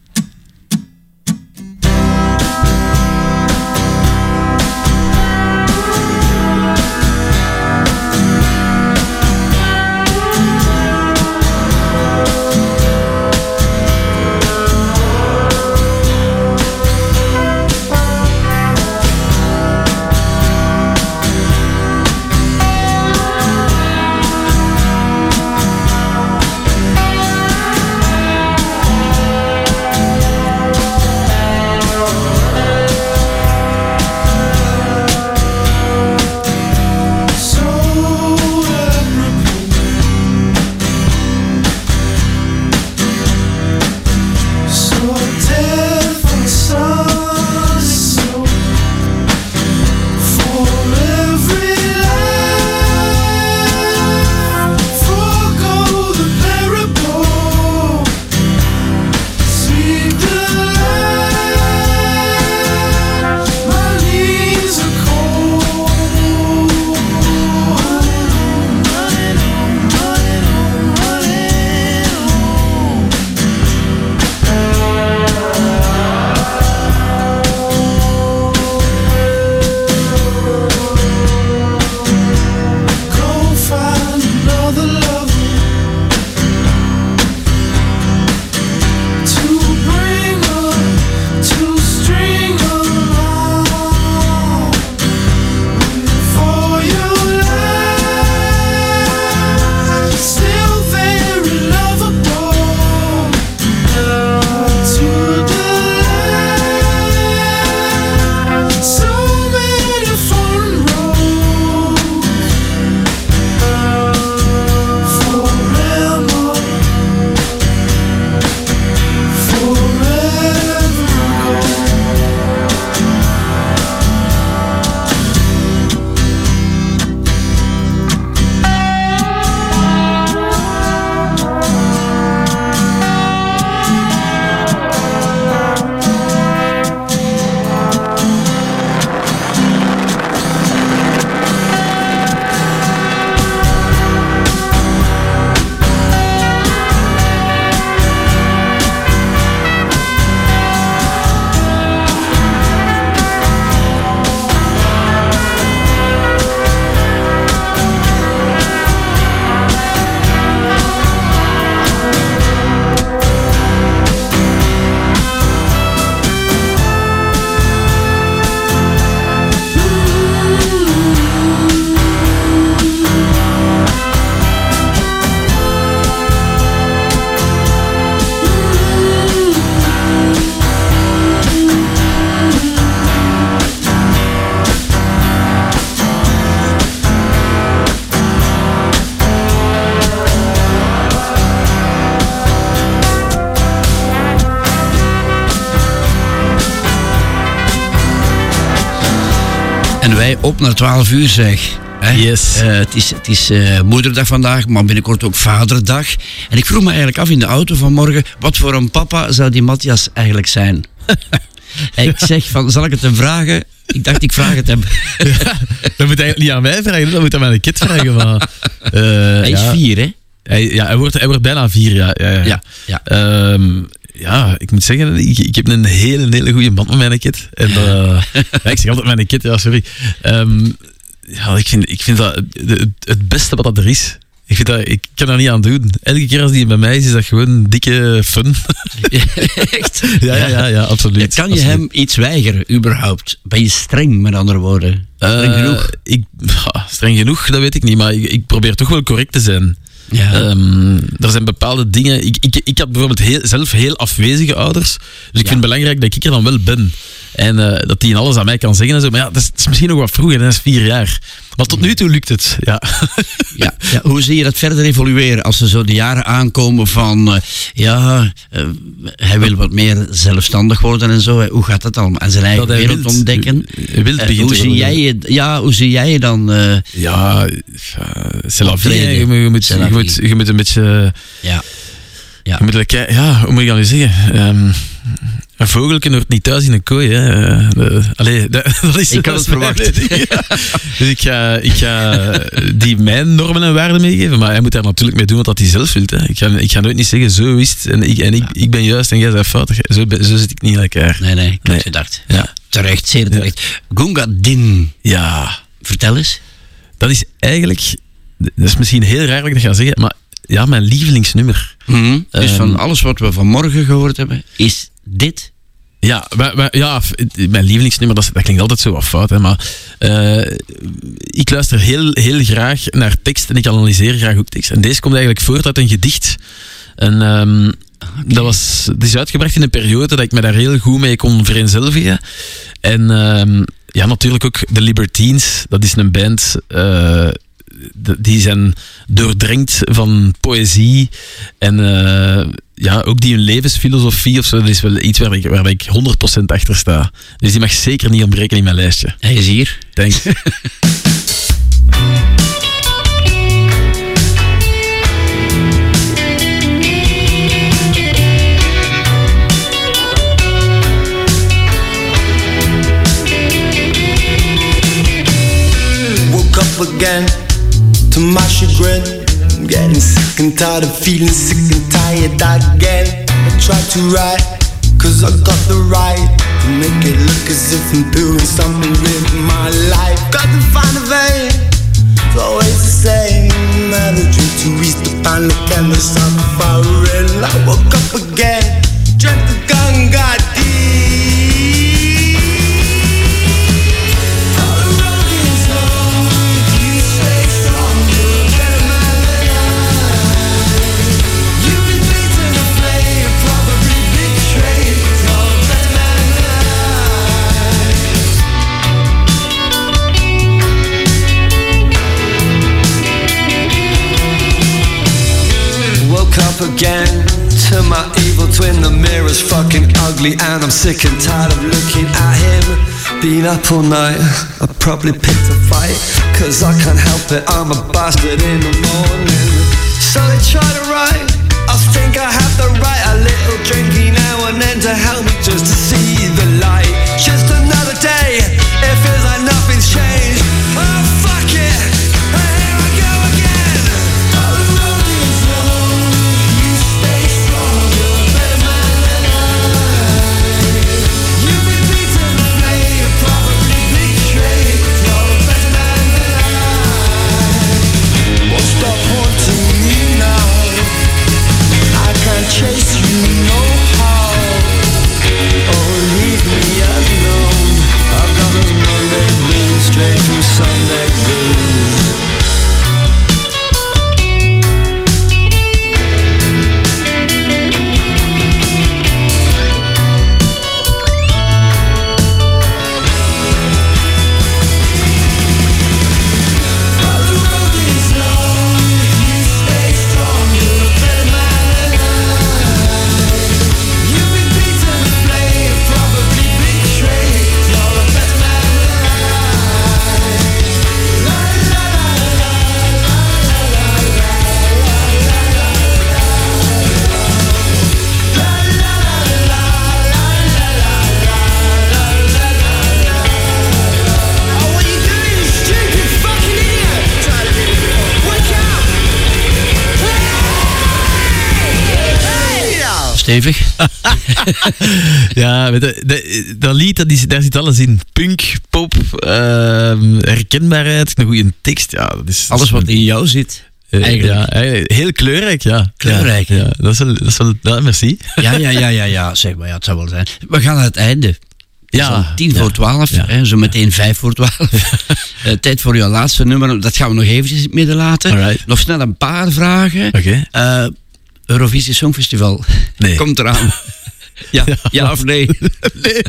Speaker 2: En wij op naar twaalf uur, zeg. Hè?
Speaker 3: Yes.
Speaker 2: Uh, het is, het is uh, moederdag vandaag, maar binnenkort ook vaderdag. En ik vroeg me eigenlijk af in de auto vanmorgen, wat voor een papa zou die Matthias eigenlijk zijn? En ik zeg van, zal ik het hem vragen? Ik dacht, ik vraag het hem.
Speaker 3: Ja, dat moet hij niet aan mij vragen, dat moet hij aan de kid vragen. Maar, uh,
Speaker 2: hij is
Speaker 3: ja.
Speaker 2: vier, hè?
Speaker 3: Hij, ja, hij wordt, hij wordt bijna vier, ja. Ja, ja.
Speaker 2: ja, ja.
Speaker 3: Um, ja, ik moet zeggen, ik, ik heb een hele, hele goede band met mijn kid. En, uh, ja, ik zeg altijd mijn kid, ja, sorry. Um, ja, ik vind, ik vind dat het, het beste wat dat er is. Ik, vind dat, ik kan daar niet aan doen. Elke keer als die bij mij is, is dat gewoon dikke fun.
Speaker 2: Echt?
Speaker 3: Ja, ja, ja, ja, absoluut.
Speaker 2: Kan je
Speaker 3: absoluut.
Speaker 2: hem iets weigeren, überhaupt? Ben je streng, met andere woorden? Streng
Speaker 3: Uh,
Speaker 2: genoeg?
Speaker 3: Ik, ja, streng genoeg, dat weet ik niet, maar ik, ik probeer toch wel correct te zijn.
Speaker 2: Ja.
Speaker 3: Um, er zijn bepaalde dingen... Ik, ik, ik had bijvoorbeeld heel, zelf heel afwezige ouders, dus ik
Speaker 2: Ja.
Speaker 3: vind het belangrijk dat ik er dan wel ben. En uh, dat die in alles aan mij kan zeggen en zo. Maar ja, dat is, dat is misschien nog wat vroeger, dat is vier jaar. Maar tot nu toe lukt het, ja.
Speaker 2: Ja, ja, hoe zie je dat verder evolueren als er zo de jaren aankomen van... Uh, ja, uh, hij wil wat meer zelfstandig worden en zo. Hoe gaat dat dan? En zijn eigen wereld wilt, ontdekken.
Speaker 3: Wilt
Speaker 2: uh, hoe, zie jij je, ja, hoe zie jij je dan... Uh,
Speaker 3: ja, c'est la vie. Je, je, moet, je, moet, je moet een beetje...
Speaker 2: Ja. Ja.
Speaker 3: Je moet, ja, hoe moet ik dat nu zeggen? Um, een vogelken hoort niet thuis in een kooi. Hè. Uh, de, allee, de, dat is,
Speaker 2: ik had het verwacht.
Speaker 3: Ja. Dus ik ga, ik ga die mijn normen en waarden meegeven, maar hij moet daar natuurlijk mee doen wat hij zelf wil. Hè. Ik, ga, ik ga nooit niet zeggen, zo is het en, ik, en ik, ik ben juist en jij bent fout. Zo, zo zit ik niet in elkaar.
Speaker 2: Nee, nee, ik had nee. gedacht. Ja. Ja, terecht, zeer terecht. Ja. Gunga Din.
Speaker 3: Ja.
Speaker 2: Vertel eens.
Speaker 3: Dat is eigenlijk, dat is misschien heel raar wat ik dat ga zeggen, maar ja, mijn lievelingsnummer.
Speaker 2: Mm-hmm. Dus um, van alles wat we vanmorgen gehoord hebben, is dit?
Speaker 3: Ja, maar, maar, ja mijn lievelingsnummer, dat, dat klinkt altijd zo wat fout, hè, maar uh, ik luister heel, heel graag naar tekst en ik analyseer graag ook tekst. En deze komt eigenlijk voort uit een gedicht. En um, okay. dat, was, dat is uitgebracht in een periode dat ik me daar heel goed mee kon vereenzelvigen. En um, ja, natuurlijk ook The Libertines, dat is een band... Uh, die zijn doordrenkt van poëzie en uh, ja, ook die hun levensfilosofie of zo, dat is wel iets waar ik, waar ik honderd procent achter sta. Dus die mag zeker niet ontbreken in mijn lijstje.
Speaker 2: Hij is hier.
Speaker 3: Thanks.
Speaker 12: Woke up again. To my chagrin, I'm getting sick and tired of feeling sick and tired again. I try to write, cause I got the right to make it look as if I'm doing something with my life. Got to find a vein, it's always the same. Had a drink to ease the pan, look at myself firing. I woke up again, drank the gun, got deep. Up again to my evil twin. The mirror's fucking ugly and I'm sick and tired of looking at him. Been up all night, I probably picked a fight, cause I can't help it, I'm a bastard in the morning. So they try to write, I think I have to write a little drinky now and then to help me just to see the light. Just another day, it feels like nothing's changed. Oh fuck it, here I go again. Oh, the road is long. Chase you no how. Oh, leave me alone. I've got a Monday blues straight from Sunday blues.
Speaker 2: Stevig.
Speaker 3: Ja, de, de, dat lied, dat is, daar zit alles in. Punk, pop, uh, herkenbaarheid, een goede tekst. Ja, dat is,
Speaker 2: alles wat in jou zit. Eigenlijk.
Speaker 3: Ja, heel kleurrijk, ja.
Speaker 2: Kleurrijk.
Speaker 3: Ja, ja, dat is wel, dat is wel ja, merci.
Speaker 2: Ja, ja, ja, ja, ja, zeg maar, ja, het zou wel zijn. We gaan naar het einde. Ja, tien voor twaalf, ja, hè, zo meteen ja. vijf voor twaalf. uh, tijd voor jouw laatste nummer, dat gaan we nog eventjes in het midden laten.
Speaker 3: Alright.
Speaker 2: Nog snel een paar vragen.
Speaker 3: Okay.
Speaker 2: Uh, Eurovisie Songfestival,
Speaker 3: nee.
Speaker 2: komt eraan. Ja, ja. ja of nee?
Speaker 3: Nee.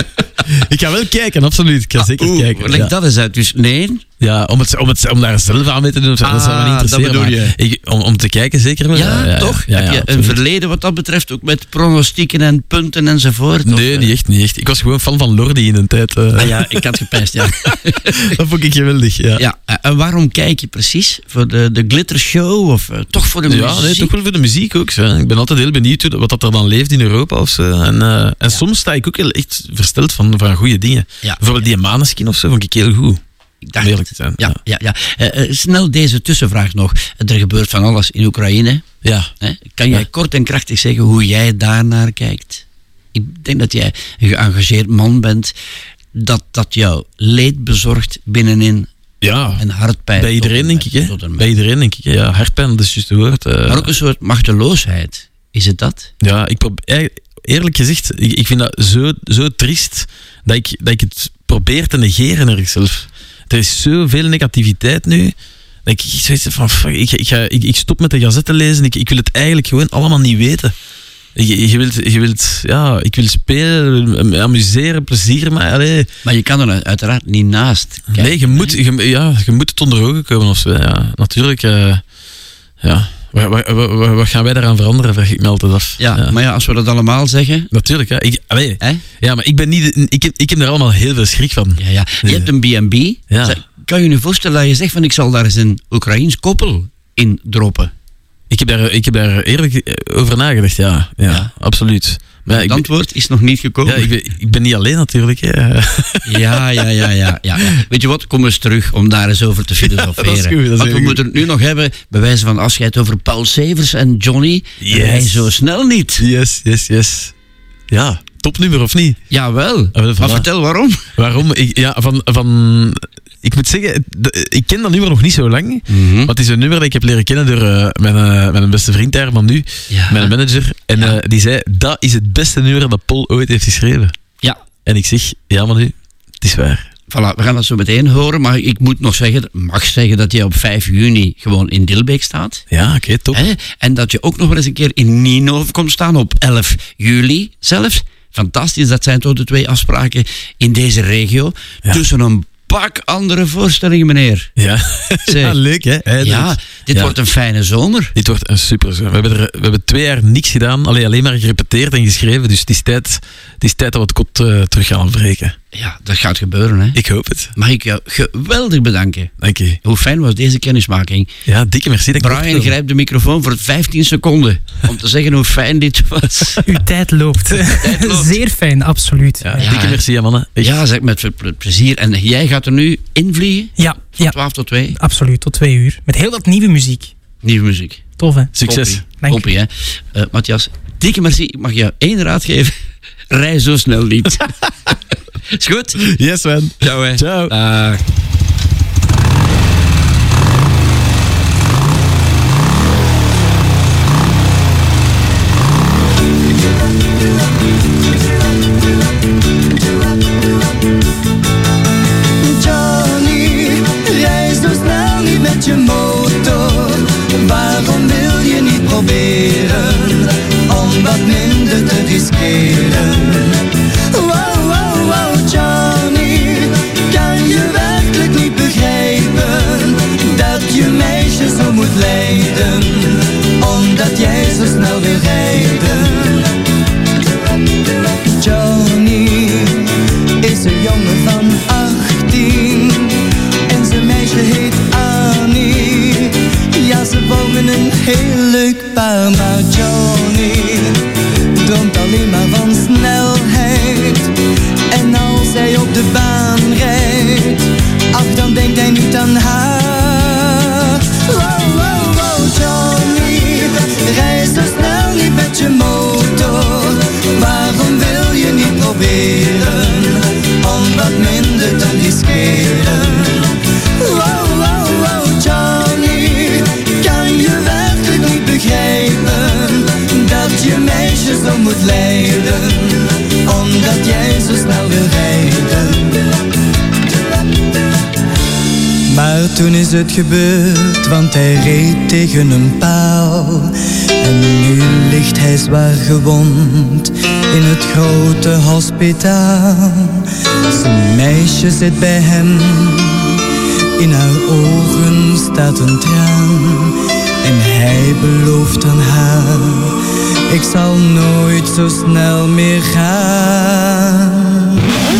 Speaker 3: Ik ga wel kijken, absoluut. Ik ga
Speaker 2: ah,
Speaker 3: zeker
Speaker 2: oe,
Speaker 3: kijken.
Speaker 2: Leg
Speaker 3: ja.
Speaker 2: dat eens uit. Dus nee?
Speaker 3: Ja, om, het, om, het, om daar zelf aan mee te doen, of zo,
Speaker 2: Ah,
Speaker 3: dat zou me niet interesseren.
Speaker 2: dat bedoel je.
Speaker 3: Ik, om, om te kijken, zeker wel.
Speaker 2: Ja,
Speaker 3: ja, ja
Speaker 2: toch?
Speaker 3: Ja, ja,
Speaker 2: Heb
Speaker 3: ja,
Speaker 2: je
Speaker 3: absoluut.
Speaker 2: een verleden wat dat betreft, ook met pronostieken en punten enzovoort?
Speaker 3: Nee,
Speaker 2: of,
Speaker 3: niet echt, niet echt. Ik was gewoon fan van Lordi in een tijd. Uh.
Speaker 2: Ah ja, ik had gepijst, ja.
Speaker 3: Dat vond ik geweldig, ja.
Speaker 2: ja. En waarom kijk je precies? Voor de, de glittershow of uh, toch voor de muziek?
Speaker 3: Ja, nee, toch wel voor de muziek ook. Zo. Ik ben altijd heel benieuwd hoe, wat dat er dan leeft in Europa of zo. En, uh, en ja. soms sta ik ook heel echt versteld van, van goede dingen.
Speaker 2: Ja.
Speaker 3: Bijvoorbeeld die Maneskin of zo, vond ik heel goed.
Speaker 2: Ik dacht,
Speaker 3: eerlijk te zijn.
Speaker 2: Ja, ja, ja. Uh, uh, snel deze tussenvraag nog. Er gebeurt van alles in Oekraïne.
Speaker 3: Ja.
Speaker 2: Hè? Kan jij ja. kort en krachtig zeggen hoe jij daarnaar kijkt? Ik denk dat jij een geëngageerd man bent. Dat dat jou leed bezorgt binnenin.
Speaker 3: Ja.
Speaker 2: En hartpijn.
Speaker 3: Bij iedereen denk ik, hè. Bij iedereen denk ik, ja. Hartpijn, dat is juist het woord. Uh.
Speaker 2: Maar ook een soort machteloosheid. Is het dat?
Speaker 3: Ja, ik probeer, eerlijk gezegd, ik, ik vind dat zo, zo triest dat ik, dat ik het probeer te negeren ergens zelf. Er is zoveel negativiteit nu. Dat ik zoiets heb van, fuck, ik, ik, ga, ik, ik stop met de gazetten lezen. Ik, ik wil het eigenlijk gewoon allemaal niet weten. Je, je, wilt, je wilt, ja, ik wil spelen, amuseren, plezier, maar allee.
Speaker 2: Maar je kan er uiteraard niet naast kijken.
Speaker 3: Nee, je moet, je, ja, je moet het onder ogen komen of zo. Ja, natuurlijk, uh, ja. Wat, wat, wat, wat gaan wij daaraan veranderen, vraag ik me altijd af.
Speaker 2: Ja, ja. Maar ja, als we dat allemaal zeggen...
Speaker 3: Natuurlijk, ja. Ik, allee, ja, maar ik ben niet... Ik heb, ik heb er allemaal heel veel schrik van.
Speaker 2: Ja, ja. Je hebt een B en B.
Speaker 3: Ja.
Speaker 2: Kan je je voorstellen dat je zegt van ik zal daar eens een Oekraïens koppel in droppen?
Speaker 3: Ik heb daar, ik heb daar eerlijk over nagedacht, ja. Ja, ja. Absoluut. Maar
Speaker 2: het antwoord ben, is nog niet gekomen.
Speaker 3: Ja, ik, ben, ik ben niet alleen natuurlijk. Hè.
Speaker 2: Ja, ja, ja, ja, ja. Weet je wat, kom eens terug om daar eens over te filosoferen.
Speaker 3: Ja, dat is goed, dat is
Speaker 2: Want we
Speaker 3: goed.
Speaker 2: moeten het nu nog hebben, bij wijze van afscheid, over Paul Severs en Johnny.
Speaker 3: Yes.
Speaker 2: Rij zo snel niet.
Speaker 3: Yes, yes, yes. Ja, topnummer of niet?
Speaker 2: Jawel.
Speaker 3: Ah,
Speaker 2: maar vertel waarom.
Speaker 3: Waarom? Ik, ja, van... van Ik moet zeggen, ik ken dat nummer nog niet zo lang.
Speaker 2: Mm-hmm.
Speaker 3: Maar het is een nummer dat ik heb leren kennen door uh, mijn, uh, mijn beste vriend daar van nu, ja. mijn manager. En ja. uh, die zei, dat is het beste nummer dat Paul ooit heeft geschreven.
Speaker 2: Ja.
Speaker 3: En ik zeg, ja maar nu, het is waar.
Speaker 2: Voilà, we gaan dat zo meteen horen, maar ik moet nog zeggen, mag zeggen dat je op vijf juni gewoon in Dilbeek staat.
Speaker 3: Ja, oké, okay, top.
Speaker 2: Hè? En dat je ook nog wel eens een keer in Nienhoven komt staan op elf juli zelfs. Fantastisch, dat zijn toch de twee afspraken in deze regio. Ja. Tussen een pak andere voorstellingen, meneer.
Speaker 3: Ja, ja leuk hè? Hij
Speaker 2: ja, dit ja. wordt een fijne zomer.
Speaker 3: Dit wordt een super zomer. We hebben, er, we hebben twee jaar niks gedaan, alleen, alleen maar gerepeteerd en geschreven. Dus het is tijd, het is tijd dat we het kot uh, terug gaan breken.
Speaker 2: Ja, dat gaat gebeuren, hè?
Speaker 3: Ik hoop het.
Speaker 2: Mag ik jou geweldig bedanken.
Speaker 3: Dank je.
Speaker 2: Hoe fijn was deze kennismaking.
Speaker 3: Ja, dikke merci. Dat
Speaker 2: Brian grijpt de microfoon voor vijftien seconden om te zeggen hoe fijn dit was.
Speaker 7: Uw tijd loopt. tijd loopt. Zeer fijn, absoluut.
Speaker 3: Ja, ja, dikke merci, ja, mannen.
Speaker 2: Echt. Ja, zeg met plezier. En jij gaat er nu invliegen?
Speaker 7: Ja.
Speaker 2: Van
Speaker 7: ja.
Speaker 2: twaalf tot twee?
Speaker 7: Absoluut, tot twee uur. Met heel wat nieuwe muziek.
Speaker 2: Nieuwe muziek.
Speaker 7: Tof, hè?
Speaker 3: Succes.
Speaker 2: Kopie, hè. Uh, Matthias, dikke merci. Ik mag jou één raad geven. Rij zo snel niet. Is goed?
Speaker 3: Yes, man.
Speaker 2: Ciao, hè.
Speaker 3: Ciao.
Speaker 2: Uh,
Speaker 13: Johnny, rij zo snel niet met je motor. Waarom wil je niet proberen om wat minder te riskeren? Wow, wow, wow, Johnny, kan je werkelijk niet begrijpen dat je meisje zo moet lijden, omdat jij zo snel wil rijden? Johnny is een jongen van achttien en zijn meisje heet Annie. Ja, ze wonen een heel leuk paar, maar Johnny droomt alleen maar van snelheid. En als hij op de baan rijdt, ach, dan denkt hij niet aan haar. Wow, wow, wow, Johnny, rij zo snel niet met je motor. Waarom wil je niet proberen om wat minder te riskeren? Wow, wow, wow, Johnny, kan je werkelijk niet begrijpen dat je meisje zo moet lijden, omdat jij zo snel wil rijden? toen is het gebeurd, want hij reed tegen een paal. En nu ligt hij zwaar gewond in het grote hospitaal. Zijn meisje zit bij hem, in haar ogen staat een traan. En hij belooft aan haar, ik zal nooit zo snel meer gaan.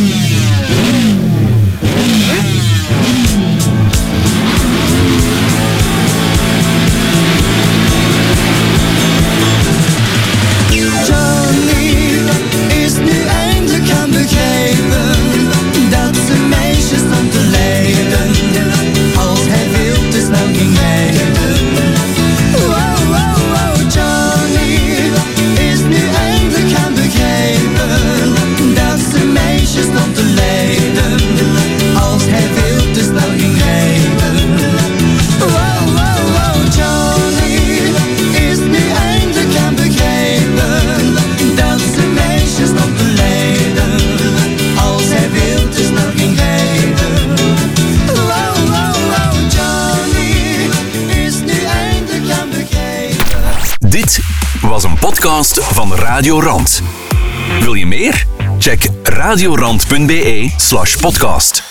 Speaker 13: Johnny is nu eindelijk gaan begrijpen dat zijn meisje stond te lijden als hij veel te snel ging rijden. Wow, wow, wow, Johnny is nu eindelijk gaan begrijpen dat zijn meisje stond te lijden als hij veel te snel ging rijden. Wow, wow, wow, Johnny is nu eindelijk gaan begrijpen dat zijn meisje stond te lijden als hij veel te snel ging rijden. Wow, wow, wow, Johnny is nu eindelijk gaan begrijpen.
Speaker 1: Dit was een podcast van Radio Rand. Wil je meer? Check radiorand punt be slash podcast.